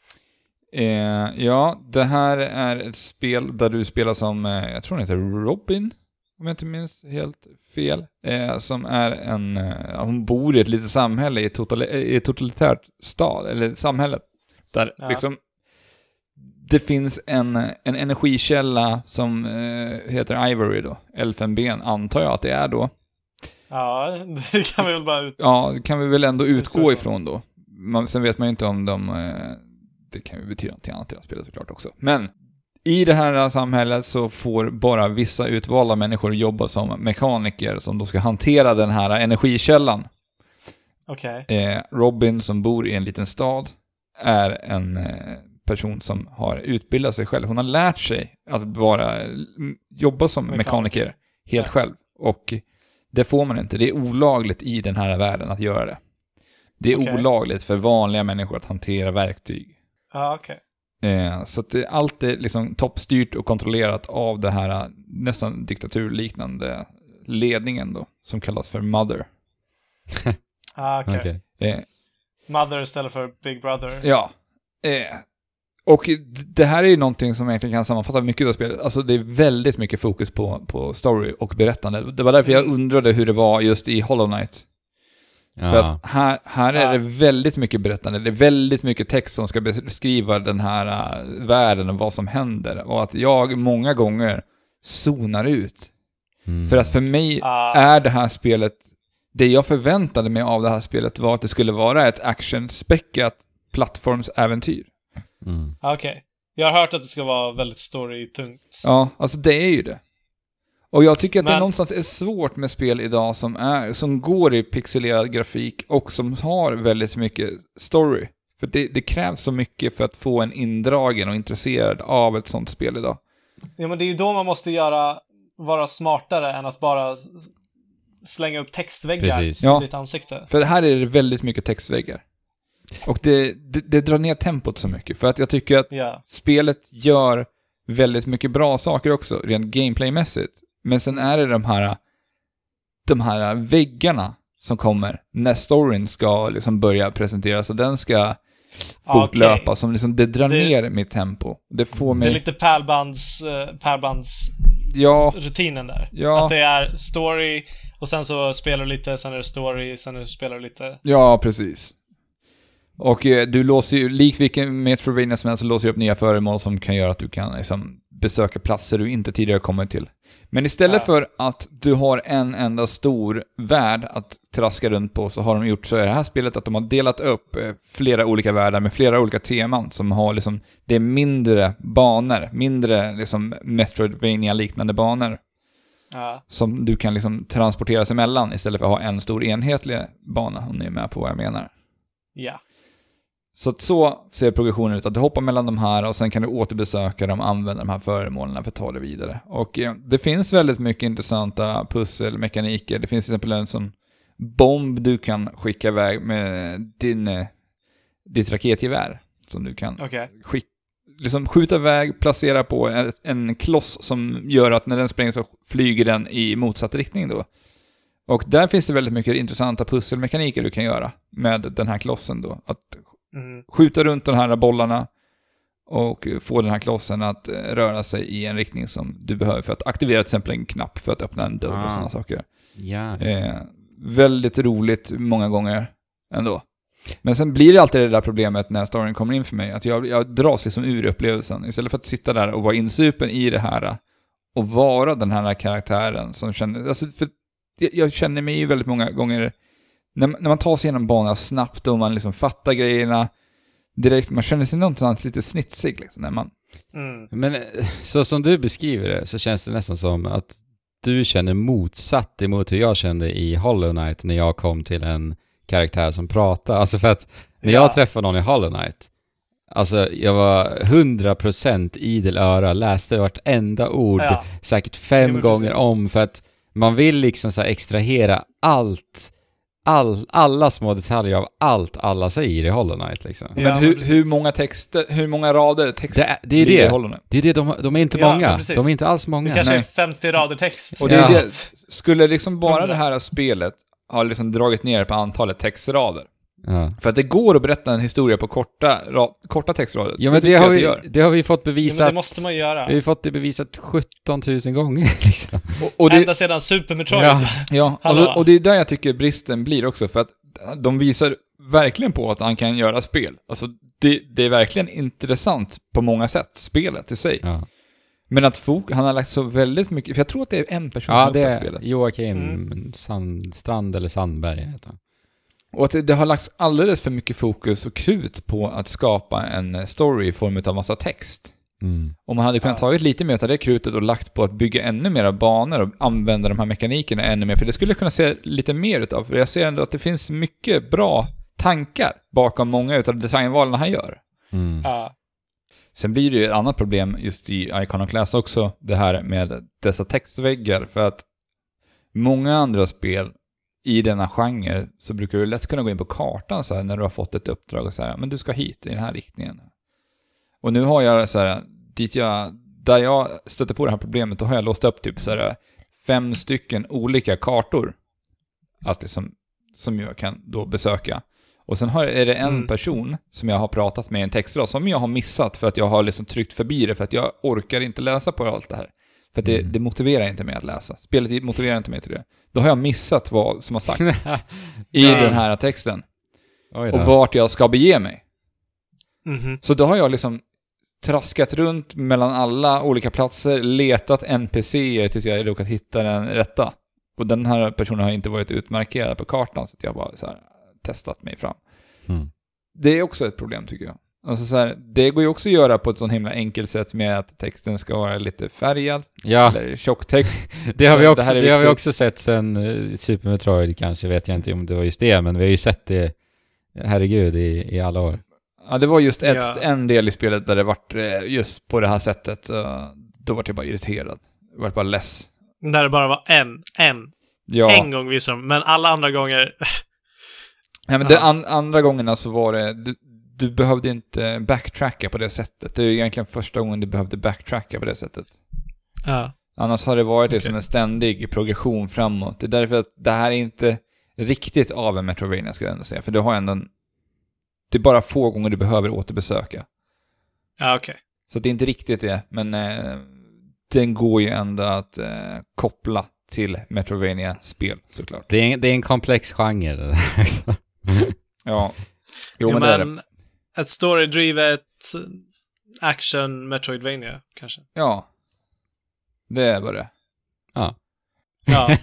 Eh, ja, det här är ett spel där du spelar som, eh, jag tror den heter Robin, om jag inte minns helt fel, eh, som är en, eh, hon bor i ett litet samhälle i ett, total, i ett totalitärt stad, eller samhälle, där Ja. liksom det finns en, en energikälla som eh, heter Ivory då, elfenben, antar jag att det är då. Ja, det kan vi väl bara ut... Ja, det kan vi väl ändå utgå Utgå ifrån då. Man, sen vet man ju inte om de... Eh, det kan ju betyda något annat i det här spelet såklart också. Men i det här samhället så får bara vissa utvalda människor jobba som mekaniker som då ska hantera den här energikällan. Okej. Eh, Robin som bor i en liten stad är en eh, person som har utbildat sig själv. Hon har lärt sig att vara, m- jobba som mekaniker, Mekaniker. helt Ja. själv. Och det får man inte. Det är olagligt i den här världen att göra det. Det är Okej. olagligt för vanliga människor att hantera verktyg. Ja, okej. Eh, så att det, allt är liksom toppstyrt och kontrollerat av det här eh, nästan diktaturliknande ledningen då, som kallas för Mother. Ah, okej. Okej. Eh, Mother istället för Big Brother. Ja. Eh, och d- det här är ju någonting som egentligen kan sammanfatta mycket av spelet. Alltså det är väldigt mycket fokus på, på story och berättande. Det var därför jag undrade hur det var just i Hollow Knight. Ja. För att här, här är Ja. det väldigt mycket berättande. Det är väldigt mycket text som ska beskriva den här uh, världen och vad som händer. Och att jag många gånger zonar ut. Mm. För att för mig Ah, är det här spelet, det jag förväntade mig av det här spelet var att det skulle vara ett actionspäckat plattformsäventyr. Mm. ah, okej. Jag har hört att det ska vara väldigt story-tungt. Ja, alltså det är ju det. Och jag tycker att det Men- någonstans är svårt med spel idag som är som går i pixelerad grafik och som har väldigt mycket story. För det, det krävs så mycket för att få en indragen och intresserad av ett sånt spel idag. Ja, men det är ju då man måste göra, vara smartare än att bara s- slänga upp textväggar Precis. i Ja. ditt ansikte. För här är det väldigt mycket textväggar. Och det, det, det drar ner tempot så mycket. För att jag tycker att Ja. spelet gör väldigt mycket bra saker också, rent gameplaymässigt. Men sen är det de här de här väggarna som kommer när storyn ska liksom börja presenteras och den ska fortlöpa, Okej. som liksom, det drar Det- ner mitt tempo. Det får Det mig... är lite pärlbands, eh, pärlbands Ja, rutinen där. Ja. Att det är story och sen så spelar du lite, sen är det story, sen är det spelar du lite. ja, precis. Och eh, du låser ju, lik vilken Metroidvania som helst, så låser du upp nya föremål som kan göra att du kan liksom besöka platser du inte tidigare kommit till. Men istället Ja. för att du har en enda stor värld att traska runt på, så har de gjort så i det här spelet att de har delat upp eh, flera olika världar med flera olika teman som har liksom, det är mindre banor, mindre liksom Metroidvania-liknande banor Ja. som du kan liksom transportera sig emellan istället för att ha en stor enhetlig bana, om ni är med på vad jag menar. Ja. Så att så ser progressionen ut, att du hoppar mellan de här och sen kan du återbesöka dem, använda de här föremålen för att ta det vidare. Och eh, det finns väldigt mycket intressanta pusselmekaniker. Det finns till exempel en sån bomb du kan skicka iväg med din, eh, ditt raketgevär som du kan Okej. skick, liksom skjuta iväg, placera på en, en kloss som gör att när den sprängs så flyger den i motsatt riktning då. Och där finns det väldigt mycket intressanta pusselmekaniker du kan göra med den här klossen då. Att Mm. skjuta runt de här bollarna och få den här klossen att eh, röra sig i en riktning som du behöver för att aktivera till exempel en knapp för att öppna en dörr Ah. och sådana saker. Ja. Eh, väldigt roligt många gånger ändå. Men sen blir det alltid det där problemet när storyn kommer in för mig, att jag, jag dras liksom ur upplevelsen. Istället för att sitta där och vara insupen i det här och vara den här karaktären som känner... Alltså, för jag, jag känner mig ju väldigt många gånger... När, när man tar sig igenom banan snabbt och man liksom fattar grejerna direkt, man känner sig någonstans lite snitsig liksom, när man... Mm. Men eh, så som du beskriver det så känns det nästan som att du känner motsatt emot hur jag kände i Hollow Knight när jag kom till en karaktär som pratar. Alltså för att när Ja. jag träffar någon i Hollow Knight, Alltså, jag var hundra procent idel öra, läste vartenda ord, Ja. säkert fem Ja, gånger precis. om, för att man vill liksom så här extrahera allt, all, alla små detaljer av allt alla säger i Hollow Knight liksom. Ja, men men hur, precis. hur många texter, hur många rader text Det är- det är blir det. i Hollow Knight? Det är det, de, de är inte Ja, många. men precis. De är inte alls många. Det kanske Nej. är femtio rader text. Och det är Ja. det, skulle liksom bara Hundra. det här spelet ha liksom dragit ner på antalet textrader. Ja. För att det går att berätta en historia på korta, ra, korta textrader. Ja, men det tycker har, jag att vi, gör. det har vi fått Ja, men bevisat. det måste man göra. Vi har ju fått det bevisat sjutton tusen gånger liksom. Och, och, det, Ända sedan Super Metroid. Ja. ja, Hallå. alltså, och det är där jag tycker bristen blir också, för att de visar verkligen på att han kan göra spel. Alltså, det, det är verkligen intressant på många sätt, spelet i sig. Ja, Men att Fok, han har lagt så väldigt mycket, för jag tror att det är en person ja som det har gjort är spelet. Joakim Mm. Sandstrand eller Sandberg heter han. Och att det, det har lagts alldeles för mycket fokus och krut på att skapa en story i form av massa text. Mm. Om man hade kunnat Ja. tagit lite mer av det krutet och lagt på att bygga ännu mera banor och använda de här mekanikerna ännu mer, för det skulle jag kunna se lite mer utav. För jag ser ändå att det finns mycket bra tankar bakom många utav designvalen han gör. Mm. Ja. Sen blir det ju ett annat problem just i Iconoclast också, det här med dessa textväggar, för att många andra spel i denna genre så brukar du lätt kunna gå in på kartan så här, när du har fått ett uppdrag och så här, men du ska hit i den här riktningen. Och nu har jag så här, dit jag, där jag stöter på det här problemet, då har jag låst upp typ så här fem stycken olika kartor att liksom, som jag kan då besöka. Och sen har, är det en Mm. person som jag har pratat med i en textrad som jag har missat för att jag har liksom tryckt förbi det, för att jag orkar inte läsa på allt det här. För att det, Mm. det motiverar inte mig att läsa. Spelet motiverar inte mig till det. Då har jag missat vad som har sagt i Ja. den här texten. Oj då. Och vart jag ska bege mig. Mhm. Så då har jag liksom traskat runt mellan alla olika platser, letat N P C tills jag råkat hitta den rätta. Och den här personen har inte varit utmarkerad på kartan, så att jag har bara så här testat mig fram. Mm. Det är också ett problem tycker jag. Alltså så här, det går ju också att göra på ett sån himla enkelt sätt med att texten ska vara lite färgad, Ja, eller tjocktext. det har vi Det också, här det, är har vi viktigt. också sett sen uh, Super Metroid kanske, vet jag inte om det var just det, men vi har ju sett det, herregud, i, i alla år. Ja, det var just ett, Ja. en del i spelet där det vart eh, just på det här sättet. Uh, då var jag bara irriterad. Jag var bara less. Där det bara var en, en, Ja. en gång visade de, men alla andra gånger... Ja, men det an- andra gångerna så var det, du, du behövde inte backtracka på det sättet. Det är egentligen första gången du behövde backtracka på det sättet. Ja. Annars har det varit Okej. liksom en ständig progression framåt. Det är därför att det här är inte riktigt av en Metroidvania, ska jag ändå säga. För du har ändå en, det är bara få gånger du behöver återbesöka. Ja, okej. Så det är inte riktigt det, men eh, den går ju ändå att eh, koppla till Metroidvania-spel, såklart. Det är, en- det är en komplex genre det där. Ja, jo, Jo, men, det är det. men ett story-drivet action Metroidvania, kanske. Ja, det är vad det är. Ja. Ja.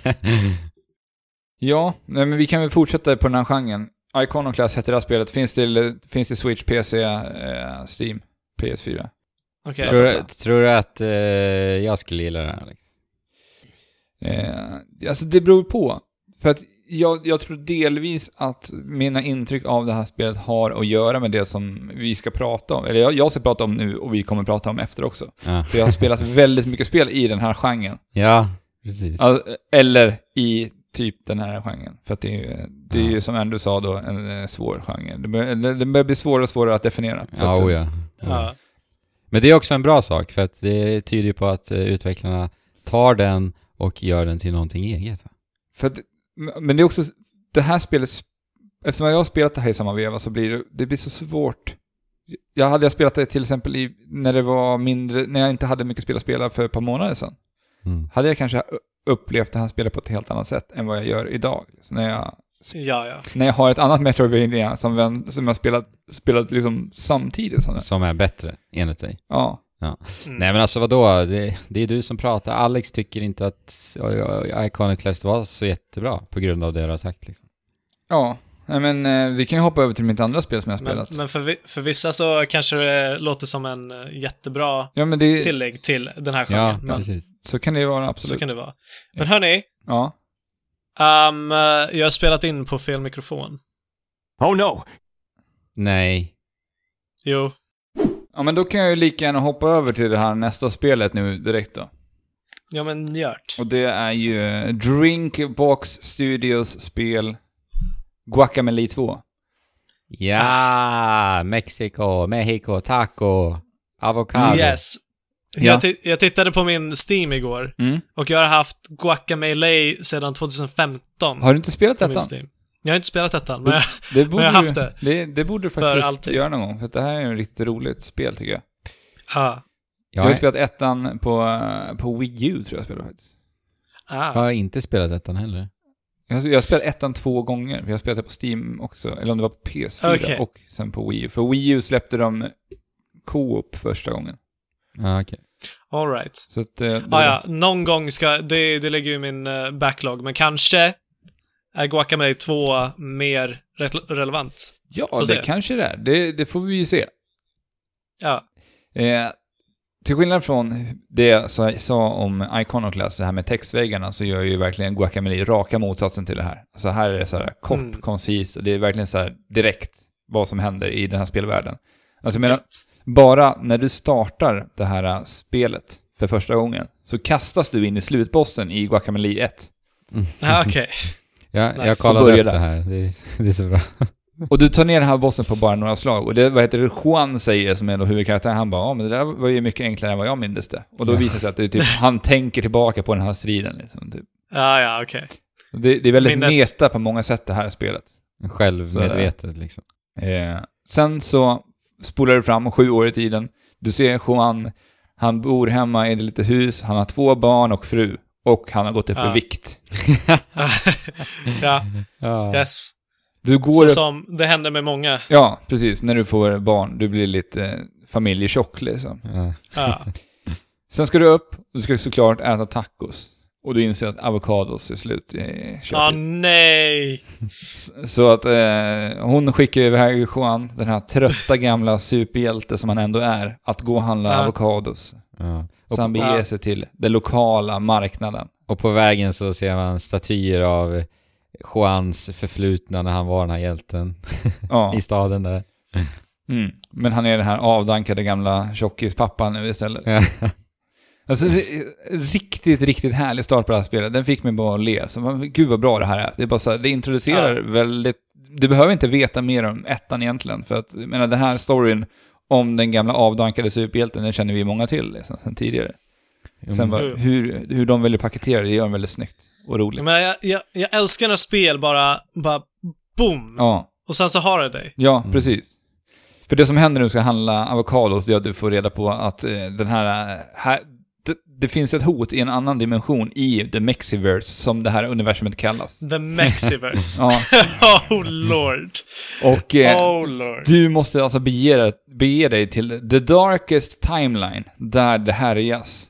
Ja, nej, men vi kan väl fortsätta på den här genren. Iconoclast heter det här spelet. Finns det, finns det Switch, P C, eh, Steam, P S fyra? Okej. Tror, du- tror du att eh, jag skulle gilla det här, Alex? Eh, alltså det beror på. För att jag, jag tror delvis att mina intryck av det här spelet har att göra med det som vi ska prata om. Eller jag, jag ska prata om nu och vi kommer prata om efter också. Ja, För jag har spelat väldigt mycket spel i den här genren. ja precis. Alltså, eller i typ den här genren. För att det är ju, det är ju Ja. som Andrew sa då, en eh, svår genre. Det bör- det det börjar bli svårare och svårare att definiera. För Ja, att, oh, ja. Ja. Men det är också en bra sak, för att det tyder ju på att eh, utvecklarna tar den och gör den till någonting eget. Va? För att, men det är också, det här spelet, eftersom jag har spelat det här i samma veva så blir det, det blir så svårt. Jag hade jag spelat det till exempel i, när det var mindre, när jag inte hade mycket spel att spela för ett par månader sedan. Mm. Hade jag kanske upplevt det här spelet på ett helt annat sätt än vad jag gör idag. Så när jag, Ja, ja. när jag har ett annat Metroidvania som, vän, som jag spelat, spelat liksom samtidigt som det. Som är bättre, enligt dig. Ja. Mm. Nej men alltså vadå, det, det är du som pratar. Alex tycker inte att uh, Iconoclast var så jättebra på grund av det du har sagt liksom. Ja. Nej, men eh, vi kan ju hoppa över till mitt andra spel som jag har Men, spelat. men för, vi- för vissa så kanske det låter som en eh, jättebra ja, men det, tillägg till den här Ja, genren. men precis. så kan det ju vara, så absolut. kan det vara. Men hörni, Ja. um, eh, jag har spelat in på fel mikrofon. Oh no! Nej. Jo, Ja, men då kan jag ju lika gärna hoppa över till det här nästa spelet nu direkt då. Ja, men gjort. Och det är ju Drinkbox Studios spel Guacamelee två. Ja, Mexiko, Mexico, taco, avokado. Yes. Ja. Jag, t- jag tittade på min Steam igår. Mm. Och jag har haft Guacamelee sedan tjugohundrafemton. Har du inte spelat på min detta? Steam. Jag har inte spelat detta, men jag, Det borde, men jag har haft det. Det, det borde du För faktiskt alltid. göra någon gång. För att det här är en riktigt roligt spel tycker jag. ja. Jag har Jag, spelat ettan på, på Wii U tror jag spelade faktiskt. Ah. har inte spelat ettan heller. Jag har, jag har spelat ettan två gånger. Jag har spelat det på Steam också. Eller om det var på P S fyra Okej. och sen på Wii U. För Wii U släppte de co-op första gången. Ja, okej. All right. Så att, eh, det Ah, ja, någon gång ska... Det, det ligger ju i min uh, backlog, men kanske är Guacamelee två mer re- relevant. Ja, Får det se. kanske det är. Det, det får vi ju se. Ja. Eh, till skillnad från det jag sa, sa om Iconoclast, det här med textväggarna, så gör ju verkligen Guacamelee raka motsatsen till det här. Så här är det så här kort, Mm. koncis, och det är verkligen så här direkt vad som händer i den här spelvärlden. Alltså jag menar, Gött. bara när du startar det här spelet för första gången så kastas du in i slutbossen i Guacamelee ett. Ah, okej. Ja, Nice. jag Så kollade börjar upp där. det här. Det är, det är så bra. Och du tar ner den här bossen på bara några slag. Och det, vad heter det, Juan säger som är då huvudkaraktären, han bara, ja men det där var ju mycket enklare än vad jag minns det. Och då Ja. visar det sig att det är typ, han tänker tillbaka på den här striden liksom, typ. Ah, ja, okej. det, det är väldigt Minnet. meta på många sätt det här spelet. Självmedvetet liksom. Eh, sen så spolar du fram sju år i tiden. Du ser Juan, han bor hemma i ett litet hus, han har två barn och fru. Och han har gått upp i Ja. vikt. ja, Ja. yes. Du går... Så som det händer med många. Ja, precis. När du får barn, du blir lite eh, familjetjock liksom. Ja. Ja. Sen ska du upp, och du ska såklart äta tacos. Och du inser att avokados är slut i köket. Ah, nej! S- Så att eh, hon skickar iväg Juan, den här trötta gamla superhjälte som han ändå är, att gå och handla Ja. avokados. Ja. Så han beger ja. sig till den lokala marknaden. Och på vägen så ser man statyer av Juans förflutna när han var den här hjälten Ja. i staden där. Mm. Men han är den här avdankade gamla tjockispappan nu istället. Ja. Alltså, det är riktigt, riktigt härlig start på det här spelet. Den fick mig bara att le. Så, man, gud vad bra det här är. Det är bara så här, det introducerar Ja. väldigt... Du behöver inte veta mer om ettan egentligen. För att, jag menar, den här storyn om den gamla avdankade superhjälten, den känner vi många till liksom, sen tidigare. Sen bara, Mm. hur, hur de väljer paketera det gör de väldigt snyggt och roligt. Men jag, jag, jag älskar när spel bara, bara boom. Ja, Och sen så har det dig. ja Mm. precis. För det som händer när du ska handla avokados, det är att du får reda på att eh, den här... här det, det finns ett hot i en annan dimension i The Mexiverse, som det här universumet kallas. The Mexiverse. Ja, Oh lord. och eh, Oh lord. du måste alltså bege, dig- bege dig till the darkest timeline, där det härjas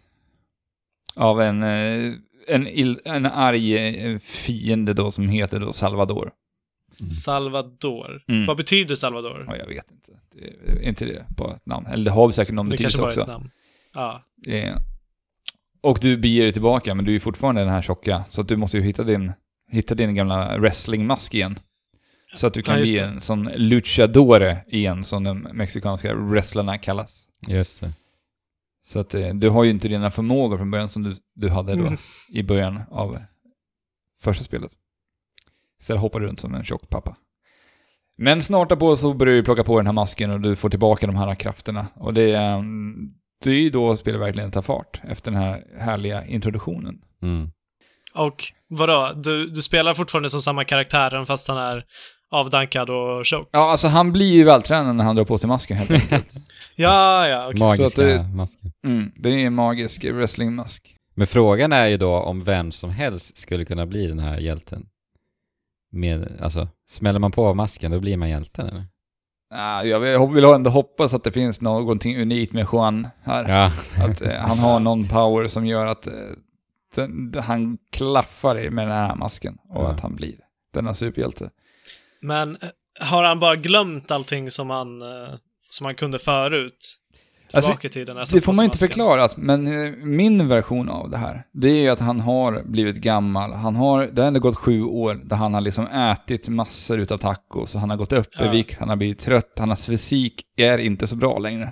av en, eh, en, ill, en arg eh, fiende då som heter då Salvador. Salvador. Mm. Vad betyder Salvador? Ja, jag vet inte. Det är inte det på ett namn. Eller det har vi säkert någon Det kanske betydelse bara är också. ett namn. Ja. Eh, och du beger dig tillbaka, men du är fortfarande den här tjocka. Så att du måste ju hitta din, hitta din gamla wrestlingmask igen. Så att du kan Ja, just bli det. en sån luchadore igen, som de mexikanska wrestlarna kallas. Just det. Så att eh, du har ju inte dina förmågor från början som du, du hade då Mm. i början av första spelet. Istället hoppar du runt som en tjock pappa. Men snart därpå så börjar du plocka på den här masken och du får tillbaka de här krafterna. Och det, är, det är ju då spelet verkligen tar fart efter den här härliga introduktionen. Mm. Och vadå? Du, du spelar fortfarande som samma karaktär även fast han är avdankad och choke? Ja, alltså han blir ju vältränad när han drar på sig masken helt enkelt. Ja, ja, okej. Magiska Så att det- masken. Mm, det är en magisk wrestlingmask. Men frågan är ju då om vem som helst skulle kunna bli den här hjälten. Med, alltså, smäller man på masken då blir man hjälten, eller? Ah, jag vill, vill ändå hoppas att det finns någonting unikt med Juan här. Ja. Att eh, han har någon power som gör att eh, den, han klaffar med den här masken. Och Ja. att han blir denna superhjälte. Men eh, har han bara glömt allting som han, eh, som han kunde förut? Tillbaka Alltså, i tiden. när jag Det satt får på man inte masken. förklarat, men eh, min version av det här, det är ju att han har blivit gammal. Han har, det har ändå gått sju år där han har liksom ätit massor utav tacos. Så han har gått upp i Ja. vikt, han har blivit trött, hans fysik är inte så bra längre.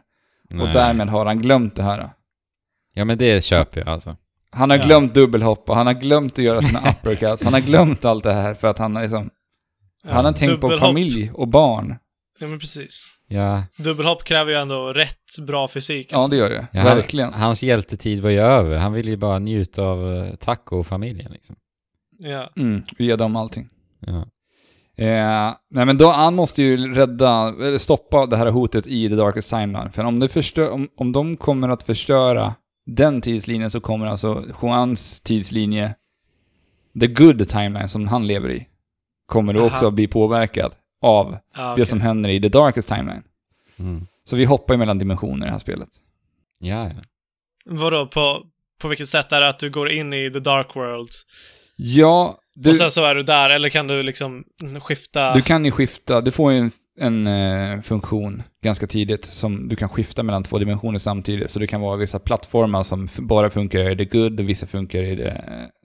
Nej. Och därmed har han glömt det här. Ja, men det köper jag alltså. Han har Ja. glömt dubbelhopp och han har glömt att göra sina uppercuts. Han har glömt allt det här för att han har liksom... Ja, han har tänkt på dubbelhopp. familj och barn. Ja, men precis. Ja, Dubbelhopp kräver ju ändå rätt bra fysik. Ja, Alltså. det gör det. ja Verkligen. Han, hans hjältetid var ju över. Han ville ju bara njuta av uh, Taco-familjen liksom. Ja. Mm, ge dem allting. Ja. Eh, nej men då, han måste ju rädda, eller stoppa det här hotet i The Darkest Timeline. För om, det förstör, om, om de kommer att förstöra den tidslinjen så kommer alltså Juans tidslinje, The Good Timeline som han lever i, kommer då också Aha. bli påverkad av Ja, det okej. som händer i The Darkest Timeline. Mm. Så vi hoppar ju mellan dimensioner i det här spelet. Ja, ja. Vadå, på, på vilket sätt är det att du går in i The Dark World Ja, du, och sen så är du där, eller kan du liksom skifta? du kan ju skifta, du får ju en, en eh, funktion ganska tidigt som du kan skifta mellan två dimensioner samtidigt. Så det kan vara vissa plattformar som f- bara funkar i The Good och vissa funkar i The,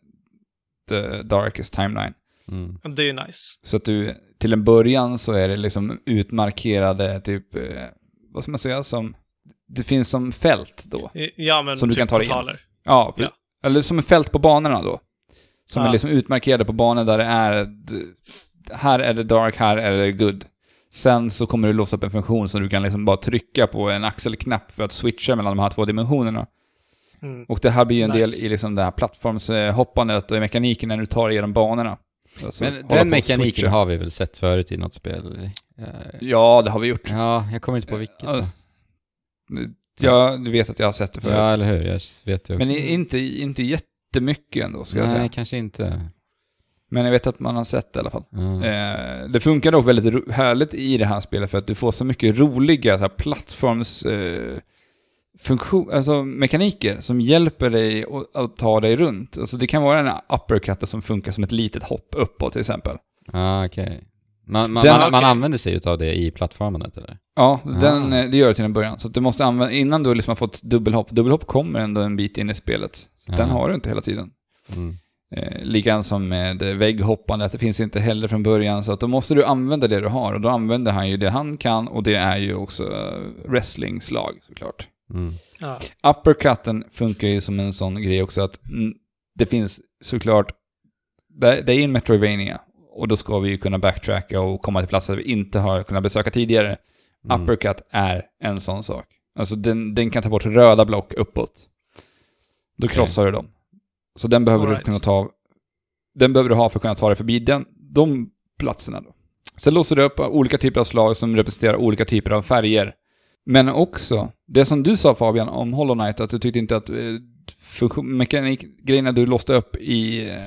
the Darkest Timeline. Mm. Det är ju nice. Så att du, till en början så är det liksom utmarkerade typ, eh, vad ska man säga, som, det finns som fält då. Ja, men Som du typ kan ta dig in. portaler. Ja, Ja. eller som en fält på banorna då. Som Ja. är liksom utmarkerade på banor där det är, här är det dark, här är det good. Sen så kommer du låsa upp en funktion så du kan liksom bara trycka på en axelknapp för att switcha mellan de här två dimensionerna. Mm. Och det här blir ju en Nice. del i liksom det här plattformshoppandet och i mekaniken när du tar igenom banorna. Alltså, Men hålla på den och mekaniken switcha. har vi väl sett förut i något spel? Eh, Ja, det har vi gjort. Ja, jag kommer inte på vilket. Ja, Ja, du vet att jag har sett det förut. Ja, eller hur? Jag vet ju också. Men i- inte, inte jättemycket ändå, ska jag Nej, säga. kanske inte. Men jag vet att man har sett det i alla fall. Ja. Eh, det funkar dock väldigt ro- härligt i det här spelet för att du får så mycket roliga så här, plattforms eh, funktion, alltså mekaniker som hjälper dig att, att ta dig runt. Alltså det kan vara en uppercut som funkar som ett litet hopp uppåt till exempel. Ja, okej. Man, man, Den- man, man okej. använder sig utav det i plattformandet, eller? Ja, Ah. den, eh, det gör det till en början. Så att du måste använda, innan du liksom har fått dubbelhopp, dubbelhopp kommer ändå en bit in i spelet. Så Ja. den har du inte hela tiden. Mm. Eh, Likadant som med vägghoppandet, det finns inte heller från början. Så att då måste du använda det du har. Och då använder han ju det han kan och det är ju också uh, wrestlingslag såklart. Mm. Ja. Uppercutten funkar ju som en sån grej också att mm, det finns såklart, det, det är en Metroidvania och då ska vi ju kunna backtracka och komma till platser vi inte har kunnat besöka tidigare. Mm. Uppercut är en sån sak. Alltså den, den kan ta bort röda block uppåt. Då Okej. krossar du dem. Så den behöver All du right. kunna ta, den behöver du ha för att kunna ta dig förbi den, de platserna då. Sen låser du upp olika typer av slag som representerar olika typer av färger. Men också, det som du sa Fabian om Hollow Knight, att du tyckte inte att eh, funktion, mekanik, grejerna du låste upp i, eh,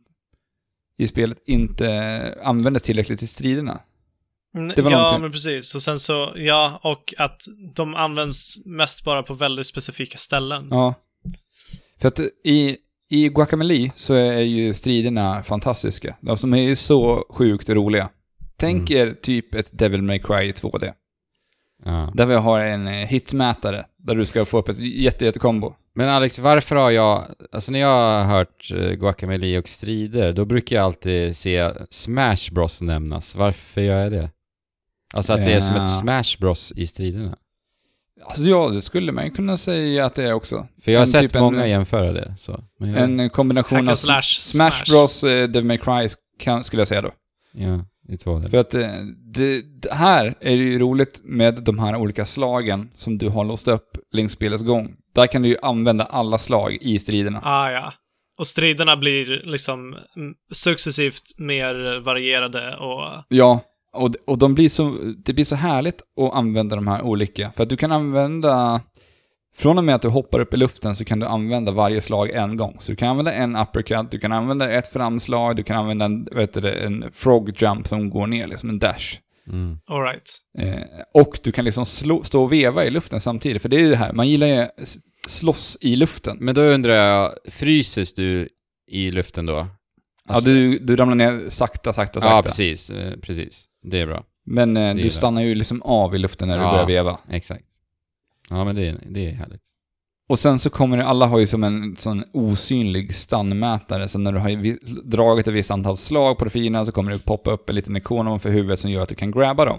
i spelet inte användes tillräckligt i striderna. Mm, Det var ja, någonting. men precis. Och sen så, ja, och att de används mest bara på väldigt specifika ställen. Ja. För att i, i Guacamelee så är ju striderna fantastiska. De är ju så sjukt roliga. Tänk Mm. er typ ett Devil May Cry i två D. Ja. Där vi har en eh, hitmätare där du ska få upp ett jätte, jätte kombo. Men Alex, varför har jag... Alltså när jag har hört uh, Guacamelee och strider, då brukar jag alltid se Smash Bros nämnas. Varför gör jag det? Alltså att det är som Ja. ett Smash Bros i striderna. Alltså ja, det skulle man ju kunna säga att det är också. För jag har En sett typ en- många jämföra det. Så. Men jag, En kombination Hack av and slash, Smash, smash. Bros, eh, Devil May Cry kan, skulle jag säga då. Ja, i två där. För att eh, det, det här är det ju roligt med de här olika slagen som du har låst upp längs spelets gång. Där kan du ju använda alla slag i striderna. Ah, ja. Och striderna blir liksom mm, successivt mer varierade och... Ja, och, och de blir så, det blir så härligt att använda de här olika. För att du kan använda, från och med att du hoppar upp i luften så kan du använda varje slag en gång. Så du kan använda en uppercut, du kan använda ett framslag, du kan använda en, vet du, det, en frog jump som går ner, liksom en dash. Mm. All right. Eh, och du kan liksom slå, stå och veva i luften samtidigt. För det är ju det här, man gillar ju s- slåss i luften. Men då undrar jag, fryses du i luften då? Alltså- ja, du, du ramlar ner sakta, sakta, sakta. Ja, precis. eh, Precis. Det är bra. Men eh, är du det. stannar ju liksom av i luften när du Ja. börjar veva. Exakt. Ja, men det är, det är härligt. Och sen så kommer det, alla har ju som en sån osynlig stannmätare. Så när du har vi- dragit ett visst antal slag på profilerna så kommer det poppa upp en liten ikon ovanför huvudet som gör att du kan grabba dem.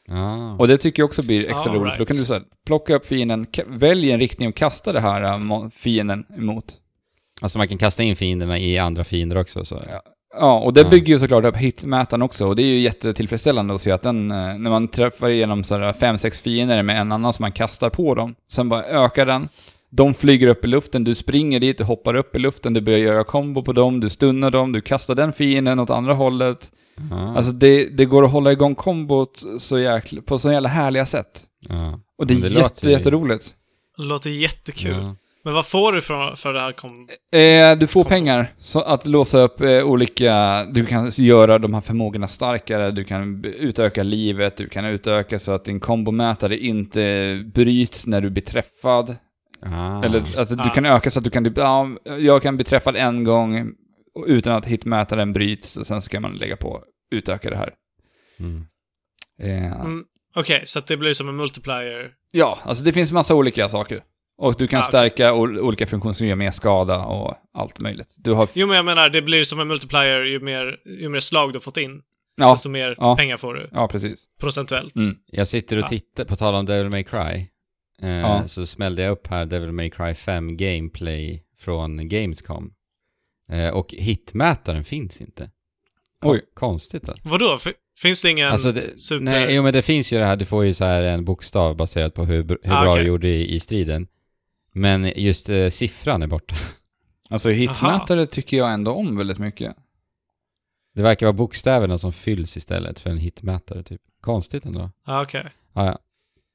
Ah. Och det tycker jag också blir extra All roligt. right. För då kan du så här, plocka upp fienden, ka- välj en riktning och kasta det här äh, fienden emot. Alltså man kan kasta in fienderna i andra fiender också. Så. Ja. Ja, och det Ja. bygger ju såklart upp hitmätaren också. Och det är ju jättetillfredsställande att se att den, äh, när man träffar igenom så här fem sex fiender med en annan som man kastar på dem, sen bara ökar den. De flyger upp i luften, du springer dit, du hoppar upp i luften, du börjar göra kombo på dem, du stunnar dem, du kastar den fienden åt andra hållet. Ah. Alltså det, det går att hålla igång kombot så jäkla, på så jävla härliga sätt. Ja. Och det är Men det jätte, låter ju- jätteroligt. Det låter jättekul. Ja. Men vad får du för, för det här kom... Eh, du får Kom. pengar så att låsa upp eh, olika... Du kan göra de här förmågorna starkare, du kan b- utöka livet, du kan utöka så att din kombomätare inte bryts när du blir träffad. Ah. Eller att du Ah. kan öka så att du kan... Ja, jag kan bli träffad en gång utan att hitmätaren bryts, och sen ska man lägga på utöka det här. Mm. Eh, Mm, Okej, så att det blir som en multiplier. Ja, alltså det finns massa olika saker. Och du kan Ah, okej. stärka o- olika funktioner som gör mer skada och allt möjligt. Du har... Jo, men jag menar, det blir som en multiplier ju mer, ju mer slag du har fått in. ja, Desto mer ja. pengar får du, ja, precis. procentuellt. Mm. Jag sitter och Ja. tittar, på tal om Devil May Cry. Eh, Ja. Så smällde jag upp här Devil May Cry fem gameplay från Gamescom. Eh, och hitmätaren finns inte. Kon- Oj. Konstigt alltså. Vadå? F- finns det ingen Alltså det, super... nej, jo men det finns ju det här, du får ju så här en bokstav baserat på hur, hur Ah, bra okej. du gjorde i, i striden. Men just eh, siffran är borta. Alltså hitmätare tycker jag ändå om väldigt mycket. Det verkar vara bokstäverna som fylls istället för en hitmätare typ. Konstigt ändå. Ah, okej. Ah, ja.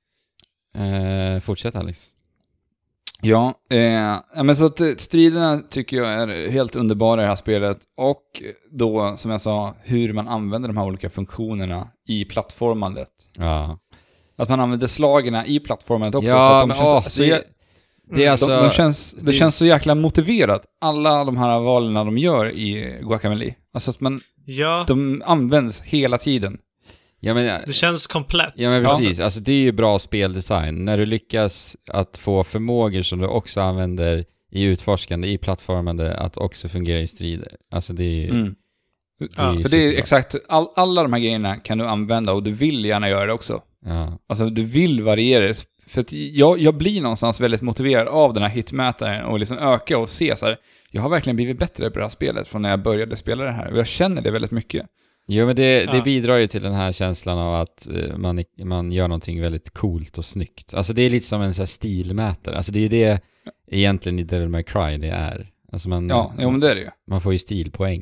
Eh, fortsätt Alex. Ja, eh, ja, men så att eh, striderna tycker jag är helt underbara i det här spelet. Och då, som jag sa, hur man använder de här olika funktionerna i plattformandet. Ja. Att man använder slagerna i plattformandet också. så Ja, att de men känns, åh, så, det, jä- det är alltså... de, de känns, det, det är känns så s- jäkla motiverat. Alla de här valen de gör i Guacamelee. Alltså att man, Ja, de används hela tiden. Ja men, det känns komplett. ja, men på något precis. sätt. Alltså det är ju bra speldesign. När du lyckas att få förmågor som du också använder i utforskande, i plattformande, att också fungera i strider. Alltså det är ju... Mm. Det är Ja, ju För det är superbra. exakt, all, alla de här grejerna kan du använda och du vill gärna göra det också. Ja. Alltså du vill variera det. För att jag, jag blir någonstans väldigt motiverad av den här hitmätaren och liksom öka och se så här. Jag har verkligen blivit bättre på det här spelet från när jag började spela det här. Och jag känner det väldigt mycket. Jo men det, det Ja. bidrar ju till den här känslan av att eh, man, man gör någonting väldigt coolt och snyggt. Alltså det är lite som en så här stilmätare. Alltså det är ju det egentligen i Devil May Cry det är. Alltså man, Ja, jo, men det är det ju. man får ju stilpoäng.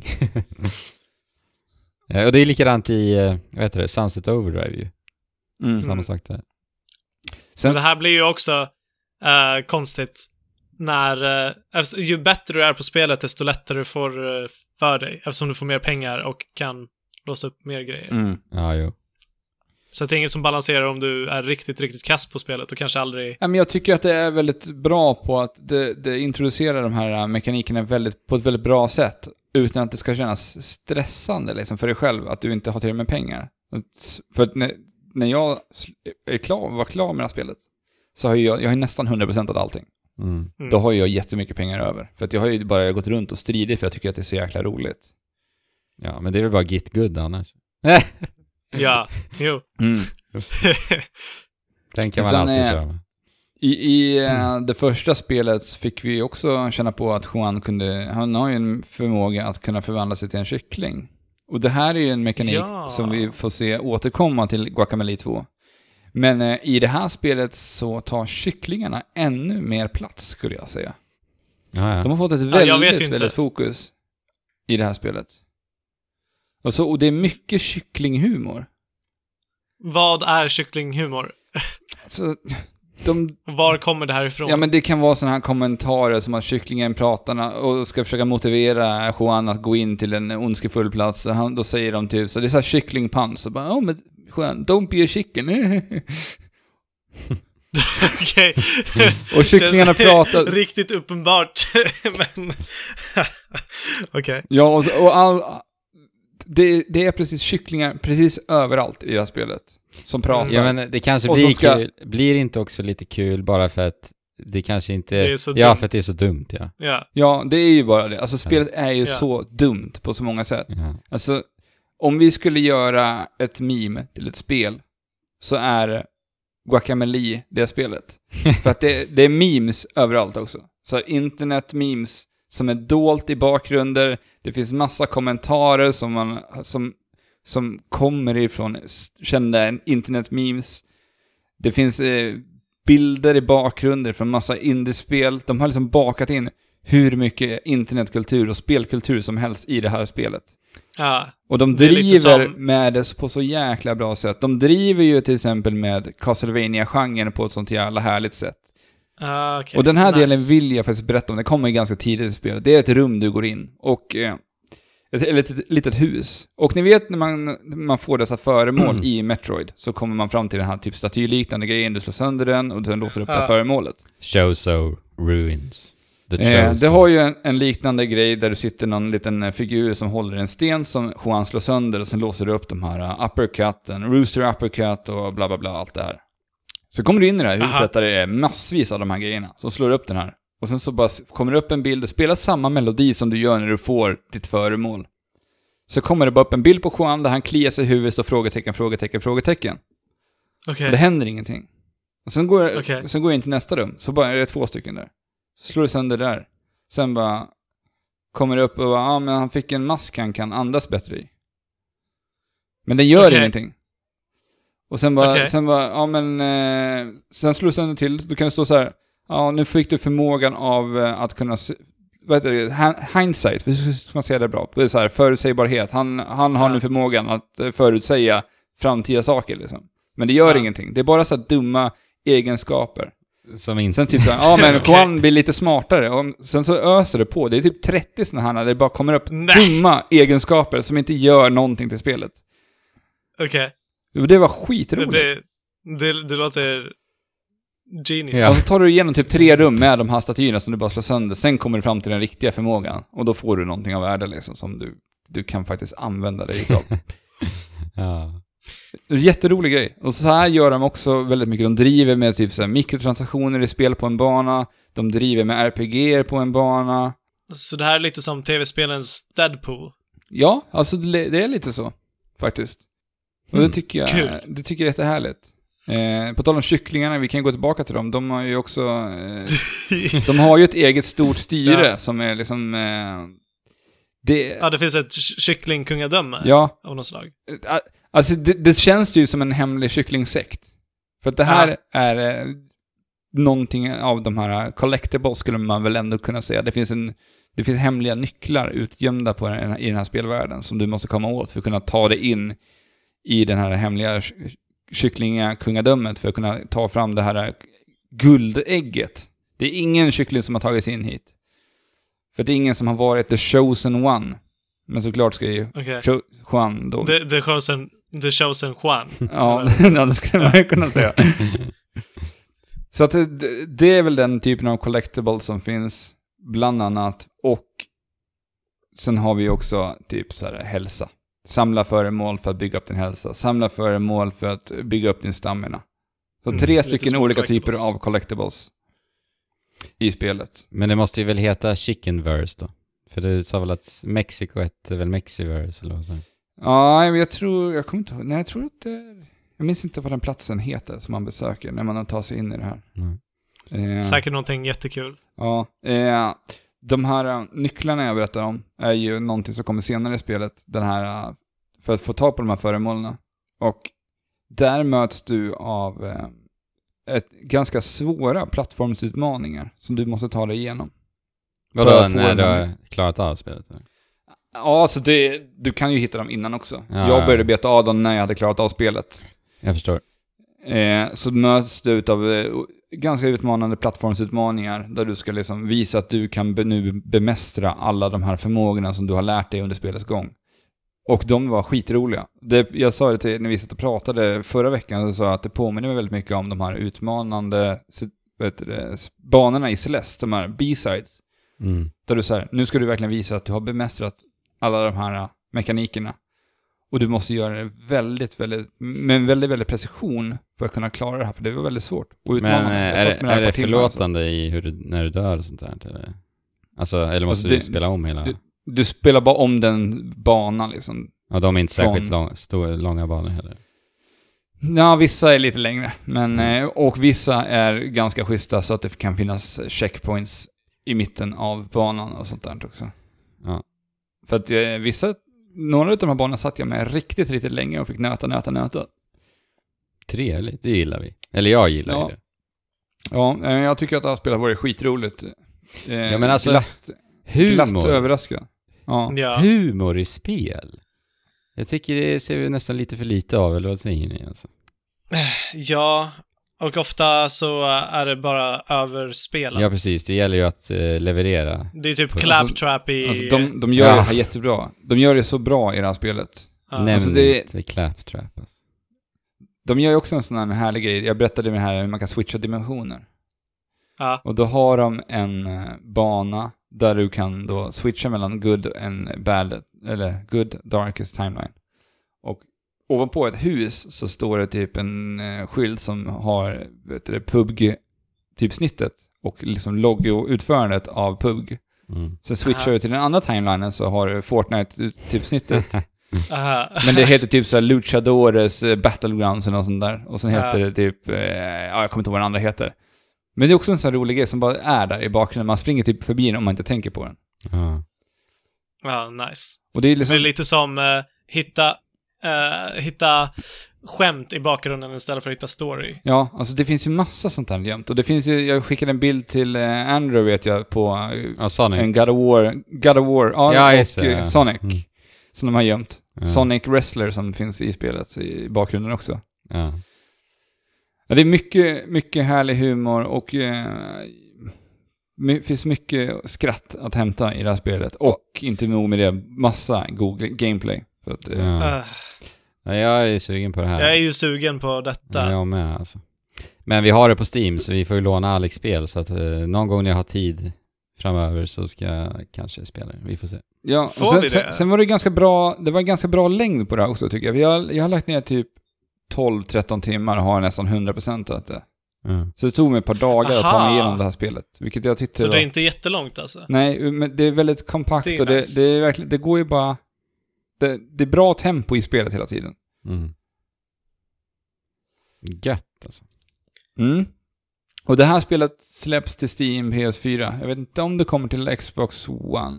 Ja, och det är likadant i, eh, vad heter det, Sunset Overdrive ju. Mm. Samma sak där. Sen, Men det här blir ju också eh, konstigt när... Eh, efter- ju bättre du är på spelet, desto lättare du får eh, för dig. Eftersom du får mer pengar och kan låsa upp mer grejer. mm. Ja, jo. Så det är inget som balanserar om du är riktigt, riktigt kass på spelet och kanske aldrig... Ja, men jag tycker att det är väldigt bra på att det, det introducerar de här mekanikerna väldigt, på ett väldigt bra sätt. Utan att det ska kännas stressande liksom, för dig själv att du inte har tillräckligt med pengar. Att- För att när, när jag sl- är klar, var klar med det här spelet så har jag, jag har nästan hundra procent av allting. Mm. Mm. Då har jag jättemycket pengar över. För att jag har ju bara gått runt och stridit för jag tycker att det är så jäkla roligt. Ja, men det är väl bara git good annars. Ja, jo. Mm. Den kan man Sen alltid är- köra med. I, i eh, det första spelet fick vi också känna på att Juan kunde, han har ju en förmåga att kunna förvandla sig till en kyckling. Och det här är ju en mekanik Ja. som vi får se återkomma till Guacamelee två. Men eh, i det här spelet så tar kycklingarna ännu mer plats skulle jag säga. Ja, ja. De har fått ett Ja, jag vet väldigt, ju inte. väldigt fokus i det här spelet. Och, så, och det är mycket kycklinghumor. Vad är kycklinghumor? Så de, Var kommer det här ifrån? ja men det kan vara sådana här kommentarer som att kycklingen pratar och ska försöka motivera Juan att gå in till en ondskefull plats. Och han, då säger de typ så det är så här kycklingpans. Så bara, ja men Juan, don't be a chicken. Okej. Och kycklingarna Känns pratar. riktigt uppenbart. Men... Okej. Ja, och, så- och all, det, det är precis kycklingar precis överallt i det här spelet som pratar. Ja, men det kanske Och blir som ska- kul. Blir inte också lite kul bara för att det kanske inte... Det är så ja, dumt. för att det är så dumt, ja. Ja. Ja, det är ju bara det. Alltså spelet är ju Ja. så dumt på så många sätt. ja. Alltså, om vi skulle göra ett meme till ett spel så är Guacamelee det spelet. För att det, det är memes överallt också. Så här, internet-memes som är dolt i bakgrunder. Det finns massa kommentarer som, man, som, som kommer ifrån kända internet-memes. Det finns eh, bilder i bakgrunder från massa indiespel. De har liksom bakat in hur mycket internetkultur och spelkultur som helst i det här spelet. Ja, och de driver som... med det på så jäkla bra sätt. De driver ju till exempel med Castlevania-genren på ett sånt jävla härligt sätt. Ah, okay. Och den här nice. delen vill jag faktiskt berätta om. Det kommer ganska tidigt i spelet. Det är ett rum du går in. Och eh, ett, ett, ett litet hus. Och ni vet när man, man får dessa föremål i Metroid så kommer man fram till den här typ statyliknande grejen. Du slår sönder den och sen låser upp ah. det här föremålet. Chozo Ruins. Eh, det har ju en, en liknande grej där du sitter någon liten figur som håller en sten som Juan slår sönder och sen låser du upp de här uh, uppercutten, rooster uppercut och bla bla bla, allt det här. Så kommer du in i det här huset Aha. där det är massvis av de här grejerna som slår upp den här. Och sen så bara kommer det upp en bild och spelar samma melodi som du gör när du får ditt föremål. Så kommer det bara upp en bild på Juan där han kliar sig i huvudet och frågetecken, frågetecken, frågetecken. Okay. Det händer ingenting. Och sen går, okay. sen går jag in till nästa rum, så bara är det två stycken där. Så slår det sönder där. Sen bara kommer det upp och bara, ja ah, men han fick en mask han kan andas bättre i. Men den gör okay. ingenting. Och sen bara, okay. sen bara, ja ah, men eh, sen slår det sönder till, då kan det stå så här, ja ah, nu fick du förmågan av eh, att kunna, vad heter det, hindsight, för ska man säga det bra. Det är så här, förutsägbarhet. Han, han har ja. nu förmågan att eh, förutsäga framtida saker liksom. Men det gör ja. ingenting. Det är bara så här dumma egenskaper. Som inte... Sen typ så här, ja men okay. Juan blir lite smartare och sen så öser det på. Det är typ trettio sådana här där det bara kommer upp Nej. dumma egenskaper som inte gör någonting till spelet. Okej. Okay. Det var skitroligt. Det, det, det låter genius. Ja. Och så tar du igenom typ tre rum med de här statyerna som du bara slår sönder. Sen kommer du fram till den riktiga förmågan. Och då får du någonting av värde liksom, som du, du kan faktiskt använda dig utav. Ja. Jätterolig grej. Och så här gör de också väldigt mycket. De driver med typ så här mikrotransaktioner i spel på en bana. De driver med R P G:er på en bana. Så det här är lite som tv-spelens Deadpool? Ja, alltså det, det är lite så. Faktiskt. Och mm, det tycker jag kul. Det tycker jag är jättehärligt. Eh, på tal om kycklingarna, vi kan gå tillbaka till dem. De har ju också eh, de har ju ett eget stort styre ja. som är liksom eh, det... Ja, det finns ett kycklingkungadöme ja. av något slag. Alltså det, det känns ju som en hemlig kycklingsekt. För att det här ja. är eh, någonting av de här collectibles skulle man väl ändå kunna säga. Det finns en det finns hemliga nycklar utgömda på den, i den här spelvärlden som du måste komma åt för att kunna ta dig in i den här hemliga kycklingakungadömet för att kunna ta fram det här guldägget. Det är ingen kyckling som har tagit sig in hit. För det är ingen som har varit the chosen one. Men såklart ska ju okay. Cho- Juan då. The, the, chosen, the chosen Juan. Ja, det skulle man ju kunna säga. Så att det, det är väl den typen av collectibles som finns bland annat. Och sen har vi också typ så här hälsa. Samla föremål för att bygga upp din hälsa. Samla föremål för att bygga upp din stamina. Så mm, tre stycken olika typer av collectibles i spelet. Men det måste ju väl heta Chickenverse då? För du sa väl att Mexiko heter väl Mexiverse eller vad så? Ja, men jag tror, jag kommer inte ihåg, nej jag tror att det, jag minns inte vad den platsen heter som man besöker när man tar sig in i det här. Mm. Eh, Säkert någonting jättekul. Ja, eh, de här nycklarna jag berättar om är ju någonting som kommer senare i spelet. Den här, för att få tag på de här föremålen. Och där möts du av eh, ett ganska svåra plattformsutmaningar som du måste ta dig igenom. Vadå, när du har klarat av spelet? Eller? Ja, alltså det, du kan ju hitta dem innan också. Ja, jag började beta av dem när jag hade klarat av spelet. Jag förstår. Eh, så möts du utav eh, ganska utmanande plattformsutmaningar där du ska liksom visa att du kan be- nu bemästra alla de här förmågorna som du har lärt dig under spelets gång. Och de var skitroliga. Det, jag sa det till när vi satt och pratade förra veckan, så sa jag att det påminner mig väldigt mycket om de här utmanande vet du, banorna i Celeste, de här B-sides. Mm. Där du säger, nu ska du verkligen visa att du har bemästrat alla de här mekanikerna. Och du måste göra det väldigt, väldigt, med en väldigt, väldigt precision för att kunna klara det här. För det var väldigt svårt. Men är det, är det förlåtande alltså. i hur du, när du dör och sånt där? Eller? Alltså, eller måste alltså, du det, spela om hela? Du, du spelar bara om den banan liksom. Ja, de är inte särskilt från, lång, stor, långa banor heller. Ja, vissa är lite längre. Men, mm. Och vissa är ganska schyssta så att det kan finnas checkpoints i mitten av banan och sånt där också. Ja. För att eh, vissa, några av de här banorna satt jag med riktigt, riktigt länge och fick nöta, nöta, nöta. Trevligt, det gillar vi. Eller jag gillar ja. det. Ja, jag tycker att det här spelet var skitroligt. Eh, ja, men alltså, glatt, humor. glatt överraskad. Ja. Ja. Humor i spel. Jag tycker det ser vi nästan lite för lite av, eller vad säger ni? Alltså? Ja, och ofta så är det bara överspelat. Ja, precis. Det gäller ju att uh, leverera. Det är typ claptrap i... Alltså, de, de gör ja. det här jättebra. De gör det så bra i det här spelet. Ja. Nämn alltså, det... inte claptrap. Alltså. De gör ju också en sån här härlig grej. Jag berättade med det här, man kan switcha dimensioner. Ja. Och då har de en uh, bana där du kan då switcha mellan good and bad, eller good, darkest timeline. Och ovanpå ett hus så står det typ en uh, skylt som har, vet du, P U B G typ snittet och liksom logo-utförandet av P U B G. Mm. Sen switchar Aha. du till den andra timelinen så har du Fortnite typ snittet. Aha. Men det heter typ så här Luchadores uh, Battlegrounds eller något sånt där. Och sen heter Ja. det typ, uh, ja jag kommer inte ihåg vad den andra heter. Men det är också en sån här rolig grej som bara är där i bakgrunden. Man springer typ förbi den om man inte tänker på den. Ja. Ja, nice. Och det är liksom... Det är lite som uh, hitta, uh, hitta skämt i bakgrunden istället för att hitta story. Ja, alltså det finns ju massa sånt här jämt. Och det finns ju, jag skickade en bild till uh, Andrew vet jag på uh, Ja, Sonic. en God of War, God of War, ja, Ja, och just det, uh, ja. Sonic. Mm. Som de har gömt. Ja. Sonic Wrestler som finns i spelet i bakgrunden också. Ja. Ja, det är mycket, mycket härlig humor och uh, my, finns mycket skratt att hämta i det här spelet. Och inte nog med det, massa god gameplay. För att, uh, Ja. Uh, Ja, jag är sugen på det här. jag är ju sugen på detta. Ja, jag med alltså. Men vi har det på Steam så vi får ju låna Alex spel så att eh, någon gång när jag har tid framöver så ska jag kanske spela det. Vi får se. Ja, Får och sen, vi det? sen, sen var det ganska bra, det var ganska bra längd på det här också tycker jag. Vi har, jag har lagt ner typ tolv tretton timmar och har nästan hundra procent av det. Mm. Så det tog mig ett par dagar att ta Aha. mig igenom det här spelet. Vilket jag tyckte Så var... det är inte jättelångt alltså? Nej, men det är väldigt kompakt Det är och det, nice. det är verkligen, det går ju bara... Det, det är bra tempo i spelet hela tiden. Mm. Gött alltså. Mm. Och det här spelet släpps till Steam, P S fyra. Jag vet inte om det kommer till Xbox One.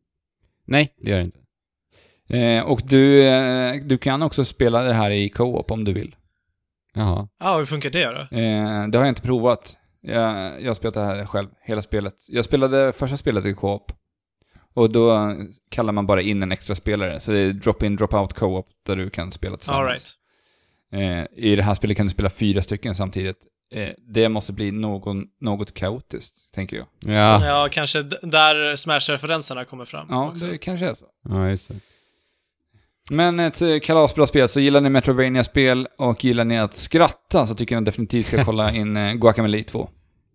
Nej, det gör det inte. Eh, och du, eh, du kan också spela det här i co-op om du vill. Jaha. Ja, hur funkar det då? Eh, det har jag inte provat. Jag, jag har spelat det här själv, hela spelet. Jag spelade första spelet i co-op. Och då kallar man bara in en extra spelare. Så det är drop-in, drop-out co-op där du kan spela tillsammans. All right. Eh, I det här spelet kan du spela fyra stycken samtidigt. Eh, det måste bli någon, något kaotiskt, tänker jag. Ja, Ja, kanske d- där Smash-referenserna kommer fram. Ja, också. det kanske är så. ja just det. Men ett eh, kalasbra spel, så gillar ni Metroidvania-spel och gillar ni att skratta så tycker jag definitivt ska kolla in eh, Guacamelee två.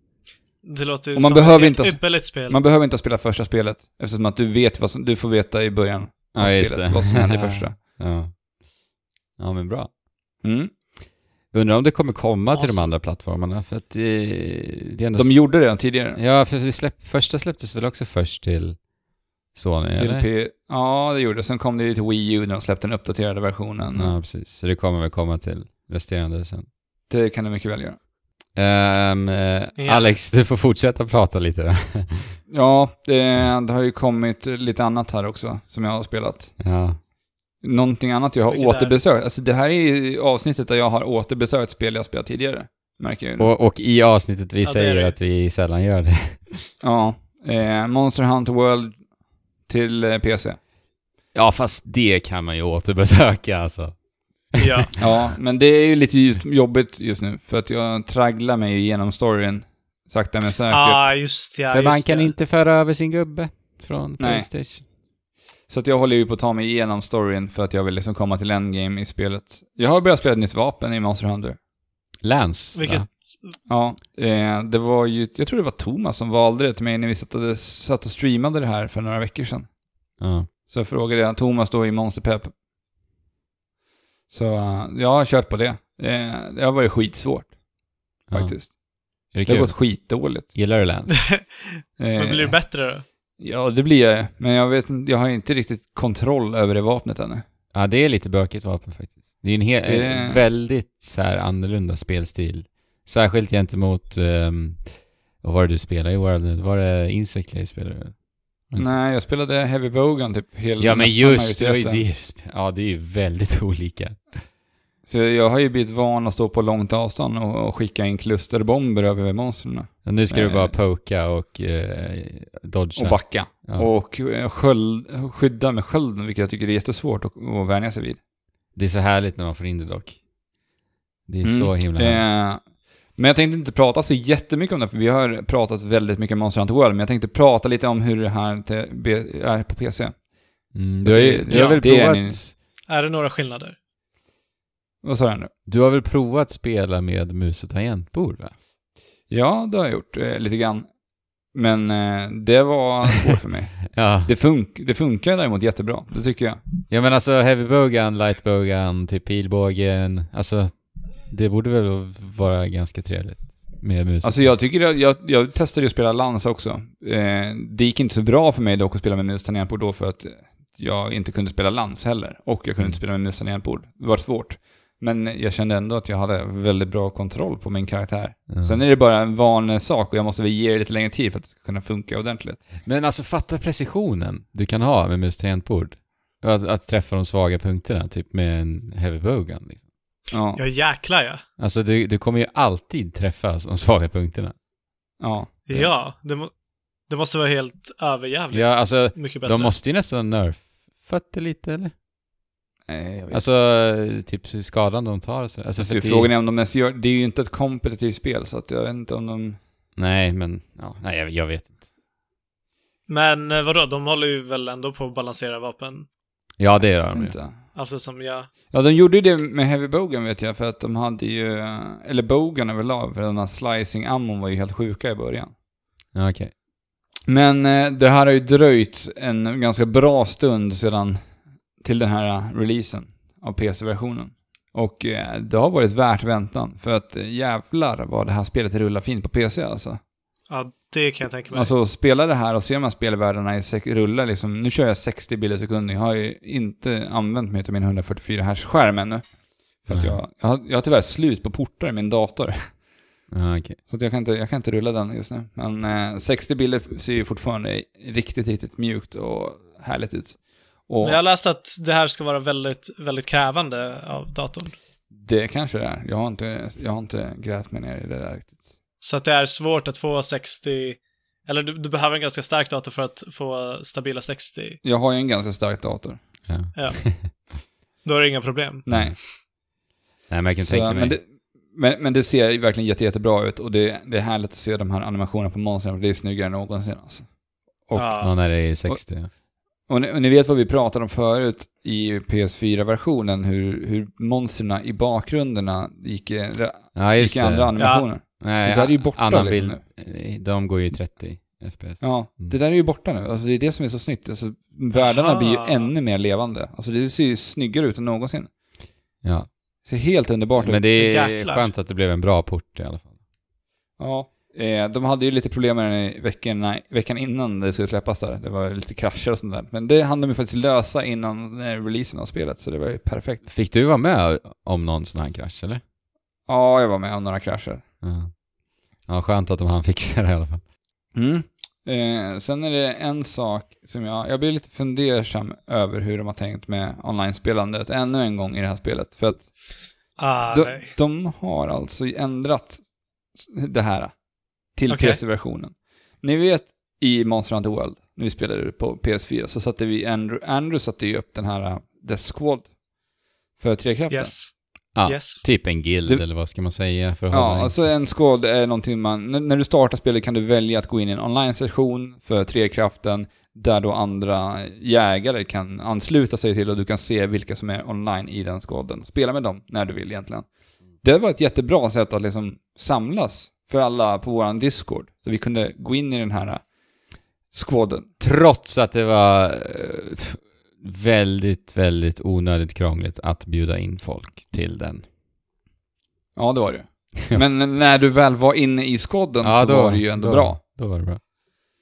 Det låter ju Och man som behöver ett inte- ypperligt spel. Man behöver inte spela första spelet eftersom att du vet vad som, du får veta i början av Ja, just spelet det. vad som händer i första. Ja. Ja, men bra. Mm. Undrar om det kommer komma till de Awesome. andra plattformarna för att det, det är ändå... De gjorde det redan tidigare. Ja, för det släpp, första släpptes väl också först till Sony, Till eller? P- ja, det gjorde det. Sen kom det ju till Wii U när de släppte den uppdaterade versionen. Ja, precis. Så det kommer väl komma till resterande sen. Det kan du mycket väl göra. Um, eh, Ja. Alex, du får fortsätta prata lite då. Ja, det, det har ju kommit lite annat här också som jag har spelat. Ja. Någonting annat jag har Vilket är? återbesökt. Alltså det här är ju avsnittet där jag har återbesökt spel jag spelat tidigare. Märker jag ju. Och, och i avsnittet vi Ja, det är säger det. att vi sällan gör det. Ja, eh, Monster Hunter World till eh, P C. Ja, fast det kan man ju återbesöka alltså. Ja. Ja, men det är ju lite jobbigt just nu för att jag tragglar mig igenom storyn sakta men säkert. Ah, just ja, För man just kan det. inte föra över sin gubbe från Nej. PlayStation. Så att jag håller ju på att ta mig igenom storyn för att jag vill liksom komma till endgame i spelet. Jag har börjat spela ett nytt vapen i Monster Hunter. Lance. Vilket... va? Ja, eh, det var ju, jag tror det var Thomas som valde det till mig när vi satt och, satt och streamade det här för några veckor sedan. Ja. Så frågade jag Thomas då i Monster Pep. Så uh, jag har kört på det. Eh, det har varit skitsvårt Ja. faktiskt. Är det Det har kul? gått skitdåligt. Gillar du Lance? Men blir det bättre då? Ja, det blir jag. Men jag vet inte- jag har inte riktigt kontroll över det vapnet ännu. Ja, det är lite bökigt vapen faktiskt. Det är en he- Det- väldigt så här annorlunda spelstil. Särskilt gentemot... Um, vad var det du spelade i World? Var det Insect Clay spelade du? Nej, jag spelade Heavy Bowgun typ hela Ja, men nästan just det, majoriteten. det. Ja, det är ju väldigt olika. Så jag har ju blivit van att stå på långt avstånd och, och skicka in klusterbomber över monstren. Och nu ska Eh. du bara poka och eh, dodga. Och backa. Ja. Och eh, sköld, skydda med skölden, vilket jag tycker är jättesvårt att, att vänja sig vid. Det är så härligt när man får in det dock. Det är Mm. så himla härligt. Eh, men jag tänkte inte prata så jättemycket om det, för vi har pratat väldigt mycket om Monster Hunter World, men jag tänkte prata lite om hur det här te- be- är på P C. Mm, du har, ju, det- du har ja, väl det är provat... en- Är det några skillnader? Vad sa jag nu? Du har väl provat spela med mus och tangentbord, va? Ja, det har jag gjort eh, lite grann. Men eh, det var svårt för mig. Ja. Det, fun- det funkar däremot jättebra, det tycker jag. Ja, men alltså heavybowgun, lightbowgun, typ pilbågen. Alltså, det borde väl vara ganska trevligt med mus. Alltså jag tycker jag, jag, jag testade ju att spela Lans också. Eh, det gick inte så bra för mig dock att spela med mus och tangentbord då, för att jag inte kunde spela Lans heller. Och jag kunde Mm. inte spela med mus och tangentbord. Det var svårt. Men jag kände ändå att jag hade väldigt bra kontroll på min karaktär. Ja. Sen är det bara en van sak och jag måste väl ge det lite längre tid för att det ska kunna funka ordentligt. Men alltså fatta precisionen du kan ha med mus och tangentbord. Att, att träffa de svaga punkterna, typ med en heavybowgun. Liksom. Ja, Ja, jäklar ja. Alltså du, du kommer ju alltid träffa de svaga punkterna. ja. Ja, det, må, det måste vara helt överjävligt. Ja, alltså Mycket bättre. de måste ju nästan nerfat det lite, eller? Nej, jag vet. Alltså, typ skadan de tar. Så. Alltså, Så för det, frågan är om de ens gör... Det är ju inte ett kompetitivt spel, så att jag vet inte om de... Nej, men ja, nej, jag, jag vet inte. Men eh, vadå, de håller ju väl ändå på att balansera vapen. Ja, det gör Jag de vet ju. inte. Alltså som jag... Ja, de gjorde ju det med Heavy Bowgun vet jag, för att de hade ju... Eller Bowgun överlag, för den här slicing ammon var ju helt sjuka i början. Ja, okej. Men eh, det här har ju dröjt en ganska bra stund sedan till den här eh, releasen av P C-versionen. Och eh, det har varit värt väntan, för att eh, jävlar vad det här spelet rullar fint på P C alltså. Ja, det kan jag tänka mig. Alltså spela det här och se de här spelvärdena i sek- rulla liksom. Nu kör jag sextio bilder i sekunden. Jag har ju inte använt mig av min hundrafyrtiofyra hertz skärm ännu. För att Nej. jag, jag, har, jag har tyvärr slut på portar i min dator. Ja, okej. Så att jag, kan inte, jag kan inte rulla den just nu. Men eh, sextio bilder ser ju fortfarande riktigt, riktigt mjukt och härligt ut. Och Men jag har läst att det här ska vara väldigt, väldigt krävande av datorn. det kanske det är. Jag har inte, jag har inte grävt mig ner i det där riktigt. Så att det är svårt att få sextio... Eller du, du behöver en ganska stark dator för att få stabila sextio. Jag har ju en ganska stark dator. Ja. Ja. Då är det inga problem. Nej. Nej, men jag kan Så, tänka mig. men, det, men, men det ser verkligen jätte, jättebra ut och det, det är härligt att se de här animationerna på monstren, för det är snyggare än någonsin alltså. Och, Ja, Ja. när det är sextio. och, ni, och ni vet vad vi pratade om förut i P S fyra-versionen, hur, hur monstren i bakgrunderna gick, i- Ja, just gick i andra det. animationer. Nej, Det där är ju borta annan liksom bild. De går ju i trettio F P S. Ja, Mm. det där är ju borta nu. Alltså det är det som är så snyggt. Alltså, världarna Aha. blir ju ännu mer levande. Alltså det ser ju snyggare ut än någonsin. Ja. Det ser helt underbart ut. Men det är Jäklar. skönt att det blev en bra port i alla fall. Ja, eh, de hade ju lite problem med den i veckan, veckan innan det skulle släppas där. Det var lite krascher och sånt där. Men det hann de ju faktiskt lösa innan eh, releasen av spelet, så det var ju perfekt. Fick du vara med om någon sån här krasch, eller? Ja, jag var med om några krascher. Ja. Ja, skönt att de hann fixa det i alla fall. Mm. Eh, sen är det en sak som jag... Jag blir lite fundersam över hur de har tänkt med online-spelandet ännu en gång i det här spelet. För att Ah, de, nej. de har alltså ändrat det här till Okej. P C-versionen. Ni vet, i Monster Hunter World, när vi spelade på P S fyra, så satte vi Andrew, Andrew satte ju upp den här uh, Death Squad för trekraften. Yes. Ja, Yes. typ en guild, Du- eller vad ska man säga för att Ja, hålla in? alltså en squad är någonting man... När, när du startar spelet kan du välja att gå in i en online-session för trekraften, där då andra jägare kan ansluta sig till och du kan se vilka som är online i den squaden. Spela med dem när du vill egentligen. Det var ett jättebra sätt att liksom samlas för alla på våran Discord. Så vi kunde gå in i den här squaden. Trots att det var eh, väldigt, väldigt onödigt krångligt att bjuda in folk till den. Ja, det var det. Men när du väl var inne i squaden Ja, så då- var det ju ändå då- bra. Då var det bra.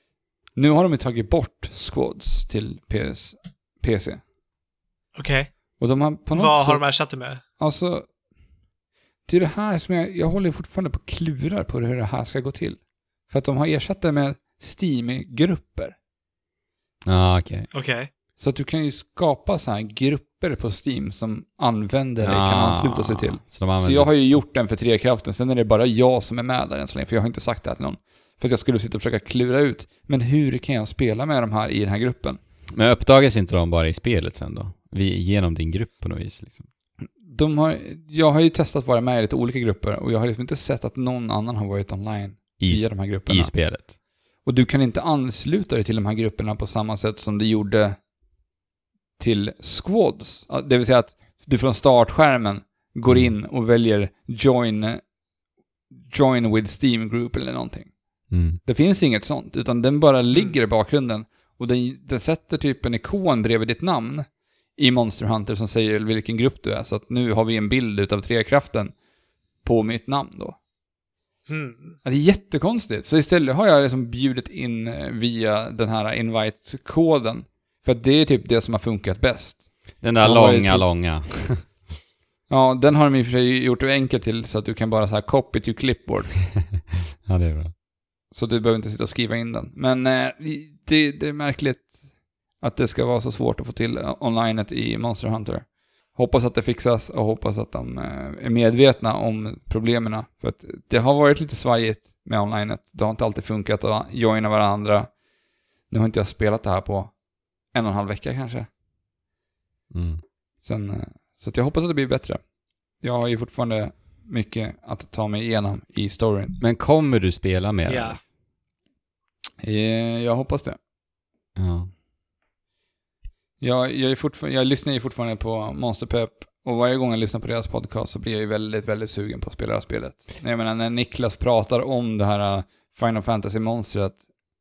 Nu har de ju tagit bort squads till P S, P C. Okej. Och de har på något Vad sätt, har de ersatt det med? alltså, det är det här som jag, jag håller fortfarande på klurar på hur det här ska gå till. För att de har ersatt det med Steam-grupper. Ja, ah, okej. Okej. Okay. Så att du kan ju skapa så här grupper på Steam som användare Ah, kan ansluta sig till. Så, de använder... Så jag har ju gjort den för Trekraften, sen är det bara jag som är med där än så länge, för jag har inte sagt det här till någon. För att jag skulle sitta och försöka klura ut, men hur kan jag spela med de här i den här gruppen? Men uppdagas inte de bara i spelet sen då? Vi, genom din grupp på något vis liksom? De har, jag har ju testat att vara med i lite olika grupper, och jag har liksom inte sett att någon annan har varit online I, via de här grupperna. I spelet? Och du kan inte ansluta dig till de här grupperna på samma sätt som du gjorde till squads. Det vill säga att du från startskärmen går in och väljer join, join with Steam Group eller någonting. Mm. Det finns inget sånt, utan den bara ligger i bakgrunden. Och den, den sätter typ en ikon bredvid ditt namn i Monster Hunter som säger vilken grupp du är. Så att nu har vi en bild utav Trekraften på mitt namn då. Hmm. Ja, det är jättekonstigt. Så istället har jag liksom bjudit in via den här invite-koden. För att det är typ det som har funkat bäst. Den där Ja, långa, det- långa. Ja, den har de i och för sig gjort det enkelt till så att du kan bara så här copy to clipboard. Ja, det är bra. Så du behöver inte sitta och skriva in den. Men eh, det, det är märkligt att det ska vara så svårt att få till onlinet i Monster Hunter. Hoppas att det fixas och hoppas att de eh, är medvetna om problemen. För att det har varit lite svajigt med onlinet. Det har inte alltid funkat att joina varandra. Nu har inte jag spelat det här på en och en halv vecka kanske. Mm. Sen, eh, så att jag hoppas att det blir bättre. Jag har ju fortfarande mycket att ta mig igenom i storyn. Men kommer du spela med Ja. Eh, Jag hoppas det. Ja. Jag, jag, är fortfar- jag lyssnar ju fortfarande på Monsterpepp, och varje gång jag lyssnar på deras podcast så blir jag ju väldigt, väldigt sugen på att spela det här spelet. Jag menar, när Niklas pratar om det här uh, Final Fantasy-monstret,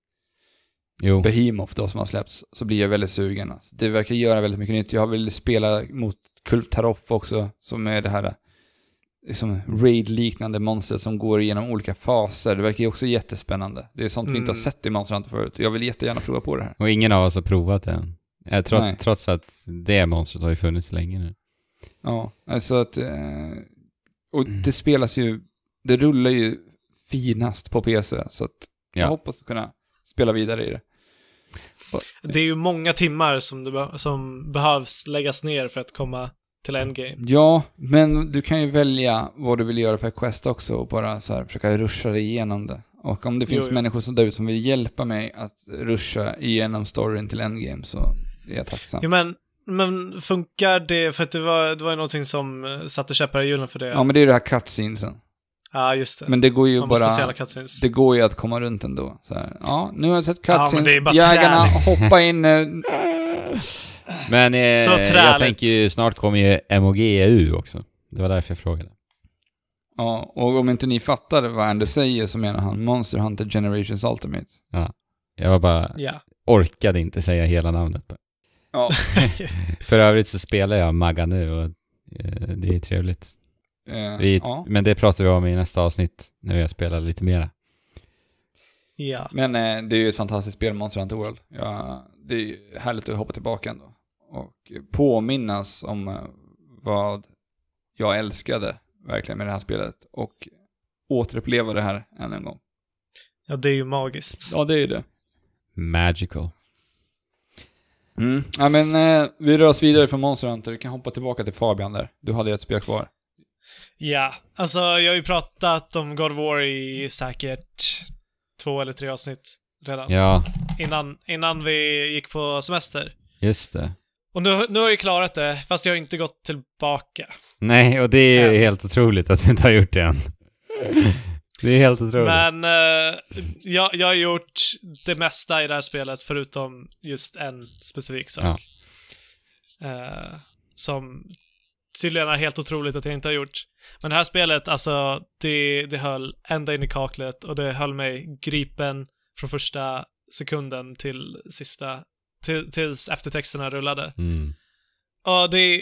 Jo. Behemoth då, som har släppts, så blir jag väldigt sugen. Alltså, det verkar göra väldigt mycket nytt. Jag vill spela mot Kult Taroff också, som är det här liksom raid-liknande monster som går igenom olika faser. Det verkar ju också jättespännande. Det är sånt vi inte har Mm. sett i Monster Hunter förut. Jag vill jättegärna prova på det här. Och ingen av oss har provat det än. Eh, Nej. trots, trots att det monstret har ju funnits länge nu. Ja, alltså att... Eh, och det spelas ju... Det rullar ju finast på P C, så att jag Ja. hoppas kunna spela vidare i det. Det är ju många timmar som, det be- som behövs läggas ner för att komma till endgame. Ja, men du kan ju välja vad du vill göra för quest också och bara så här försöka ruscha dig igenom det. Och om det finns Jo, jo. människor som där ute som vill hjälpa mig att ruscha igenom storyn till endgame, så är jag tacksam. Jo, men, men funkar det, för att det var, det var ju någonting som eh, satte käppar i hjulen för det. Ja, men det är ju det här cutscenesen. Ja, just det. Men det går ju Man måste se bara... alla cutscenes. Det går ju att komma runt ändå. Så här. Ja, nu har jag sett Ja, men cutscenes. det är bara Jägarna, träligt. hoppa in nu. Men eh, Så jag träligt. tänker ju, snart kommer ju M O G E U också. Det var därför jag frågade. Ja, och om inte ni fattar vad Andy säger så menar han Monster Hunter Generations Ultimate. Jag var bara, Ja. orkade inte säga hela namnet. Ja. För övrigt så spelar jag Magga nu och eh, det är trevligt. Eh, Vi, ja. Men det pratar vi om i nästa avsnitt när jag spelar lite mera. Ja. Men eh, det är ju ett fantastiskt spel, Monster Hunter World. Ja, det är ju härligt att hoppa tillbaka ändå. Och påminnas om eh, vad jag älskade verkligen med det här spelet. Och återuppleva det här än en gång. Ja, det är ju magiskt. Ja, det är ju det. Magical. Mm. Ja, men eh, vi rör oss vidare från Monster Hunter. Vi kan hoppa tillbaka till Fabian där. Du hade ett spel kvar. Ja, alltså jag har ju pratat om God of War i säkert två eller tre avsnitt redan. Ja, Innan, innan vi gick på semester. just det. Och nu, nu har jag ju klarat det, fast jag har inte gått tillbaka. Nej, och det är Ja. helt otroligt att du inte har gjort det än. Det är helt otroligt. Men eh, jag, jag har gjort det mesta i det här spelet förutom just en specifik sak. Eh, som tydligen är helt otroligt att jag inte har gjort. Men det här spelet, alltså, det, det höll ända in i kaklet och det höll mig gripen från första sekunden till sista, till, tills eftertexterna rullade. Mm. Och det...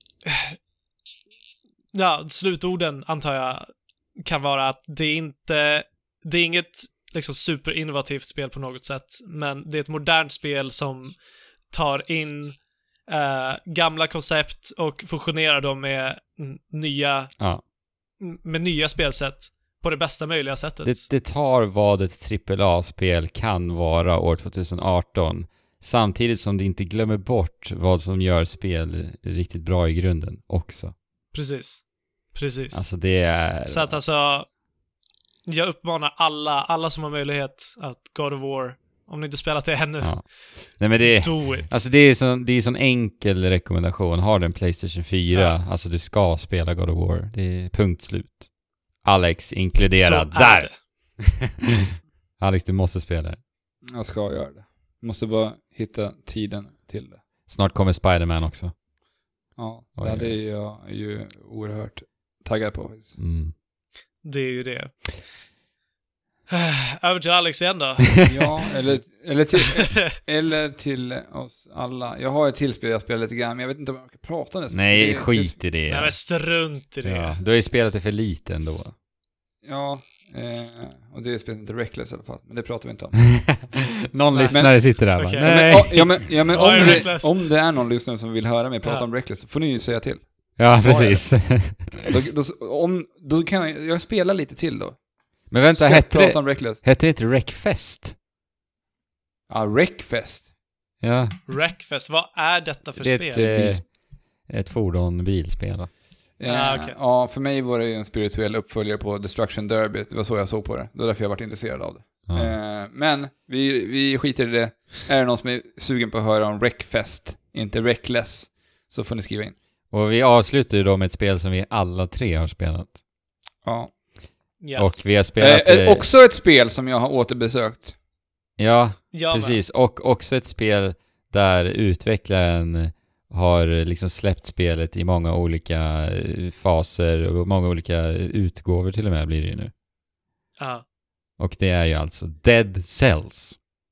Ja, slutorden antar jag kan vara att det är inte... Det är inget liksom superinnovativt spel på något sätt, men det är ett modernt spel som tar in eh, gamla koncept och fusionera dem med n- nya Ja. med nya spelsätt på det bästa möjliga sättet. Det, det tar vad ett trippel A-spel kan vara år tjugo arton, samtidigt som det inte glömmer bort vad som gör spel riktigt bra i grunden också. Precis. Precis. Alltså det är... Så att alltså, jag uppmanar alla, alla som har möjlighet att God of War, om ni inte spelat det ännu, Ja. Nej, men det, do it. alltså det är sån, det är sån enkel rekommendation. Har du en PlayStation fyra, Ja. alltså du ska spela God of War. Det är punkt slut. Alex inkluderad Så är där. det. Alex, du måste spela det. Jag ska göra det. Måste bara hitta tiden till det. Snart kommer Spider-Man också. Ja, Oj, det oj. hade jag ju oerhört taggad på faktiskt. Mm. Det är ju det. Över till Alex igen då. Ja, eller, eller, till, eller till oss alla. Jag har ett till spel jag spelar lite grann, men jag vet inte om jag kan prata nästan. Nej, Det- skit i det. Nej men strunt i det. Ja, du har ju spelat det för lite ändå. Ja, eh, och det är spelet inte Reckless i alla fall, men det pratar vi inte om. Någon Nej. lyssnare sitter där Okej. va? Ja, men, Nej. ja, ja, men, ja, men Vad är om, det, Reckless? om det är någon lyssnare som vill höra mig prata Ja. om Reckless, så får ni ju säga till. Ja, Så tar jag precis. Då, då, om, då kan jag, jag spela lite till då. Men vänta, Ska jag hette prata det, om Reckless? hette det inte Wreckfest? Ja, Wreckfest. Ja, Wreckfest, vad är detta för det är spel? ett, eh, ett fordon bilspel va? Eh, Ah, okej. Ja, för mig var det ju en spirituell uppföljare på Destruction Derby. Det var så jag såg på det. Det var därför jag varit intresserad av det. Ja. Eh, men vi, vi skiter i det. Är det någon som är sugen på att höra om Wreckfest, inte Reckless, så får ni skriva in. Och vi avslutar ju då med ett spel som vi alla tre har spelat. Ja. Ja, Och vi har spelat... Eh, eh, eh, också ett spel som jag har återbesökt. Ja, jag med. precis. Och också ett spel där utvecklaren har liksom släppt spelet i många olika eh, faser och många olika utgåvor till och med blir det ju nu. Ja. Och det är ju alltså Dead Cells.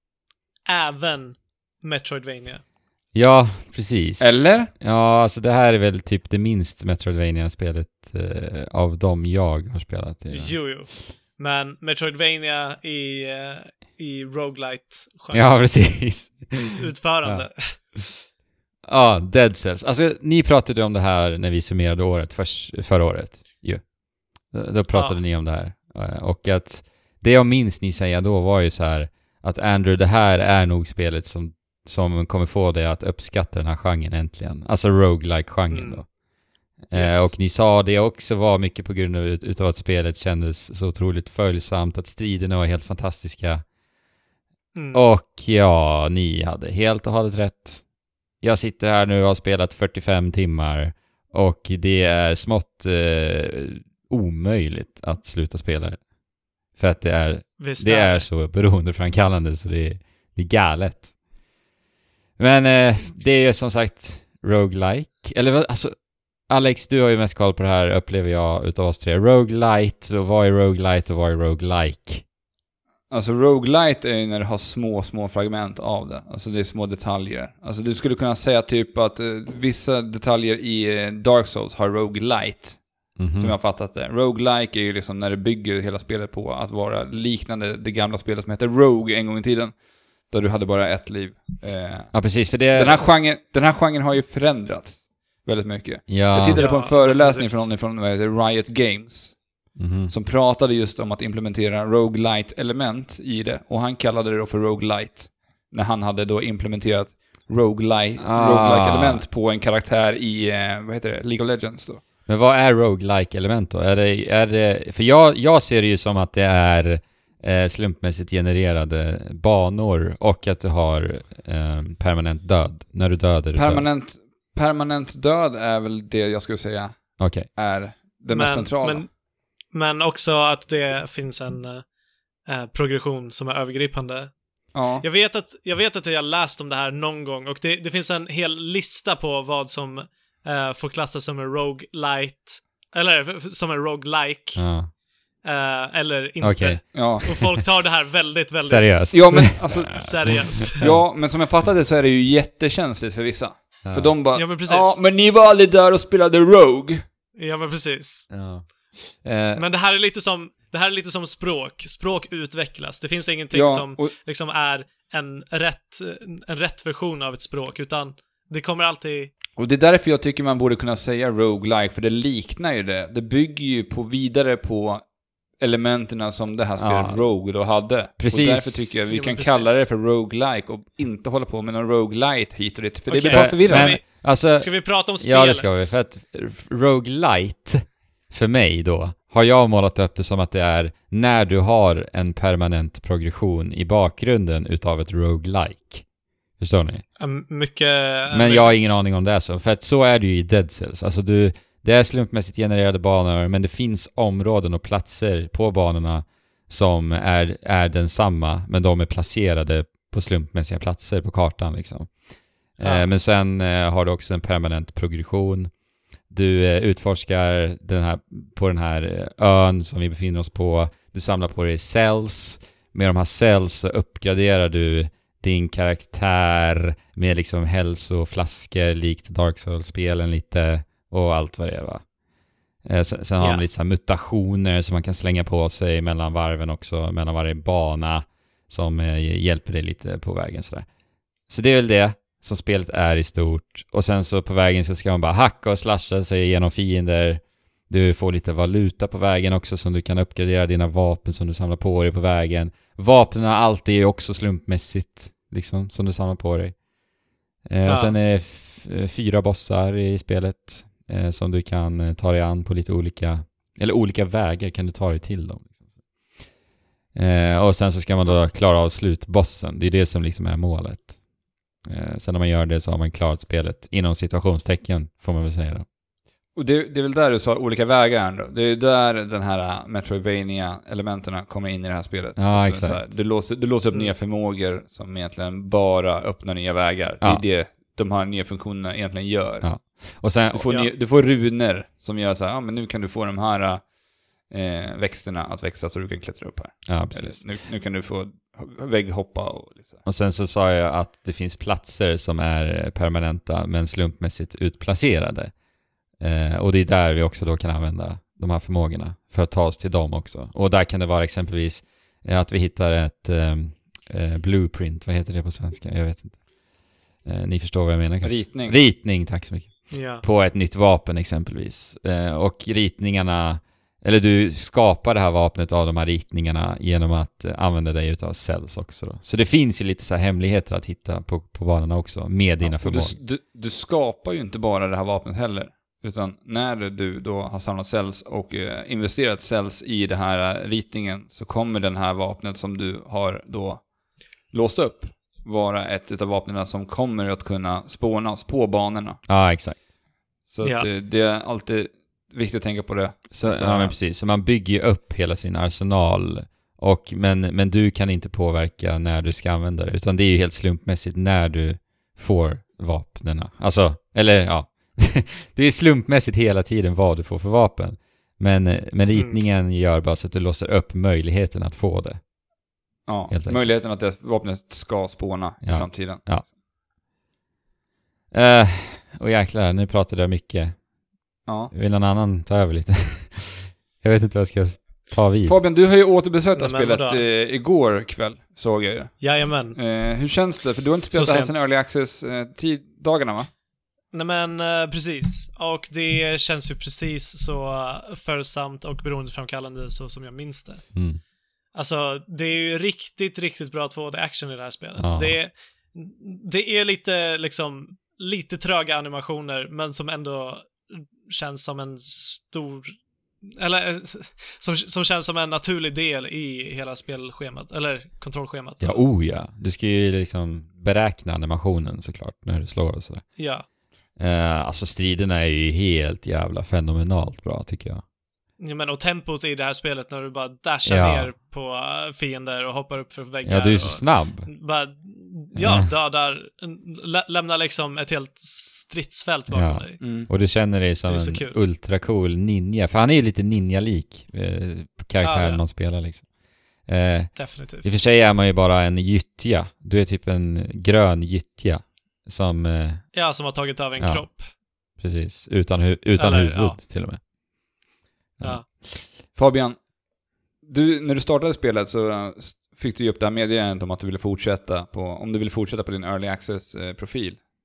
Även Metroidvania. Ja, precis. Eller? Ja, alltså det här är väl typ det minst Metroidvania-spelet eh, av dem jag har spelat i. Jo, jo. Men Metroidvania i, eh, i roguelite Ja, precis. utförande. Ja, Dead Cells. Alltså, ni pratade om det här när vi summerade året för, förra året. Ju. Då, då pratade Ja. ni om det här. Eh, Och att det jag minns ni säga då var ju så här att Andrew, det här är nog spelet som, som kommer få dig att uppskatta den här genren äntligen. Alltså roguelike-genren Mm. då. Yes. Eh, och ni sa det också var mycket på grund av ut, utav att spelet kändes så otroligt följsamt, att striderna var helt fantastiska. Mm. Och ja, ni hade helt och hållet rätt. Jag sitter här nu och har spelat fyrtiofem timmar och det är smått eh, omöjligt att sluta spela det. För att det är, Visst det är så beroendeframkallande så det är, det är galet. Men eh, det är som sagt roguelike. Eller vad- alltså Alex, du har ju mest koll på det här, upplever jag, utav oss tre. Roguelite, och vad är roguelite och vad är roguelike? Alltså roguelite är ju när du har små, små fragment av det. Alltså det är små detaljer. Alltså du skulle kunna säga typ att eh, vissa detaljer i eh, Dark Souls har roguelite. Mhm. Som jag har fattat det. Roguelike är ju liksom när du bygger hela spelet på att vara liknande det gamla spelet som heter Rogue en gång i tiden. Där du hade bara ett liv. Eh, Ja, precis, för det... den, här genren, den här genren har ju förändrats väldigt mycket. Ja. Jag tittade på en Ja, föreläsning definitivt. från någon från vad heter, Riot Games. Mhm. Som pratade just om att implementera roguelite-element i det. Och han kallade det då för roguelite. När han hade då implementerat roguelite, Ah. roguelike-element på en karaktär i, eh, vad heter det, League of Legends då. Men vad är roguelike element då? Är det, är det, för jag, jag ser det ju som att det är eh, slumpmässigt genererade banor och att du har eh, permanent död. När du dödar du död. Permanent, permanent död är väl det jag skulle säga Okej. är det mest centrala. Men, men också att det finns en eh, progression som är övergripande. ja. Jag vet att jag vet att jag har läst om det här någon gång och det, det finns en hel lista på vad som eh, får klassas som en roguelite eller som en roguelike Ja. eh, eller inte. Okej. Ja. Och folk tar det här väldigt, väldigt Seriöst. ja, men alltså, seriöst. ja, men som jag fattade så är det ju jättekänsligt för vissa. Ja. För de bara, Ja, men precis. ja, men ni var aldrig där och spelade Rogue. Ja, men precis. Ja. Eh, Men det här är lite som det här är lite som språk. Språk utvecklas. Det finns ingenting Ja, som och, liksom är en rätt, en rätt version av ett språk, utan Det kommer alltid... Och det är därför jag tycker man borde kunna säga roguelike, för det liknar ju det. Det bygger ju på vidare på elementerna som det här spelet Ja. Rogue då hade. Precis. Och därför tycker jag vi Jo, kan men precis. kalla det för roguelike och inte hålla på med någon roguelite hit och dit, för det Okej, blir bara ska förvirrande. vi- Alltså, Ska vi prata om spelet? ja, det ska vi. För att roguelite, för mig då, har jag målat upp det som att det är när du har en permanent progression i bakgrunden utav ett roguelike. Förstår ni? Ja, mycket... Men jag har ingen aning om det är så. För att så är det ju i Dead Cells. Alltså du, det är slumpmässigt genererade banor, men det finns områden och platser på banorna som är, är densamma, men de är placerade på slumpmässiga platser på kartan liksom. Ja. Eh, men sen eh, har du också en permanent progression. Du eh, utforskar den här, på den här eh, ön som vi befinner oss på. Du samlar på dig cells. Med de här cells så uppgraderar du din karaktär med liksom hälsoflaskor likt Dark Souls-spelen lite och allt vad det är, va. Eh, sen, sen har Ja. man lite så här mutationer som man kan slänga på sig mellan varven också, mellan varje bana som eh, hjälper dig lite på vägen sådär. Så det är väl det som spelet är i stort. Och sen så på vägen så ska man bara hacka och slasha sig genom fiender. Du får lite valuta på vägen också som du kan uppgradera dina vapen som du samlar på dig på vägen. Vapnen alltid är också slumpmässigt liksom, som du samlar på dig. Eh, Ja. och sen är det f- fyra bossar i spelet eh, som du kan eh, ta dig an på lite olika, eller olika vägar kan du ta dig till dem. Liksom. Eh, och sen så ska man då klara av slutbossen. Det är det som liksom är målet. Eh, sen när man gör det så har man klarat spelet inom situationstecken, får man väl säga då. Och det, det är väl där du sa olika vägar ändå. Det är där den här Metroidvania-elementerna kommer in i det här spelet. Ja, Så så här, exakt. du, låser, du låser upp Mm. nya förmågor som egentligen bara öppnar nya vägar. Ja. Det är det de här nya funktionerna egentligen gör. Ja. Och sen, Du, får Ja. ny, du får runor som gör så här, ja men nu kan du få de här eh, växterna att växa så du kan klättra upp här. ja, precis. Eller, nu, nu kan du få vägghoppa och liksom. Och sen så sa jag att det finns platser som är permanenta men slumpmässigt utplacerade. Eh, och det är där vi också då kan använda de här förmågorna för att ta oss till dem också. Och där kan det vara exempelvis eh, att vi hittar ett eh, eh, blueprint, vad heter det på svenska? Jag vet inte. Eh, ni förstår vad jag menar kanske? Ritning. Ritning, tack så mycket. Ja. På ett nytt vapen exempelvis. Eh, och ritningarna, eller du skapar det här vapnet av de här ritningarna genom att eh, använda dig utav cells också då. Så det finns ju lite så här hemligheter att hitta på, på banorna också med dina Ja, och förmågor. du, du, du skapar ju inte bara det här vapnet heller. Utan när du då har samlat cells och eh, investerat cells i den här eh, ritningen så kommer den här vapnet som du har då låst upp vara ett utav vapnen som kommer att kunna spånas på banorna. Ja, exakt. Så att, Ja. eh, det är alltid viktigt att tänka på det. Så, Så- ja, men precis. Så man bygger ju upp hela sin arsenal. Och, men, men du kan inte påverka när du ska använda det. Utan det är ju helt slumpmässigt när du får vapnena. Alltså, eller ja. Det är slumpmässigt hela tiden vad du får för vapen. Men, men ritningen gör bara så att du låser upp möjligheten att få det. Ja, Helt enkelt. möjligheten att det vapnet ska spåna i Ja. framtiden. Ja. Uh, och jäklar, nu pratade jag mycket. Ja. Vill någon annan ta över lite? Jag vet inte vad jag ska ta vid. Fabian, du har ju återbesökt det här Nej, men spelet vadå? eh, igår kväll, såg jag ju. Jajamän. Eh, hur känns det? För du har inte spelat Så det här sedan sent. Early Access-dagarna, va? Nej men eh, precis. Och det känns ju precis så uh, följsamt och beroendeframkallande så som jag minns det. Mm. Alltså, det är ju riktigt, riktigt bra två D-action i det här spelet. Ja. Det, det är lite, liksom, lite tröga animationer, men som ändå känns som en stor... Eller, eh, som, som känns som en naturlig del i hela spelschemat, eller kontrollschemat. Ja, oh ja. Du ska ju liksom beräkna animationen såklart när du slår och sådär. Ja. Eh, alltså striderna är ju helt jävla fenomenalt bra tycker jag. Ja, men och tempot i det här spelet när du bara dashar Ja. ner på uh, fiender och hoppar upp för väggar. Ja, du är så och snabb. bara, ja, dödar, lä lämnar liksom ett helt stridsfält bakom Ja. dig. Mm. Och du känner dig som Det är så en kul. ultracool ninja. För han är ju lite ninja-lik eh, karaktären Ja, ja. man spelar liksom. Eh, Definitivt. I och för sig är man ju bara en gyttja. Du är typ en grön gyttja. Som, eh, Ja, som har tagit över en Ja. kropp. precis, utan, hu utan Eller, huvud ja. till och med. Ja. Fabian, du, när du startade spelet så eh, fick du ju upp det här meddelandet om att du ville fortsätta på, om du ville fortsätta på din Early Access-profil.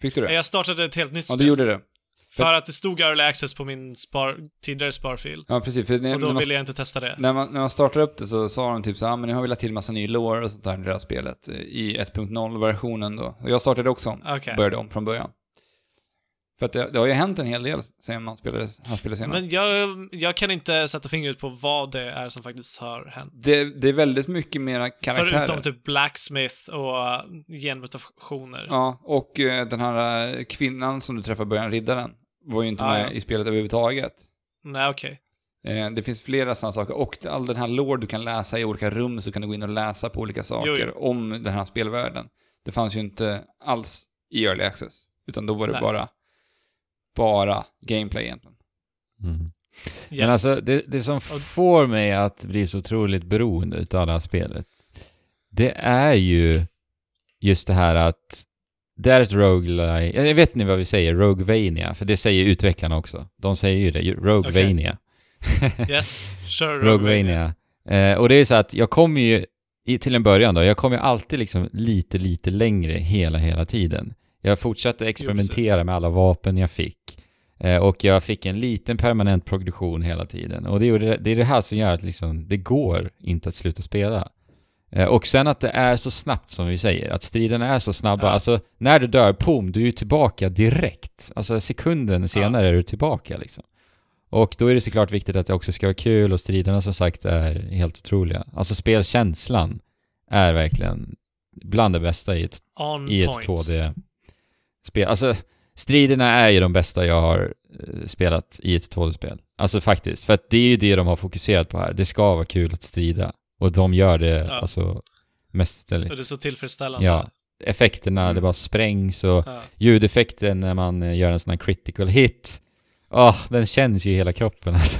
Fick du det? Jag startade ett helt nytt Ja, spel. du gjorde det. För att det stod early access på min spar, tidigare sparfil. Ja, precis. För när, Och då när, man, ville jag inte testa det. när, man, när man startade upp det så sa de typ så här, ah, men ni har velat till massa ny lore och sånt där i det här spelet i ett punkt noll-versionen då. Och jag startade också om. Okej. Började om från början. För att det, det har ju hänt en hel del sen man spelade, han spelade senare. Men jag, jag kan inte sätta fingret på vad det är som faktiskt har hänt. Det, det är väldigt mycket mera karaktärer. Förutom typ Blacksmith och genmutationer. Ja, och eh, den här eh, kvinnan som du träffade i början, riddaren, var ju inte Ah, med ja. i spelet överhuvudtaget. Nej, okej. Eh, det finns flera sådana saker. Och det- all den här lore du kan läsa i olika rum, så kan du gå in och läsa på olika saker Jo, jo. om den här spelvärlden. Det fanns ju inte alls i Early Access. Utan då var det Nej. bara bara gameplay egentligen. Mm. Yes. Men alltså, det, det som får mig att bli så otroligt beroende utav det här spelet, det är ju just det här att det är ett roguelike. Jag vet inte vad vi säger, Roguevania, för det säger utvecklarna också. De säger ju det, Roguevania. Yes, sure. Roguevania. Eh, och det är så att jag kommer ju, i, till en början då, jag kommer ju alltid liksom lite, lite längre hela, hela tiden. Jag fortsatte experimentera Jo, med alla vapen jag fick. Eh, och jag fick en liten permanent progression hela tiden. Och det, gjorde, det är det här som gör att liksom, det går inte att sluta spela. Eh, och sen att det är så snabbt som vi säger. Att striderna är så snabba. Ja. Alltså, när du dör, pum, du är ju tillbaka direkt. Alltså sekunden senare Ja. är du tillbaka liksom. Och då är det såklart viktigt att det också ska vara kul. Och striderna som sagt är helt otroliga. Alltså spelkänslan är verkligen bland det bästa i ett, On i ett point. två D-spel. Alltså, striderna är ju de bästa jag har eh, spelat i ett två D-spel. Alltså faktiskt. För att det är ju det de har fokuserat på här. Det ska vara kul att strida. Och de gör det Ja. alltså mästerligt. Och det är så tillfredsställande. Ja. Effekterna, Mm. det bara sprängs och Ja. ljudeffekten när man eh, gör en sån här critical hit. Åh, den känns ju i hela kroppen alltså.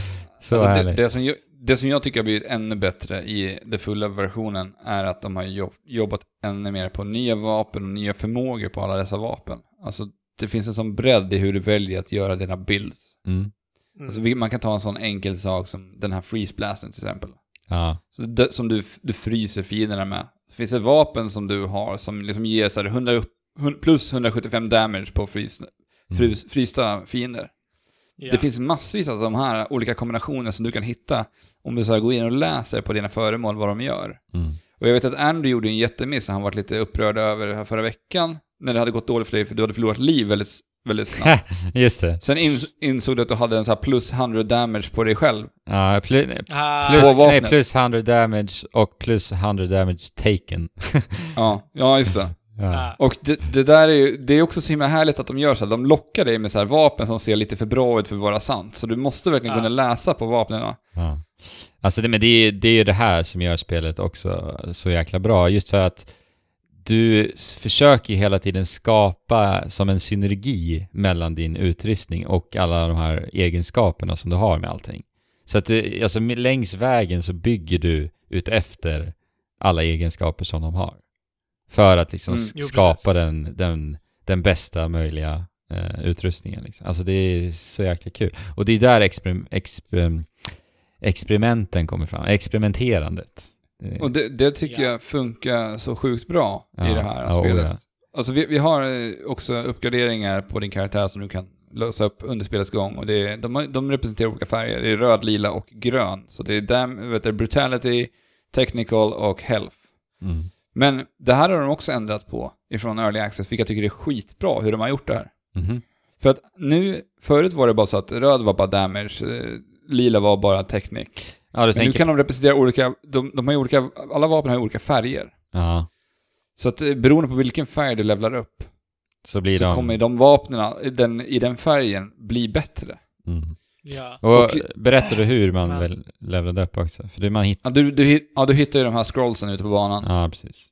Så Alltså det, härligt. det, som jag, det som jag tycker har blivit ännu bättre i den fulla versionen är att de har jobb, jobbat ännu mer på nya vapen och nya förmågor på alla dessa vapen. Alltså det finns en sån bredd i hur du väljer att göra dina builds. Mm. Mm. Alltså vi- man kan ta en sån enkel sak som den här freeze blasten till exempel. Ja. Så det, som du, du fryser fienderna med. Det finns ett vapen som du har som liksom ger så här hundra upp, hun- plus hundrasjuttiofem damage på frys, frys, frysta fiender. Ja. Det finns massvis av de här olika kombinationer som du kan hitta om du så här går in och läser på dina föremål vad de gör. Mm. Och jag vet att Andrew gjorde en jättemiss, han var lite upprörd över det här förra veckan när det hade gått dåligt för dig för du hade förlorat liv väldigt, väldigt snabbt. Just det. Sen ins- insåg du att du hade en så här plus hundra damage på dig själv. Ja, plus, Ah, På plus, nej, vapnet. plus hundra damage och plus hundra damage taken. Ja, ja just det. Ja. ah. Och det, det där är ju, det är också så himla härligt att de gör så här. De lockar dig med så här vapen som ser lite för bra ut för att vara sant. Så du måste verkligen Ja. kunna läsa på vapnen. Ja. Alltså det, men det är, det är ju det här som gör spelet också så jäkla bra. Just för att du s- försöker hela tiden skapa som en synergi mellan din utrustning och alla de här egenskaperna som du har med allting. Så att du, alltså längs vägen så bygger du ut efter alla egenskaper som de har. För att liksom Mm. s- Jo, skapa precis. den, den, den bästa möjliga eh, utrustningen. Liksom. Alltså det är så jäkla kul. Och det är där exper- exper- experimenten kommer fram. Experimenterandet. Det- Och det, det tycker Ja. jag funkar så sjukt bra Ja, i det här ja, spelet. ja. Alltså vi, vi har eh, också uppgraderingar på din karaktär som du kan lösa upp under spelets gång. Och det är, de, har- de representerar olika färger. Det är röd, lila och grön. Så det är dam, vet du, brutality, technical och health. Mm. Men det här har de också ändrat på ifrån Early Access, vilket jag tycker är skitbra hur de har gjort det här. Mhm. För att nu, förut var det bara så att röd var bara damage, eh, lila var bara teknik. Ja, du Men nu tänker... kan de representera olika, de, de har ju olika, alla vapen har ju olika färger. Ja, Så att eh, beroende på vilken färg du levlar upp så blir så de... kommer de vapnen den, i den färgen bli bättre. Mm. Ja. Och, Och- berättar du hur man Men- väl levlade upp också? För det man hittar... Ja, du, du, hit- ja, du hittar ju de här scrollsen ute på banan. Ja, precis.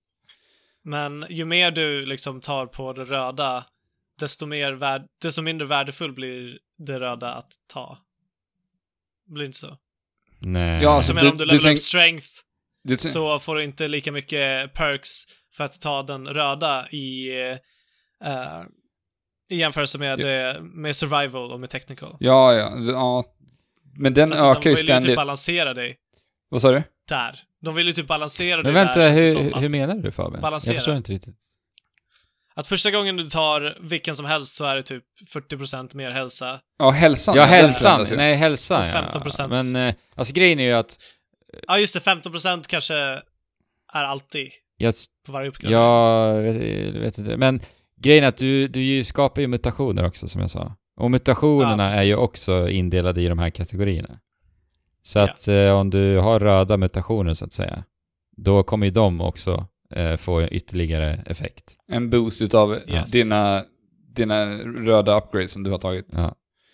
Men ju mer du liksom tar på det röda, desto, mer värd, desto mindre värdefull blir det röda att ta. Blir inte så? Nej. Ja, Så alltså, men du- om du du levelar tänk- upp strength Du, så får du inte lika mycket perks för att ta den röda i, eh, i jämförelse med, eh, med survival och med technical. ja, ja, ja. Men den Så att ökar de ju vill ju ständigt. typ balansera dig Vad sa du? där. De vill ju typ balansera dig Men vänta, där, känns det hur, som, hur att menar du Fabian? balansera. Jag förstår inte riktigt. Att första gången du tar vilken som helst så är det typ fyrtio procent mer hälsa. Ja, hälsan. Ja, den hälsan. förändras ju. Nej, hälsan. Och femton procent. Ja. Men eh, alltså grejen är ju att Ja, just det. femton procent kanske är alltid jag, på varje uppgradering. jag vet, vet inte. Men grejen är att du, du ju skapar ju mutationer också, som jag sa. Och mutationerna Ja, är ju precis. också indelade i de här kategorierna. Så Ja. att eh, om du har röda mutationer så att säga, då kommer ju de också eh, få ytterligare effekt. En boost utav Yes. dina, dina röda upgrades som du har tagit. Ja.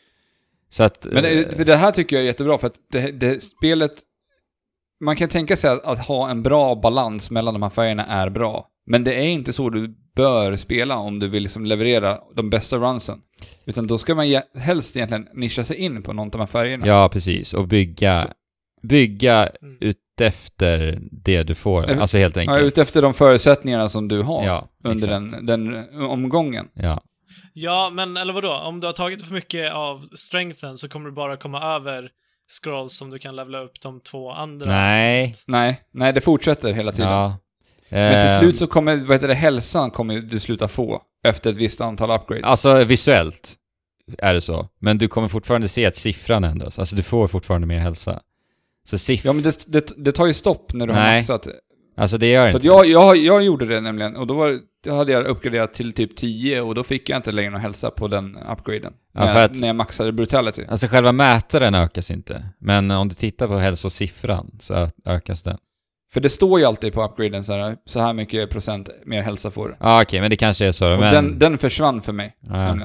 Så att... Men det, för det här tycker jag är jättebra, för att det, det spelet... Man kan tänka sig att, att ha en bra balans mellan de här färgerna är bra. Men det är inte så du bör spela om du vill liksom leverera de bästa runsen. Utan då ska man ge, helst egentligen nischa sig in på någon av de här färgerna. Ja, precis. Och bygga, Så- bygga Mm. utefter det du får. Ef- Alltså helt Ja, enkelt. utefter de förutsättningarna som du har Ja, under exakt. den, den omgången. Ja. Ja, men eller vadå? Om du har tagit för mycket av strengthen så kommer du bara komma över scrolls som du kan levela upp de två andra. Nej. Nej, nej, det fortsätter hela tiden. Ja. Men till Eh, slut så kommer, vad heter det, hälsan kommer du sluta få efter ett visst antal upgrades. Alltså visuellt är det så. Men du kommer fortfarande se att siffran ändras. Alltså du får fortfarande mer hälsa. Så siff... Ja, men det, det, det tar ju stopp när du har Nej. maxat. Alltså det gör För att inte. jag, jag, jag gjorde det nämligen, och då, var, då hade jag uppgraderat till typ tio, och då fick jag inte längre någon hälsa på den upgraden. Ja, när, för att- när jag maxade brutality. Alltså själva mätaren ökas inte. Men om du tittar på hälsosiffran så ö- ökas den. För det står ju alltid på upgraden så här, så här mycket procent mer hälsa får du. Ja okej, men det kanske är så. Och Men... den, den försvann för mig. ja, Nämligen.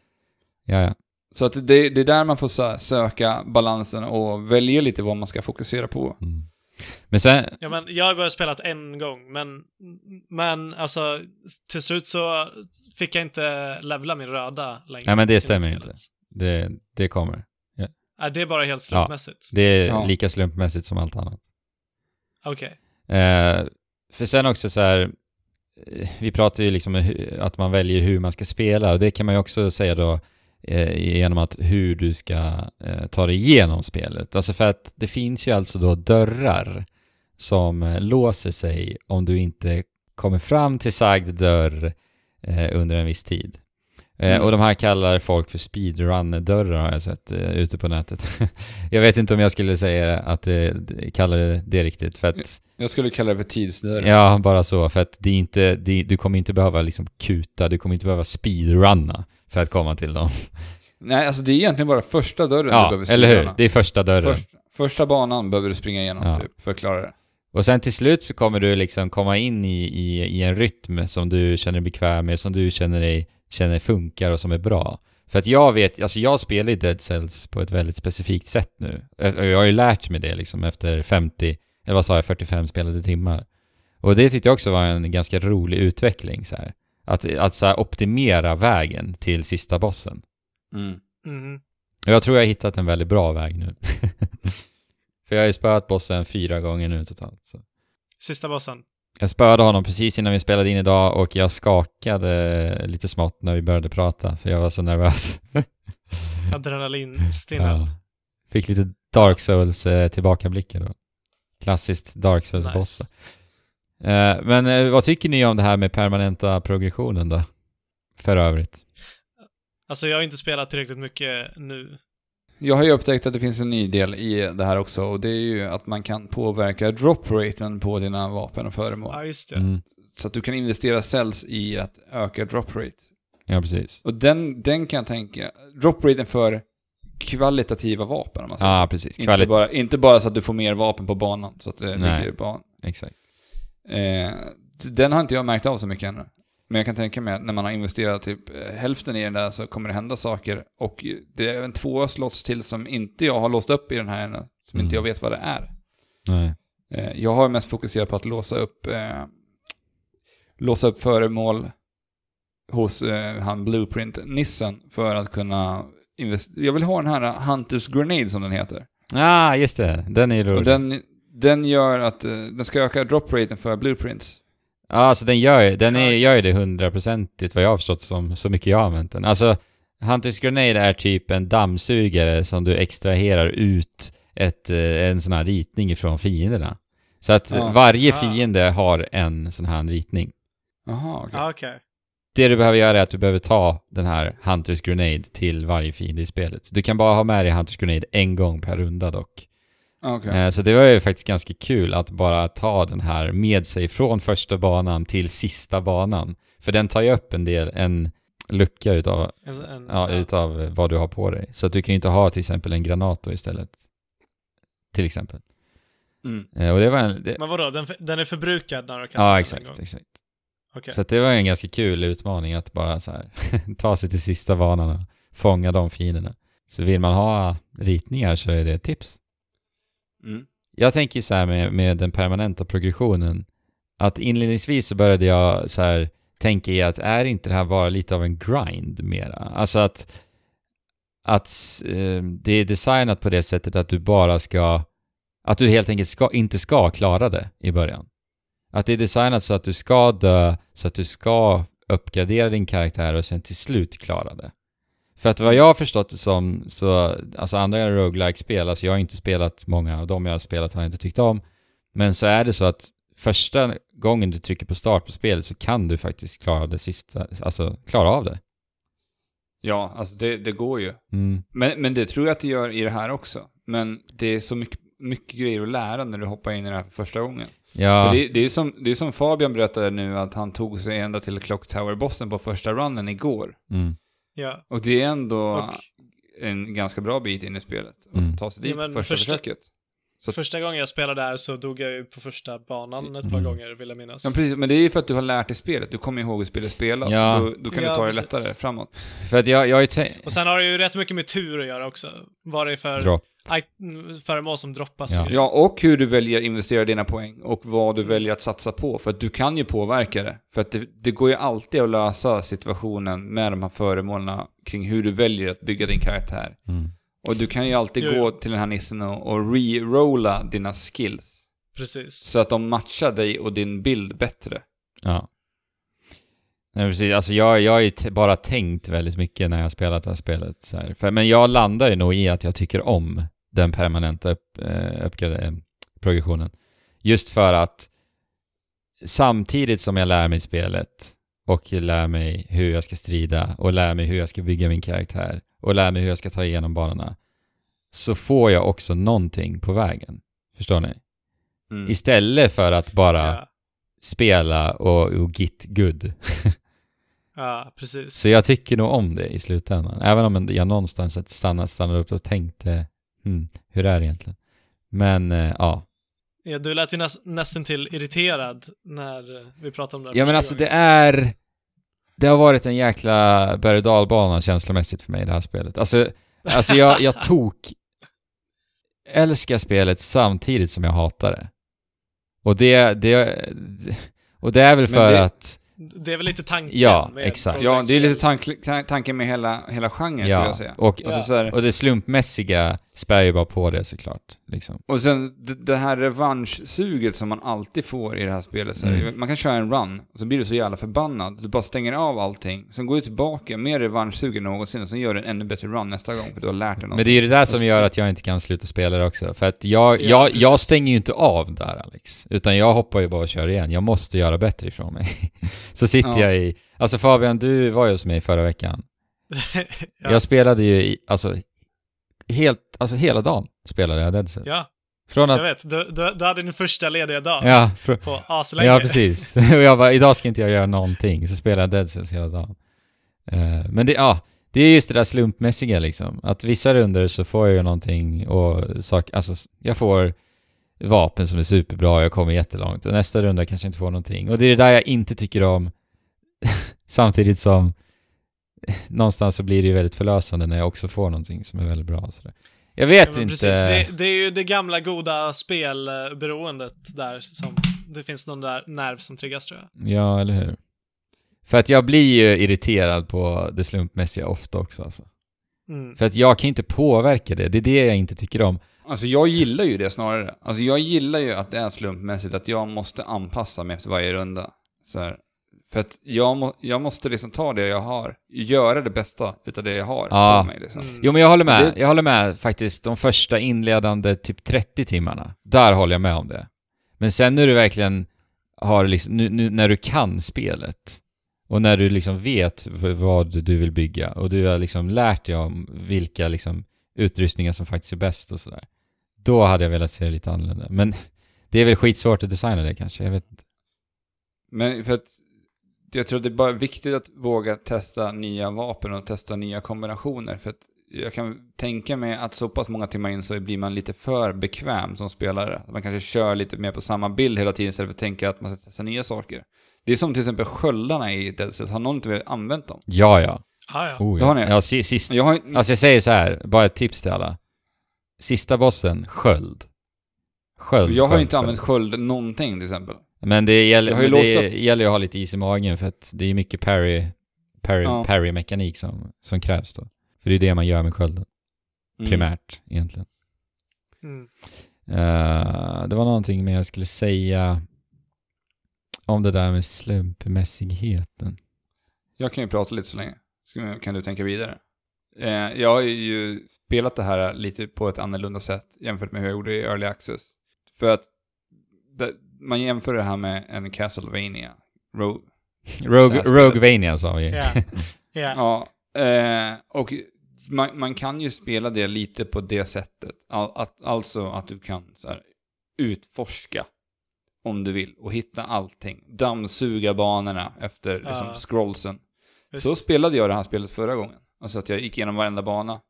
ja, ja. Så att det, det är där man får så här, söka balansen och välja lite vad man ska fokusera på. Mm. Men sen... Ja, men jag har bara spelat en gång, men, men alltså till slut så fick jag inte levla min röda längre. Nej, men det i stämmer spelet. inte. Det, det kommer. Är det bara helt slumpmässigt? Det är Ja. lika slumpmässigt som allt annat. Okej. Eh, för sen också så här, eh, vi pratar ju liksom om hu- att man väljer hur man ska spela, och det kan man ju också säga då eh, genom att hur du ska eh, ta dig igenom spelet. Alltså för att det finns ju alltså då dörrar som eh, låser sig om du inte kommer fram till sagd dörr eh, under en viss tid. Eh, Mm. Och de här kallar folk för speedrun-dörrar har jag sett eh, ute på nätet. Jag vet inte om jag skulle säga att det, det, kallar det, det riktigt, för att Jag skulle kalla det för tidsdörr. ja, bara så, för att det är inte, det, du kommer inte behöva liksom kuta, du kommer inte behöva speedrunna för att komma till dem. Nej, alltså det är egentligen bara första dörren du Ja, behöver eller hur? igenom. Det är första dörren. Först, första banan behöver du springa igenom Ja. typ, för att klara det. Och sen till slut så kommer du liksom komma in i, i, i en rytm som du känner dig bekväm med, som du känner dig känner funkar och som är bra. För att jag vet, alltså jag spelar ju Dead Cells på ett väldigt specifikt sätt nu. Och jag har ju lärt mig det liksom efter femtio, eller vad sa jag, fyrtiofem spelade timmar. Och det tyckte jag också var en ganska rolig utveckling så här. Att, att så här optimera vägen till sista bossen. Mm. Mhm. Och jag tror jag har hittat en väldigt bra väg nu. För jag har ju spöat bossen fyra gånger nu totalt. Så. Sista bossen. Jag spöade honom precis innan vi spelade in idag och jag skakade lite smått när vi började prata för jag var så nervös. Adrenalinstinnad. Ja. Fick lite Dark Souls eh, tillbakablickar då. Klassiskt Dark Souls-boss. Nice. Eh, men eh, vad tycker ni om det här med permanenta progressionen då? För övrigt. Alltså jag har inte spelat tillräckligt mycket nu. Jag har ju upptäckt att det finns en ny del i det här också, och det är ju att man kan påverka drop-raten på dina vapen och föremål. Ja, just det. Mm. Så att du kan investera cells i att öka drop-rate. Ja, precis. Och den, den kan jag tänka, drop-raten för kvalitativa vapen, om man säger Ja, så. precis. Inte Kvalit- bara, inte bara så att du får mer vapen på banan, så att det Nej. ligger i banan. Exakt. Eh, den har inte jag märkt av så mycket ännu. Men jag kan tänka mig att när man har investerat typ eh, hälften i den där så kommer det hända saker. Och det är en två slots till som inte jag har låst upp i den här ännu. Som Mm. inte jag vet vad det är. Nej. Eh, jag har mest fokuserat på att låsa upp eh, låsa upp föremål hos eh, han Blueprint-nissen för att kunna investera. Jag vill ha den här Hunters Grenade som den heter. Ah, just det. Den är ju rolig. Och den, den gör att eh, den ska öka drop-raten för Blueprints. Ja, alltså den gör ju, den är, gör ju det hundraprocentigt vad jag har förstått som så mycket jag har använt den. Alltså, Hunters Grenade är typ en dammsugare som du extraherar ut ett, eh, en sån här ritning ifrån fienderna. Så att Ja. varje Ah. fiende har en sån här ritning. Jaha, okej. Ja, okej. det du behöver göra är att du behöver ta den här Hunter's Grenade till varje fiende i spelet. Du kan bara ha med dig Hunter's Grenade en gång per runda dock. Okay. Eh, så det var ju faktiskt ganska kul att bara ta den här med sig från första banan till sista banan. För den tar ju upp en del, en lucka utav, En, en, ja, utav vad du har på dig. Så att du kan ju inte ha till exempel en granat då istället. Till exempel. Mm. Eh, och det var en, det, Men vadå, den, den är förbrukad när du kastar ja, den en exakt, gång? exakt. Okay. Så att det var en ganska kul utmaning att bara så här ta sig till sista banan och fånga de fienderna. Så vill man ha ritningar så är det ett tips. Mm. Jag tänker så här med, med den permanenta progressionen att inledningsvis så började jag så här tänka i att är inte det här bara lite av en grind mera? Alltså att att eh, det är designat på det sättet att du bara ska att du helt enkelt ska, inte ska klara det i början. Att det är designat så att du ska dö, så att du ska uppgradera din karaktär och sen till slut klara det. För att vad jag har förstått det som, så, alltså andra roguelike-spel, alltså jag har inte spelat många av dem jag har spelat har jag inte tyckt om, men så är det så att första gången du trycker på start på spelet så kan du faktiskt klara det sista, alltså klara av det. Ja, alltså det, det går ju. Mm. Men, men det tror jag att det gör i det här också. Men det är så mycket, mycket grejer att lära när du hoppar in i det här för första gången. Ja. För det, det, är som, det är som Fabian berättade nu att han tog sig ända till Clock Tower-bossen på första runnen igår. Mm. Ja. Och det är ändå Och, en ganska bra bit in i spelet. Och Mm. så ta sig dit Ja, men första, första- försöket. Så, första gången jag spelade där så dog jag ju på första banan ett par Mm. gånger, vill jag minnas. ja, precis, men det är ju för att du har lärt dig spelet. Du kommer ihåg hur spelet spelas. Ja. Då, då kan Ja, du ta det precis. lättare framåt. För att jag, jag är te- Och sen har det ju rätt mycket med tur att göra också. Vad det är för Drop. i- föremål som droppas. Ja. Ja, och hur du väljer att investera dina poäng och vad du väljer att satsa på. För att du kan ju påverka det. För att det, det går ju alltid att lösa situationen med de här föremålen kring hur du väljer att bygga din karaktär. Mm. Och du kan ju alltid Jo, gå jo. till den här nissen och, och re-rolla dina skills. Precis. Så att de matchar dig och din bild bättre. Ja. Nej, precis. Alltså jag, jag har ju t- bara tänkt väldigt mycket när jag har spelat det här spelet. Så här. För, men jag landar ju nog i att jag tycker om den permanenta upp, eh, uppgrad- progressionen. Just för att samtidigt som jag lär mig spelet och lär mig hur jag ska strida och lär mig hur jag ska bygga min karaktär och lär mig hur jag ska ta igenom banorna, så får jag också någonting på vägen. Förstår ni? Mm. Istället för att bara Ja. spela och, och get good. Ja, precis. Så jag tycker nog om det i slutändan. Även om jag någonstans stannade, stannade upp och tänkte hmm, hur är det egentligen? Men eh, ja. Ja, du lät ju näs- nästan till irriterad när eh, vi pratade om det här Ja men första alltså det gången. är... Det har varit en jäkla berg- och dalbana känslomässigt för mig i det här spelet. Alltså, alltså jag, jag tog... älskar spelet samtidigt som jag hatar det. Och det... det och det är väl Men för det- att... Det är väl lite tanken Ja, med exakt. Ja, det är lite roguelike-spel. tank, tan- tanken med hela, hela genren, skulle Ja, jag säga. och, Alltså, Ja. så här, och det slumpmässiga spär ju bara på det såklart. Liksom. och sen det, det här revanschsuget som man alltid får i det här spelet. Så här, Mm. Man kan köra en run, och så blir du så jävla förbannad. Du bara stänger av allting. Sen går du tillbaka mer revanschsug än någonsin, och sen gör du en ännu bättre run nästa gång, för du har lärt dig något. Men det är ju det där som Alltså, gör det- att jag inte kan sluta spela det också. För att jag, Ja, jag, precis. jag stänger ju inte av där, Alex. Utan jag hoppar ju bara och kör igen. Jag måste göra bättre ifrån mig. Så sitter Ja. jag i... Alltså Fabian, du var ju hos mig förra veckan. ja. Jag spelade ju i... Alltså, helt, alltså hela dagen spelade jag Dead Cells. ja, Från jag att... vet. Du, du, du hade din första lediga dag Ja, fr- på aslänge. ja, precis. Och jag bara, idag ska inte jag göra någonting. Så spelade jag Dead Cells hela dagen. Eh, men det, ja, det är just det där slumpmässiga liksom. Att vissa runder så får jag ju någonting och sak, alltså jag får vapen som är superbra och jag kommer jättelångt. Och nästa runda kanske inte får någonting. Och det är det där jag inte tycker om. Samtidigt som någonstans så blir det ju väldigt förlösande när jag också får någonting som är väldigt bra. Så där. Jag vet Ja, men inte. precis. Det, det är ju det gamla goda spelberoendet där som... Det finns någon där nerv som triggas, tror jag. Ja, eller hur? För att jag blir ju irriterad på det slumpmässiga ofta också. Alltså. Mm. För att jag kan inte påverka det. Det är det jag inte tycker om. Alltså jag gillar ju det snarare. Alltså jag gillar ju att det är slumpmässigt, att jag måste anpassa mig efter varje runda. Så här. För att jag, må, jag måste liksom ta det jag har, göra det bästa utav det jag har Ja. på mig liksom. Mm. Jo, men jag håller med. Det- Jag håller med faktiskt. De första inledande typ trettio timmarna. Där håller jag med om det. Men sen när du verkligen har liksom, nu, nu när du kan spelet Och när du liksom vet v- vad du vill bygga och du har liksom lärt dig om vilka liksom utrustningar som faktiskt är bäst och sådär. Då hade jag velat se det lite annorlunda. Men det är väl skitsvårt att designa det kanske, jag vet inte. Men för att jag tror det är bara viktigt att våga testa nya vapen och testa nya kombinationer. För att jag kan tänka mig att så pass många timmar in så blir man lite för bekväm som spelare. Man kanske kör lite mer på samma bild hela tiden istället för att tänka att man ska testa nya saker. Det är som till exempel sköldarna i Dead Cells. Har någon inte väl använt dem? Ja, ja. Ah, ja. Oh, Det ja. har ni. Ja, si- sist, Jag har, alltså jag säger så här, bara ett tips till alla. Sista bossen, sköld. Sköld. jag har sköld, inte sköld. använt sköld någonting till exempel. Men det gäller, Jag har ju men det låst upp- gäller ju att ha lite is i magen för att det är mycket parry, parry, Ja. parry-mekanik som, som krävs då. För det är det man gör med skölden, Mm. primärt egentligen. Mm. Uh, det var någonting mer jag skulle säga om det där med slumpmässigheten. Jag kan ju prata lite så länge. Så kan du tänka vidare. Eh, jag har ju spelat det här lite på ett annorlunda sätt jämfört med hur jag gjorde i Early Access. För att det, man jämför det här med en Castlevania. Ro- Rogue, Det här spelet. Roguevania sa vi. Ja. Ja. ja, eh, och man, man kan ju spela det lite på det sättet. All, att, alltså att du kan så här, utforska om du vill och hitta allting. Dammsuga banorna efter liksom, Ja. scrollsen. Visst. Så spelade jag det här spelet förra gången. Alltså att jag gick igenom varenda bana.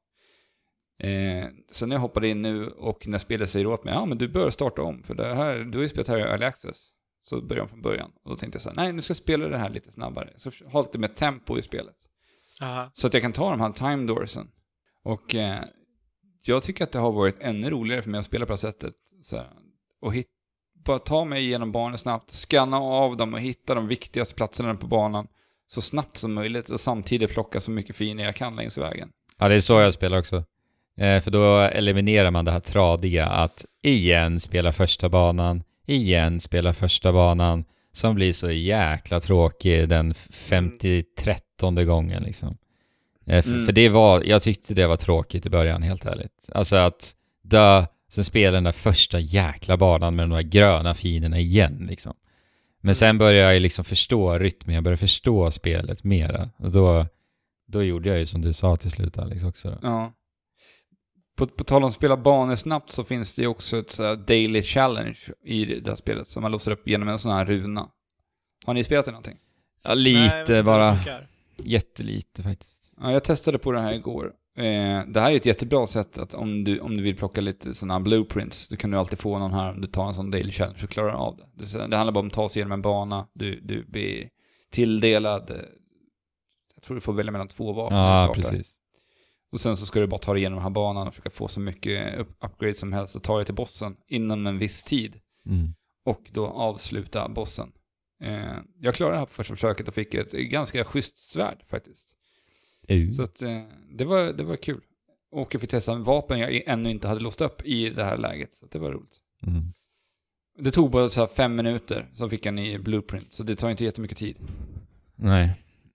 Eh, sen när jag hoppade in nu och när spelet säger åt mig, ja men du bör starta om för det här, du har ju spelat här i Early Access. Så började jag från början. Och då tänkte jag så här, nej nu ska jag spela det här lite snabbare. Så ha lite mer tempo i spelet. Aha. Så att jag kan ta de här time doorsen. Och eh, jag tycker att det har varit ännu roligare för mig att spela på det här sättet. Så här, och hit, bara ta mig igenom banan snabbt, scanna av dem och hitta de viktigaste platserna på banan så snabbt som möjligt och samtidigt plocka så mycket fin jag kan längs vägen. Ja, det är så jag spelar också. Eh, för då eliminerar man det här tradiga att igen spela första banan, igen spela första banan, som blir så jäkla tråkig den femtio-trettonde gången liksom. Eh, för, Mm. för det var, jag tyckte det var tråkigt i början, helt ärligt. Alltså att dö, sen spela den där första jäkla banan med de där gröna finerna igen liksom. Men sen började jag ju liksom förstå rytmen, jag började förstå spelet mera. Och då, då gjorde jag ju som du sa till slut, Alex, också då. Ja. På, på tal om att spela banor snabbt så finns det ju också ett så här daily challenge i det här spelet som man låser upp genom en sån här runa. Har ni spelat det någonting? Ja, Nej, jag vet lite inte hur bara. det funkar. Jättelite faktiskt. Ja, jag testade på det här igår. Eh, det här är ett jättebra sätt att om du, om du vill plocka lite sådana blueprints, då kan du alltid få någon här om du tar en sån daily challenge och klarar av det. Det, det handlar bara om att ta sig igenom en bana, du, du blir tilldelad, eh, jag tror du får välja mellan två vapen när du Ja, startar. precis. Och sen så ska du bara ta dig igenom den här banan och försöka få så mycket up- upgrade som helst och ta dig till bossen inom en viss tid. Mm. Och då avsluta bossen. Eh, jag klarade det här på första försöket och fick ett ganska schysst svärd faktiskt. Uh. Så att, eh, det, var, det var kul. Och jag fick testa en vapen jag ännu inte hade låst upp i det här läget. Så att det var roligt. Mm. Det tog bara så här fem minuter så fick jag en ny blueprint. Så det tar inte jättemycket tid. Nej.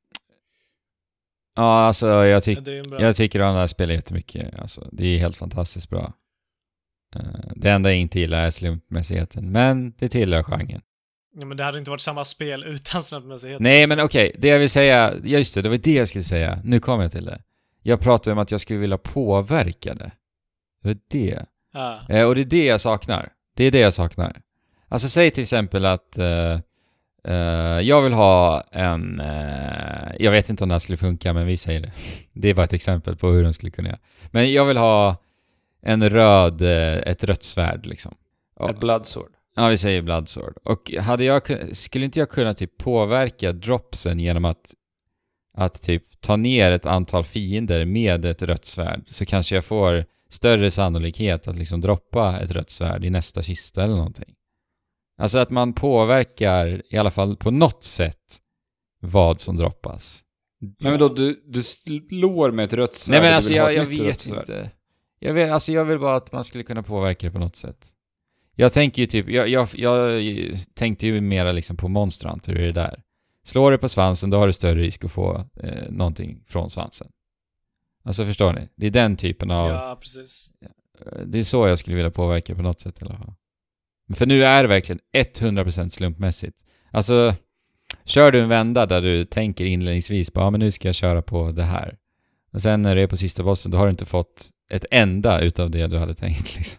Ja, alltså jag, Ja, tyck, det är ju en bra. jag tycker om det här spelet jättemycket. Alltså, det är helt fantastiskt bra. Eh, det enda jag inte gillar är slumpmässigheten. Men det tillhör genren. Ja, men det hade inte varit samma spel utan slumpmässighet. Nej, men okej. Det jag vill säga... Ja, just det. Det var det jag skulle säga. Nu kommer jag till det. Jag pratade om att jag skulle vilja påverka det. Det var det. Ja. Eh, och det är det jag saknar. Det är det jag saknar. Alltså säg till exempel att eh, eh, jag vill ha en... Eh, jag vet inte om det här skulle funka, men vi säger det. Det är bara ett exempel på hur de skulle kunna göra. Men jag vill ha en röd... Eh, ett rött svärd liksom. Ja. Ett bloodsword. Ja, vi säger Bloodsword. Och hade jag, kun- skulle inte jag kunna typ påverka dropsen genom att, att typ ta ner ett antal fiender med ett rött svärd, så kanske jag får större sannolikhet att liksom droppa ett rött svärd i nästa kista eller någonting. Alltså att man påverkar i alla fall på något sätt vad som droppas. Nej, men då, du, du slår med ett rött svärd. Nej, men och du alltså vill ha jag, ett jag nytt rött vet svärd. inte. Jag vet, alltså jag vill bara att man skulle kunna påverka det på något sätt. Jag tänker ju typ, jag, jag, jag tänkte ju mera liksom på Monster Hunter, hur är det där? Slår du på svansen, då har du större risk att få eh, någonting från svansen. Alltså förstår ni? Det är den typen av... Ja, precis. Det är så jag skulle vilja påverka på något sätt i alla fall. För nu är det verkligen hundra procent slumpmässigt. Alltså, kör du en vända där du tänker inledningsvis bara, ja, men nu ska jag köra på det här. Och sen när du är på sista bossen, då har du inte fått ett enda utav det du hade tänkt liksom.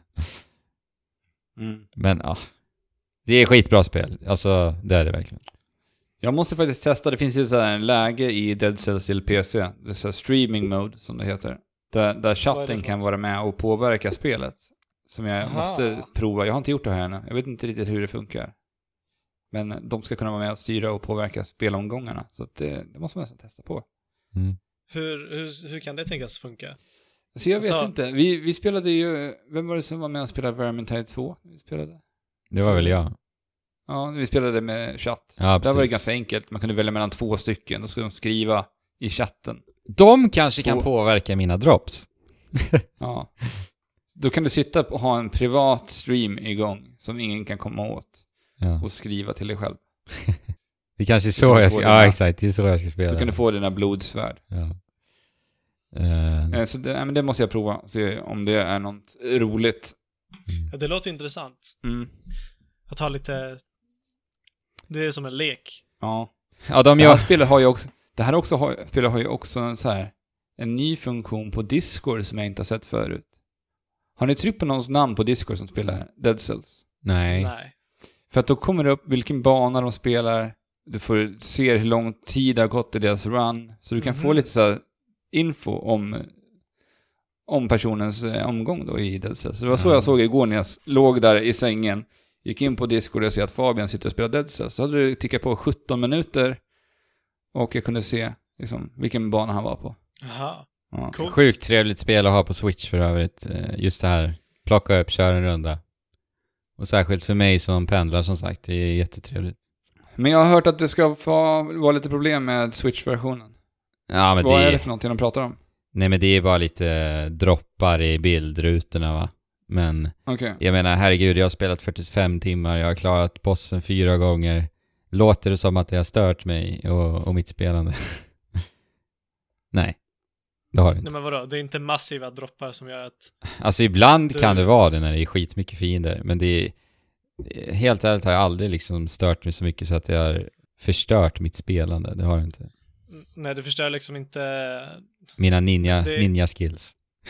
Mm. Men ja, det är skitbra spel. Alltså, det är det verkligen. Jag måste faktiskt testa, det finns ju så här en läge i Dead Cells till P C, det är så här streaming mode som det heter, där, där chatten kan vara med och påverka spelet, som jag Aha. måste prova. Jag har inte gjort det här ännu, jag vet inte riktigt hur det funkar, men de ska kunna vara med och styra och påverka spelomgångarna, så att det, det måste man nästan testa på. Mm. Hur, hur, hur kan det tänkas funka? Så jag vet Alltså- inte, vi, vi spelade ju, vem var det som var med och spelade Vermintide två? Vi spelade? Det var väl jag. Ja, vi spelade med chatt. Ja, Där precis. var det ganska enkelt, man kunde välja mellan två stycken, då skulle de skriva i chatten. De kanske kan Och- påverka mina drops. Ja. Då kan du sitta och ha en privat stream igång som ingen kan komma åt Ja. och skriva till dig själv. Det kanske är Så så, kan du jag få ska... dina- Ja, exakt. Det är så jag ska spela. Så kan du få dina blodsvärd. Ja. Eh, Eh, Så det, ja, men det måste jag prova, se om det är något roligt. Ja, det låter intressant. Mm. Att ha lite... Det är som en lek. Ja. ja, de Det här gör... spelet har ju också, det här också har, spelet har ju också en, så här, en ny funktion på Discord som jag inte har sett förut. Har ni tryckt på någons namn på Discord som spelar Dead Cells? Nej. Nej. För att då kommer det upp vilken bana de spelar. Du får se hur lång tid det har gått i deras run. Så du kan Mhm. få lite så här info om, om personens eh, omgång då i Dead Cells. Så det var så Ja. jag såg igår när jag s- låg där i sängen. Gick in på Discord och ser att Fabian sitter och spelar Dead Cells. Så hade det tickat på sjutton minuter. Och jag kunde se liksom, vilken bana han var på. Jaha. Ja. Coolt. Sjukt trevligt spel att ha på Switch för övrigt. Eh, Just det här. Plocka upp, köra en runda. Och särskilt för mig som pendlar, som sagt. Det är jättetrevligt. Men jag har hört att det ska få vara lite problem med Switch-versionen. Ja, men Vad det är det för någonting de pratar om? Nej, men det är bara lite droppar i bildrutorna, va? Men Okej. jag menar, herregud, jag har spelat fyrtiofem timmar. Jag har klarat bossen fyra gånger. Låter det som att det har stört mig och, och mitt spelande? Nej. Det har det inte. Nej, men vadå? Det är inte massiva droppar som gör att... Alltså ibland Du- kan det vara det när det är skitmycket fiender. Men det är... Helt ärligt har jag aldrig liksom stört mig så mycket så att det har förstört mitt spelande. Det har det inte. Nej, det förstör liksom inte... Mina ninja, Det- ninja skills.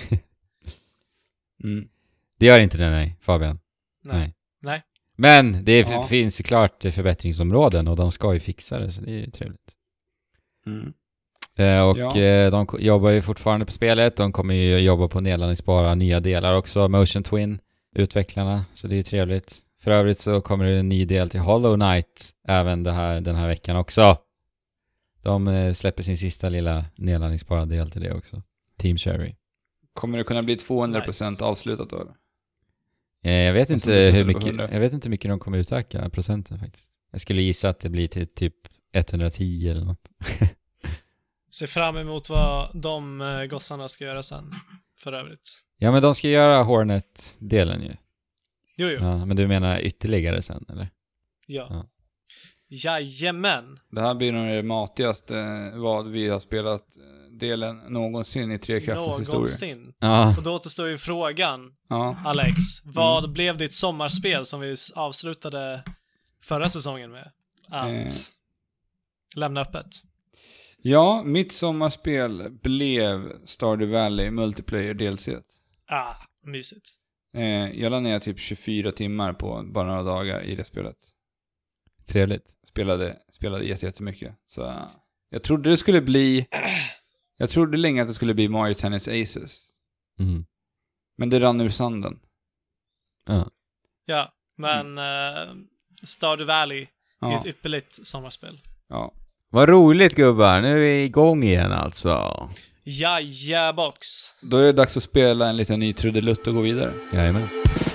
Mm. Det gör inte det, nej, Fabian. Nej. Nej. Nej. Men det f- Ja. finns ju klart förbättringsområden och de ska ju fixa det, så det är ju trevligt. Mm. Eh, och Ja. eh, de ko- jobbar ju fortfarande på spelet. De kommer ju jobba på nedladdningsbara nya delar också. Motion Twin, utvecklarna. Så det är ju trevligt. För övrigt så kommer det en ny del till Hollow Knight även det här, den här veckan också. De eh, släpper sin sista lilla nedladdningsbara del till det också. Team Cherry. Kommer det kunna bli tvåhundra procent Nice. avslutat då? Eller? Eh, jag vet Jag inte trodde du hur satte det på mycket hundra. jag vet inte hur mycket de kommer utöka procenten faktiskt. Jag skulle gissa att det blir till typ etthundratio eller något. Se fram emot vad de eh, gossarna ska göra sen. För övrigt. Ja, men de ska göra Hornet-delen ju. Jo, jo. Ja, men du menar ytterligare sen, eller? Ja. Ja. Jajamän. Det här blir nog det matigaste eh, vad vi har spelat eh, delen någonsin i Trekraftens historia. Någonsin. Ja, Och då återstår ju frågan, Ja. Alex. Vad blev ditt sommarspel som vi s- avslutade förra säsongen med? Att Eh. lämna öppet. ja, mitt sommarspel blev Stardew Valley Multiplayer D L C. Ah, mysigt. Eh, jag la ner typ tjugofyra timmar på bara några dagar i det spelet. trevligt. Spelade, spelade jätte- jättemycket. Så eh, jag trodde det skulle bli... Jag trodde länge att det skulle bli Mario Tennis Aces. Mm. Men det rann ur sanden. Ja. Ja, men uh, Stardew Valley är Ja, ett ypperligt sommarspel. ja. Vad roligt, gubbar. Nu är vi igång igen alltså. Jajabox. Då är det dags att spela en liten ny trudelutt och gå vidare. Jajamän.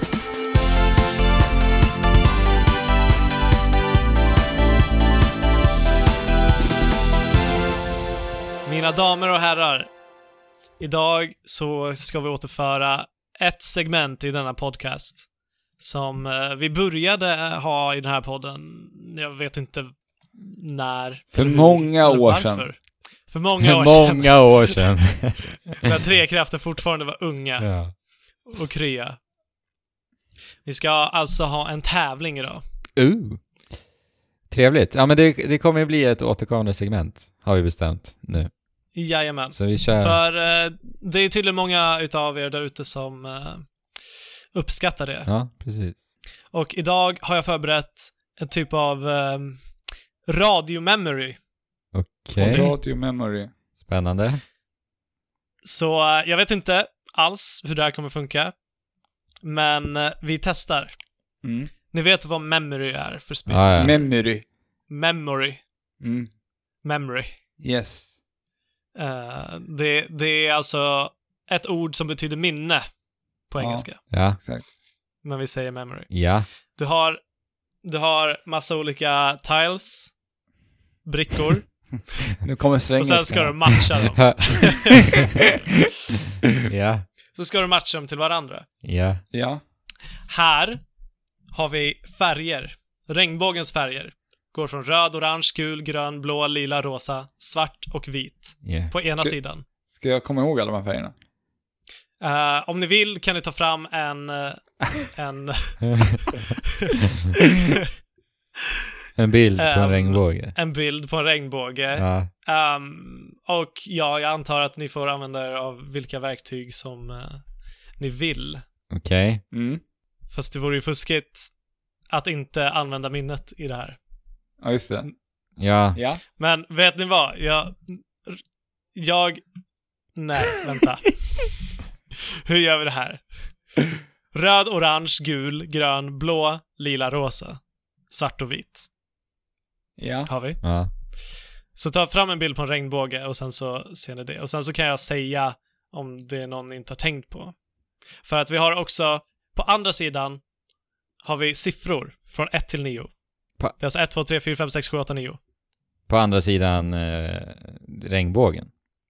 Mina damer och herrar, idag så ska vi återföra ett segment i denna podcast som eh, vi började ha i den här podden. Jag vet inte när. För eller hur, många eller år varför. sedan. För många år sedan. Många år sedan. När tre krafter fortfarande var unga Ja. och krya. Vi ska alltså ha en tävling idag. Uh. Trevligt. Ja, men det, det kommer ju bli ett återkommande segment, har vi bestämt nu. Jajamän. Så vi kör. För eh, det är tydligen många utav er där ute som eh, uppskattar det. Ja, precis. Och idag har jag förberett en typ av eh, radio-memory. Okej. Radio memory. Spännande. Så eh, jag vet inte alls hur det här kommer funka. Men eh, vi testar. Mm. Ni vet vad memory är för spel. Ja, ja. Memory. Memory. Mm. Memory. Yes. Uh, det, det är alltså ett ord som betyder minne på Ja. engelska. Ja. Exakt. Men vi säger memory. Ja. Du har, du har massa olika tiles, brickor, Nu kommer svängen. och sen ska du matcha dem. Ja. Så ska du matcha dem till varandra. Ja. Ja. Här har vi färger. Regnbågens färger. Går från röd, orange, gul, grön, blå, lila, rosa, svart och vit. Ja. På ena Ska- sidan. Ska jag komma ihåg alla de här färgerna? Uh, om ni vill kan ni ta fram en... eh, en En bild på en Um, regnbåge. en bild på en regnbåge. Ja. Um, och ja, jag antar att ni får använda er av vilka verktyg som eh, ni vill. Okej. Mm. Fast det vore ju fuskigt att inte använda minnet i det här. Ja, just det. Ja. Ja. Men vet ni vad? Jag... Jag... Nej, vänta. Hur gör vi det här? Röd, orange, gul, grön, blå, lila, rosa. Svart och vit. Ja. Har vi. Ja. Så ta fram en bild på en regnbåge och sen så ser ni det. Och sen så kan jag säga om det är någon ni inte har tänkt på. För att vi har också, på andra sidan har vi siffror från ett till nio. Pa- Det är alltså ett, två, tre, fyra, fem, sex, sju, åtta, nio. På andra sidan eh, regnbågen.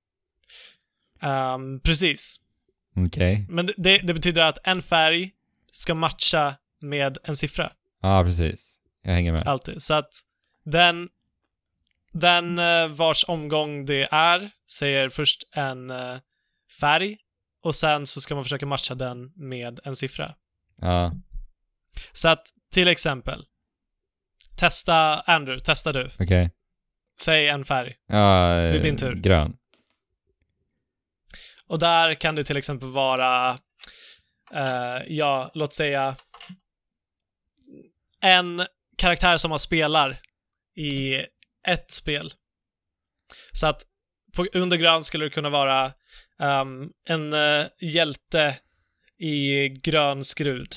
Um, precis. Okej. Men det, det betyder att en färg ska matcha med en siffra. Ja, precis. Jag hänger med. Alltid. Så att den, den eh, vars omgång det är säger först en eh, färg och sen så ska man försöka matcha den med en siffra. Ja. Så att till exempel testa Andrew, testa du. Okej. Säg en färg. Ja, eh, Det är din tur. Grön. Och där kan det till exempel vara eh, ja, låt säga en karaktär som man spelar i ett spel. Så att på, under grön skulle det kunna vara um, en uh, hjälte i grön skrud.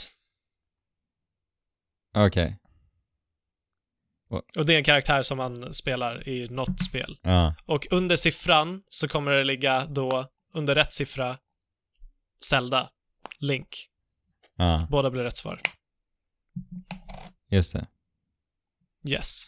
Okej. Och det är en karaktär som man spelar i något spel. Ja. Och under siffran så kommer det ligga då under rätt siffra Zelda, Link. Ja. Båda blir rätt svar. Just det. Yes.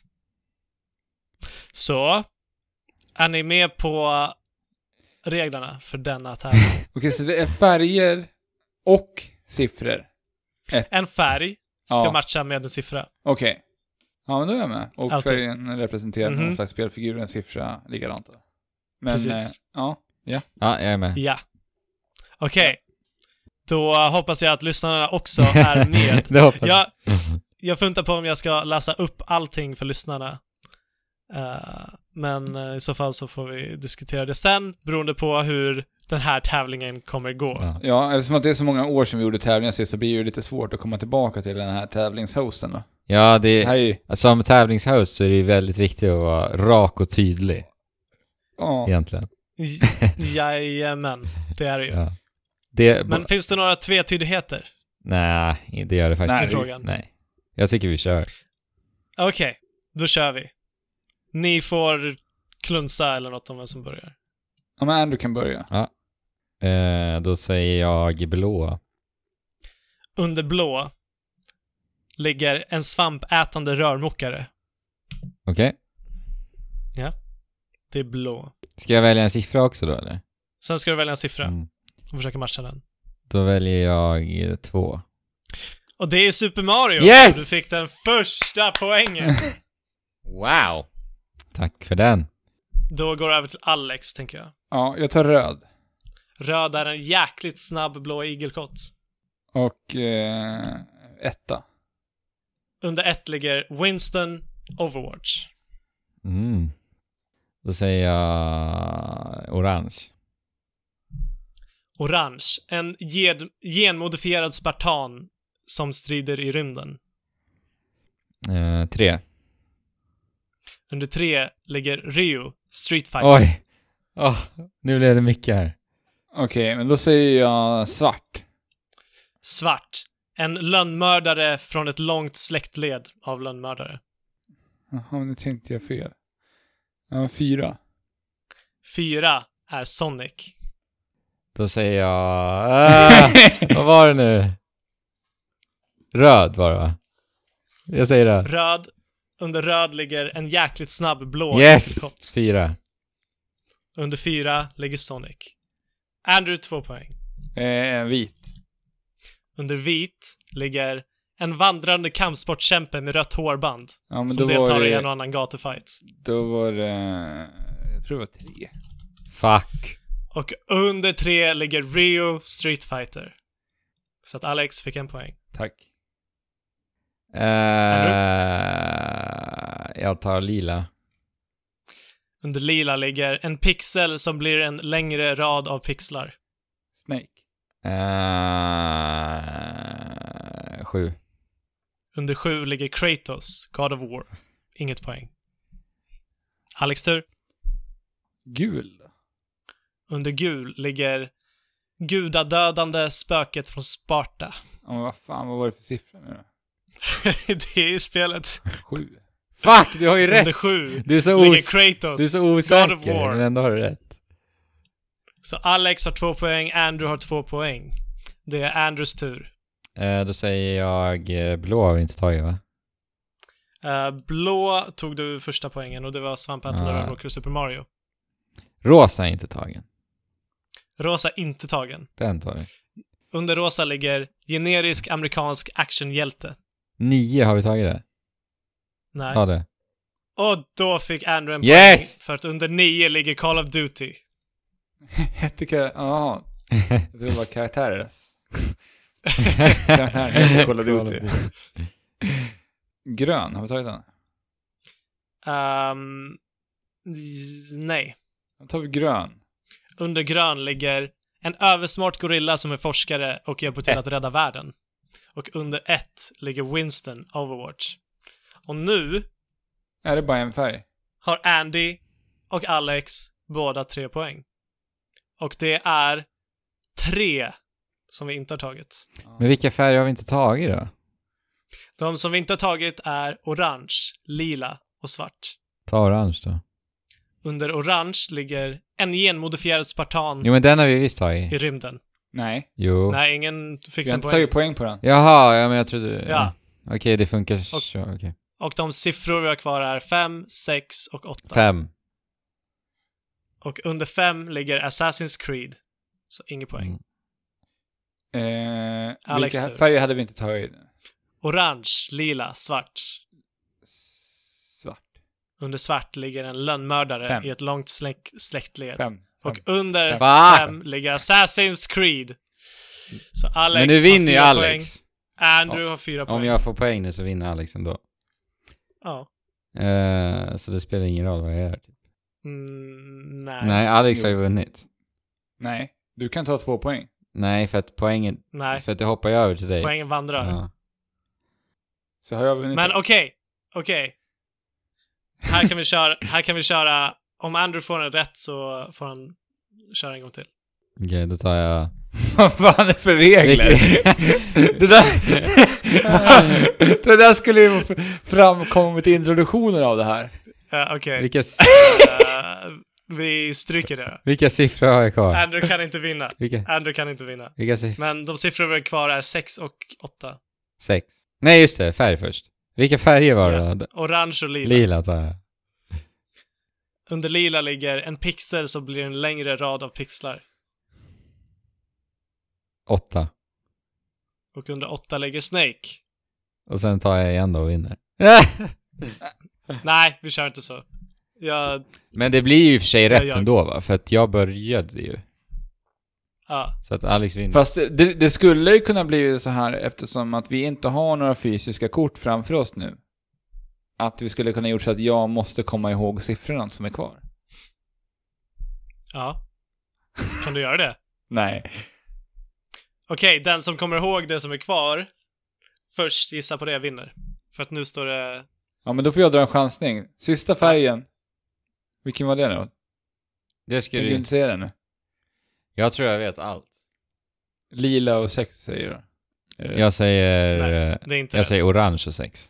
Så är ni med på reglerna för denna tävling? Okej, så det är färger och siffror. En färg ska Ja. matcha med en siffra. Okej. Ja, men då är jag med. Och Alltid. färgen representerar Mhm. någon slags spelfigur och en siffra likadant. Men, Precis. eh, ja. Ja, jag är med. Ja. Okej. Då hoppas jag att lyssnarna också är med. Det hoppas jag. Jag, jag funtar på om jag ska läsa upp allting för lyssnarna. Uh, men uh, i så fall så får vi diskutera det sen, beroende på hur den här tävlingen kommer gå. Ja. Ja, eftersom att det är så många år sedan vi gjorde tävlingar sist så blir det ju lite svårt att komma tillbaka till den här tävlingshosten då. Ja, Det det här är ju... som tävlingshost så är det ju väldigt viktigt att vara rak och tydlig Ja. egentligen. J- Jajamän, det är det ju. Ja. Det, Men finns det några tvetydigheter? nej, det gör det faktiskt Nej, i inte. frågan? Nej. Jag tycker vi kör. Okej, då kör vi. Ni får klunsa eller något om vem som börjar. Ja, men Andrew kan börja. Eh, då säger jag blå. Under blå ligger en svampätande rörmokare. Okej. Det är blå. Ska jag välja en siffra också då, eller? Sen ska du välja en siffra Mm. och försöka matcha den. Då väljer jag eh, två. Och det är Super Mario! Yes! Du fick den första poängen. Wow! Tack för den. Då går det över till Alex, tänker jag. Ja, jag tar röd. Röd är en jäkligt snabb blå igelkott. Och eh, etta. Under ett ligger Winston Overwatch. Mm. Då säger jag orange. Orange. En ged- genmodifierad spartan som strider i rymden. Eh, tre. Under tre ligger Ryu, Street Fighter. Oj! Oh, nu blev det mycket här. Okej, okay, men då säger jag svart. Svart. En lönnmördare från ett långt släktled av lönnmördare. Jaha, nu tänkte jag fel. Ja, fyra. Fyra är Sonic. Då säger jag... Äh, vad var det nu? Röd var det, va? Jag säger röd. Röd. Under röd ligger en jäkligt snabb blå. Yes! Fyra. Under fyra ligger Sonic. Andrew, två poäng. Eh, vit. Under vit ligger en vandrande kampsportkämpe med rött hårband. Ja, men som då deltar var det, i en och annan gatufight. Då var det... Jag tror det var tre. Fuck. Och under tre ligger Ryu, Street Fighter. Så att Alex fick en poäng. Tack. Uh, jag tar lila. Under lila ligger en pixel som blir en längre rad av pixlar. Snake. Uh, sju. Under sju ligger Kratos, God of War. Inget poäng. Alex tur. Gul. Under gul ligger gudadödande spöket från Sparta. Ja, men vad fan, vad var det för siffror nu då? Det är i spelet. Sju. Fuck, du har ju rätt! Under sju Du är så, ligger os- Kratos, du är så God of osäker, War. men ändå har du rätt. Så Alex har två poäng, Andrew har två poäng. Det är Andrews tur. Uh, då säger jag uh, blå har vi inte tagit, va? Uh, blå tog du första poängen och det var Svampätaren Ah. och Rocker Super Mario. Rosa är inte tagen. Rosa inte tagen. Den tar vi. Under rosa ligger generisk amerikansk actionhjälte. Nio har vi tagit det. Nej. Ta det. Och då fick Andrew en Yes! poäng. För att under nio ligger Call of Duty. Hette kar... Jaha. Det var karaktärer. Karaktärer hette Call of Duty. Grön, har vi tagit den? Um, nej. Då tar vi grön. Under grön ligger en översmart gorilla som är forskare och hjälper till Ett. att rädda världen. Och under ett ligger Winston, Overwatch. Och nu Är det bara en färg? har Andy och Alex båda tre poäng. Och det är tre som vi inte har tagit. Men vilka färger har vi inte tagit då? De som vi inte har tagit är orange, lila och svart. Ta orange då. Under orange ligger en genmodifierad spartan Jo, men den har vi visst i tagit. rymden. Nej. Jo. Nej, ingen fick Vi har den inte poäng. tagit poäng på den. Jaha, ja men jag trodde... Ja. Okej, det funkar Och- så, okej. Och de siffror vi har kvar är fem, sex och åtta. Fem. Och under fem ligger Assassin's Creed. Så ingen poäng. Mm. Eh, Alex, vilka tur. färger hade vi inte tagit? Orange, lila, svart. Svart. Under svart ligger en lönnmördare Fem. i ett långt släk- släktled. Fem. Och under Fan! fem ligger Assassin's Creed. Så Alex Men nu vinner ju har fyra Alex. poäng. Andrew har fyra poäng. Om jag får poäng nu så vinner Alex ändå. Ja. Eh, så det spelar ingen roll vad jag gör. Mm, nej. Nej, Alex Jo. har ju vunnit. Nej. Du kan ta två poäng. Nej, för att poängen... Nej. För att jag hoppar ju över till dig. Poängen vandrar. Ja. Så har jag vunnit. Men okej. Okej. Här kan vi köra... Här kan vi köra... Om Andrew får en rätt så får han köra en gång till. Okej, då tar jag... Vad fan är det för regler? det, där... det där skulle ju framkommit i introduktionen av det här. Uh, okej. Vilka, s- Eh, vi stryker det då. vilka siffror har jag kvar? Andrew kan inte vinna. Vilka, Andrew kan inte vinna. vilka siffror? Men de siffror vi har kvar är sex och åtta. Sex. Nej, just det. Färg först. Vilka färger var det Ja. då? Orange och lila. Lila tar jag. Under lila ligger en pixel som blir en längre rad av pixlar. Åtta. Och under åtta ligger Snake. Och sen tar jag igen då och vinner. Nej, vi kör inte så. Jag... Men det blir ju i och för sig rätt jag. ändå, va? För att jag började ju. Ja. Så att Alex vinner. Fast det, det, det skulle ju kunna bli så här eftersom att vi inte har några fysiska kort framför oss nu. att vi skulle kunna gjort så att jag måste komma ihåg siffrorna som är kvar. Ja. Kan du göra det? Nej. Okej, den som kommer ihåg det som är kvar först gissa på det vinner. För att nu står det... Ja, men då får jag dra en chansning. Sista färgen. Vilken var det nu? Det skulle Kan du ju... inte säga det nu? Jag tror jag vet allt. Lila och sex säger du. Är det- Jag säger... Nej, eh, det är inte jag rätt. säger orange och sex.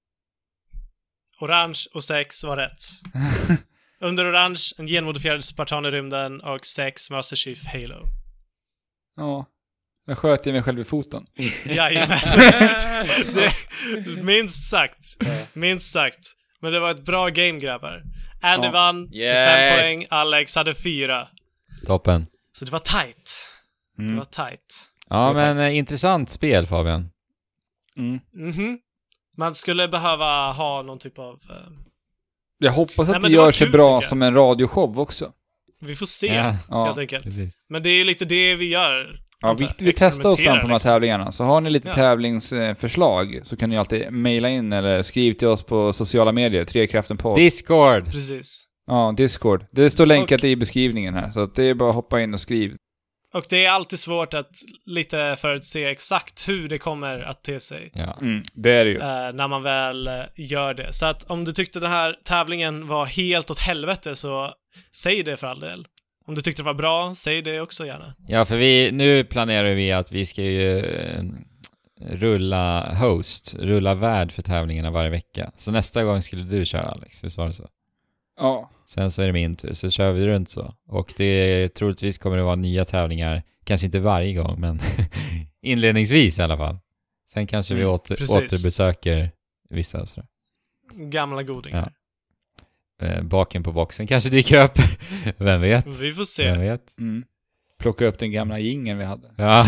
Orange och sex var rätt. Under orange, en genmodifierad Spartan i rymden och sex Master Chief Halo. Ja. Jag sköt i mig själv i foten. Jajamän. det, minst sagt. Minst sagt. Men det var ett bra game, grabbar. Andy Ja. vann med Yes. fem poäng. Alex hade fyra. Toppen. Så det var tight. Det Mm. var tight. Ja, Det var men eh, intressant spel, Fabian. Mm. Mhm. Man skulle behöva ha någon typ av... eh, Jag hoppas att Nej, men det det var gör sig kul, bra tycker jag. som en radioshow också. vi får se, Ja, Ja. helt enkelt. precis. Men det är ju lite det vi gör. Ja, vi, vi testar oss fram på de här tävlingarna. Så har ni lite Ja. tävlingsförslag så kan ni alltid mejla in eller skriv till oss på sociala medier. Trekraften på. Discord! Precis. Ja, Discord. Det står länkat Och- i beskrivningen här. Så att det är bara att hoppa in och skriv. Och det är alltid svårt att lite förutse exakt hur det kommer att te sig. Ja. Mm, det är det ju. eh, när man väl eh, gör det. Så att om du tyckte den här tävlingen var helt åt helvete, så säg det för all del. Om du tyckte det var bra, säg det också gärna. Ja, för vi, nu planerar vi att vi ska ju eh, rulla host, rulla värd för tävlingarna varje vecka. Så nästa gång skulle du köra, Alex, visst var det så? Ja. Sen så är det min tur, så kör vi runt så. Och det troligtvis kommer det vara nya tävlingar, kanske inte varje gång, men inledningsvis i alla fall. Sen kanske vi Mm, åter, precis. återbesöker vissa och sådär. Gamla godingar. Eh, baken på boxen kanske dyker upp. Vem vet? Vi får Vem se. vet? Mm. Plocka upp den gamla jingeln vi hade. Ja.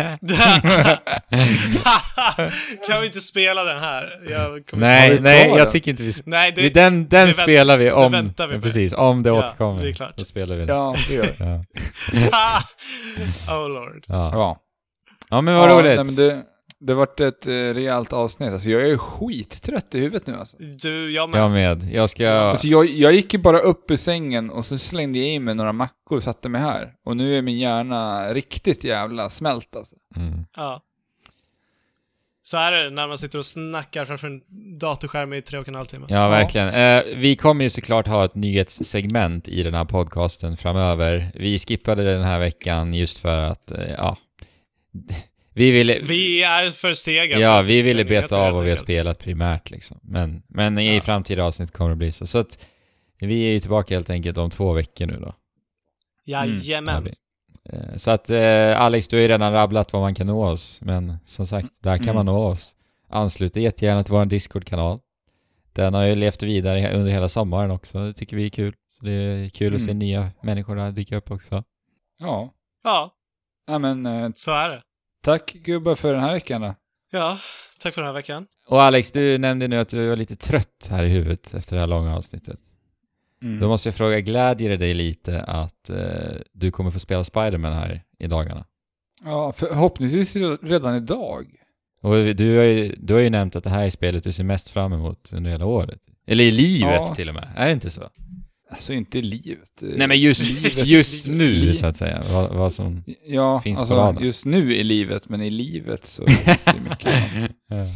Kan vi inte spela den här? Jag kommer nej, Har vi nej, kvar jag den? tycker inte vi sp- Nej, det... det, den den det spelar vi om, väntar vi med. precis, om det Ja, återkommer. det är klart. Då spelar vi det. Ja, det gör det. Ja. oh lord. Ja. Ja. ja, men vad ja, roligt. Nej, men det, det vart ett eh, rejält avsnitt. Alltså jag är skittrött i huvudet nu alltså. Du, jag med. Jag med. Jag ska... Alltså jag, jag gick ju bara upp ur sängen och så slängde jag i mig några mackor och satte mig här. Och nu är min hjärna riktigt jävla smält alltså. Mm. Ja. Så är det när man sitter och snackar framför en datorskärm i tre och en halv timme. Ja, verkligen. Eh, vi kommer ju såklart ha ett nyhetssegment i den här podcasten framöver. Vi skippade den här veckan just för att, eh, ja... Vi ville... Vi är för sega. Ja, för vi ville nyheter, beta av helt vad vi har enkelt. spelat primärt liksom. Men, men i Ja. framtida avsnitt kommer det bli så. Så att vi är ju tillbaka helt enkelt om två veckor nu då. Jajamän. Är vi. Eh, Så att eh, Alex, du har ju redan rabblat vad man kan nå oss. Men som sagt, där kan Mm. man nå oss. Anslut dig jättegärna till vår Discord-kanal. Den har ju levt vidare under hela sommaren också. Det tycker vi är kul. Så det är kul att se Mm. nya människor där dyka upp också. Ja. Ja, Ja men eh, så är det. tack gubbar för den här veckan då. Ja, tack för den här veckan. Och Alex, du nämnde nu att du var lite trött här i huvudet efter det här långa avsnittet. Mm. Då måste jag fråga, glädjer det dig lite att eh, du kommer få spela Spider-Man här i dagarna? Ja, förhoppningsvis redan idag. Och du har, ju, du har ju nämnt att det här är spelet du ser mest fram emot under hela året. Eller i livet Ja. till och med. Är det inte så? Alltså inte i livet. Nej, men just, Livet- just nu livet. så att säga. Vad, vad som... Ja, finns på alltså radarn. just nu i livet, men i livet så finns det mycket annat. Ja.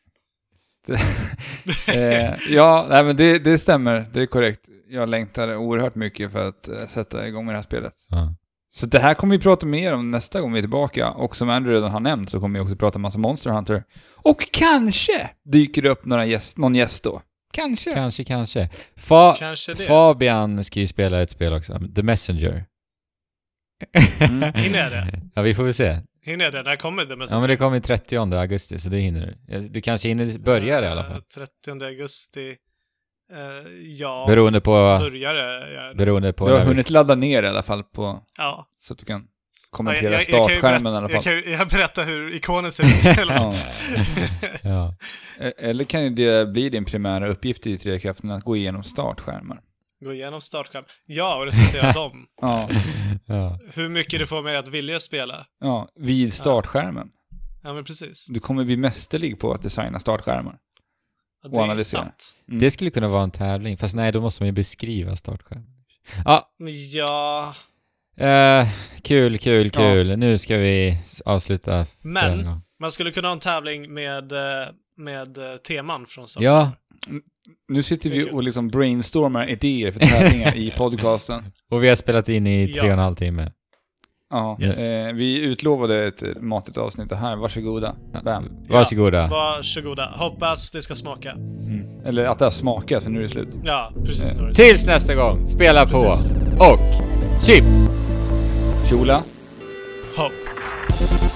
eh, ja, nej, men det, det stämmer. Det är korrekt. Jag längtar oerhört mycket för att eh, sätta igång med det här spelet. Ja. Så det här kommer vi prata mer om nästa gång vi är tillbaka. Och som Andrew redan har nämnt så kommer vi också prata massa Monster Hunter. Och kanske dyker det upp några gäst, någon gäst då. Kanske. Kanske, kanske. Fa- Kanske det. Fabian ska ju spela ett spel också. The Messenger. Mm. Hinner jag det? Ja, vi får väl se. Hinner jag det? När kommer det? Ja, men det kommer trettionde augusti, så det hinner du. Du kanske hinner börja det i alla fall. trettionde augusti. Eh, ja. Beroende på... Börjar det? Ja. Beroende på... Du har när vi- hunnit ladda ner i alla fall på, ja. så att du kan Ja, kommentera jag, jag, jag kan ju startskärmen berätta, i alla jag, fall. kan, ju- jag berättar hur ikonen ser ut eller Ja. något. Ja. E- Eller kan ju det bli din primära uppgift i Trekraften att gå igenom startskärmar? Gå igenom startskärm. Ja, och recensera dem. Ja, Ja. Hur mycket det får mig att vilja spela. ja vid startskärmen. Ja, men precis. Du kommer bli mästerlig på att designa startskärmar. Det Och är analysera. sant. Mm. Det skulle kunna vara en tävling, fast nej, då måste man ju beskriva startskärmen. Ja, Ja, eh, kul, kul, Ja. kul. Nu ska vi avsluta. för men en gång. man skulle kunna ha en tävling med, eh, med eh, teman från så. Ja, Nu sitter Det är vi kul. och liksom brainstormar idéer för tävlingar i podcasten. och vi har spelat in i Ja. tre och en halv timme. Ja, Yes. eh, vi utlovade ett matigt avsnitt det här. Varsågoda. Bam. Varsågoda. Varsågoda. Hoppas det ska smaka. Mm. Eller att det har smakat, för nu är det slut. Ja, precis. Eh, nu är det. Tills nästa gång, spela på Precis. och chip! Kjola. Hopp.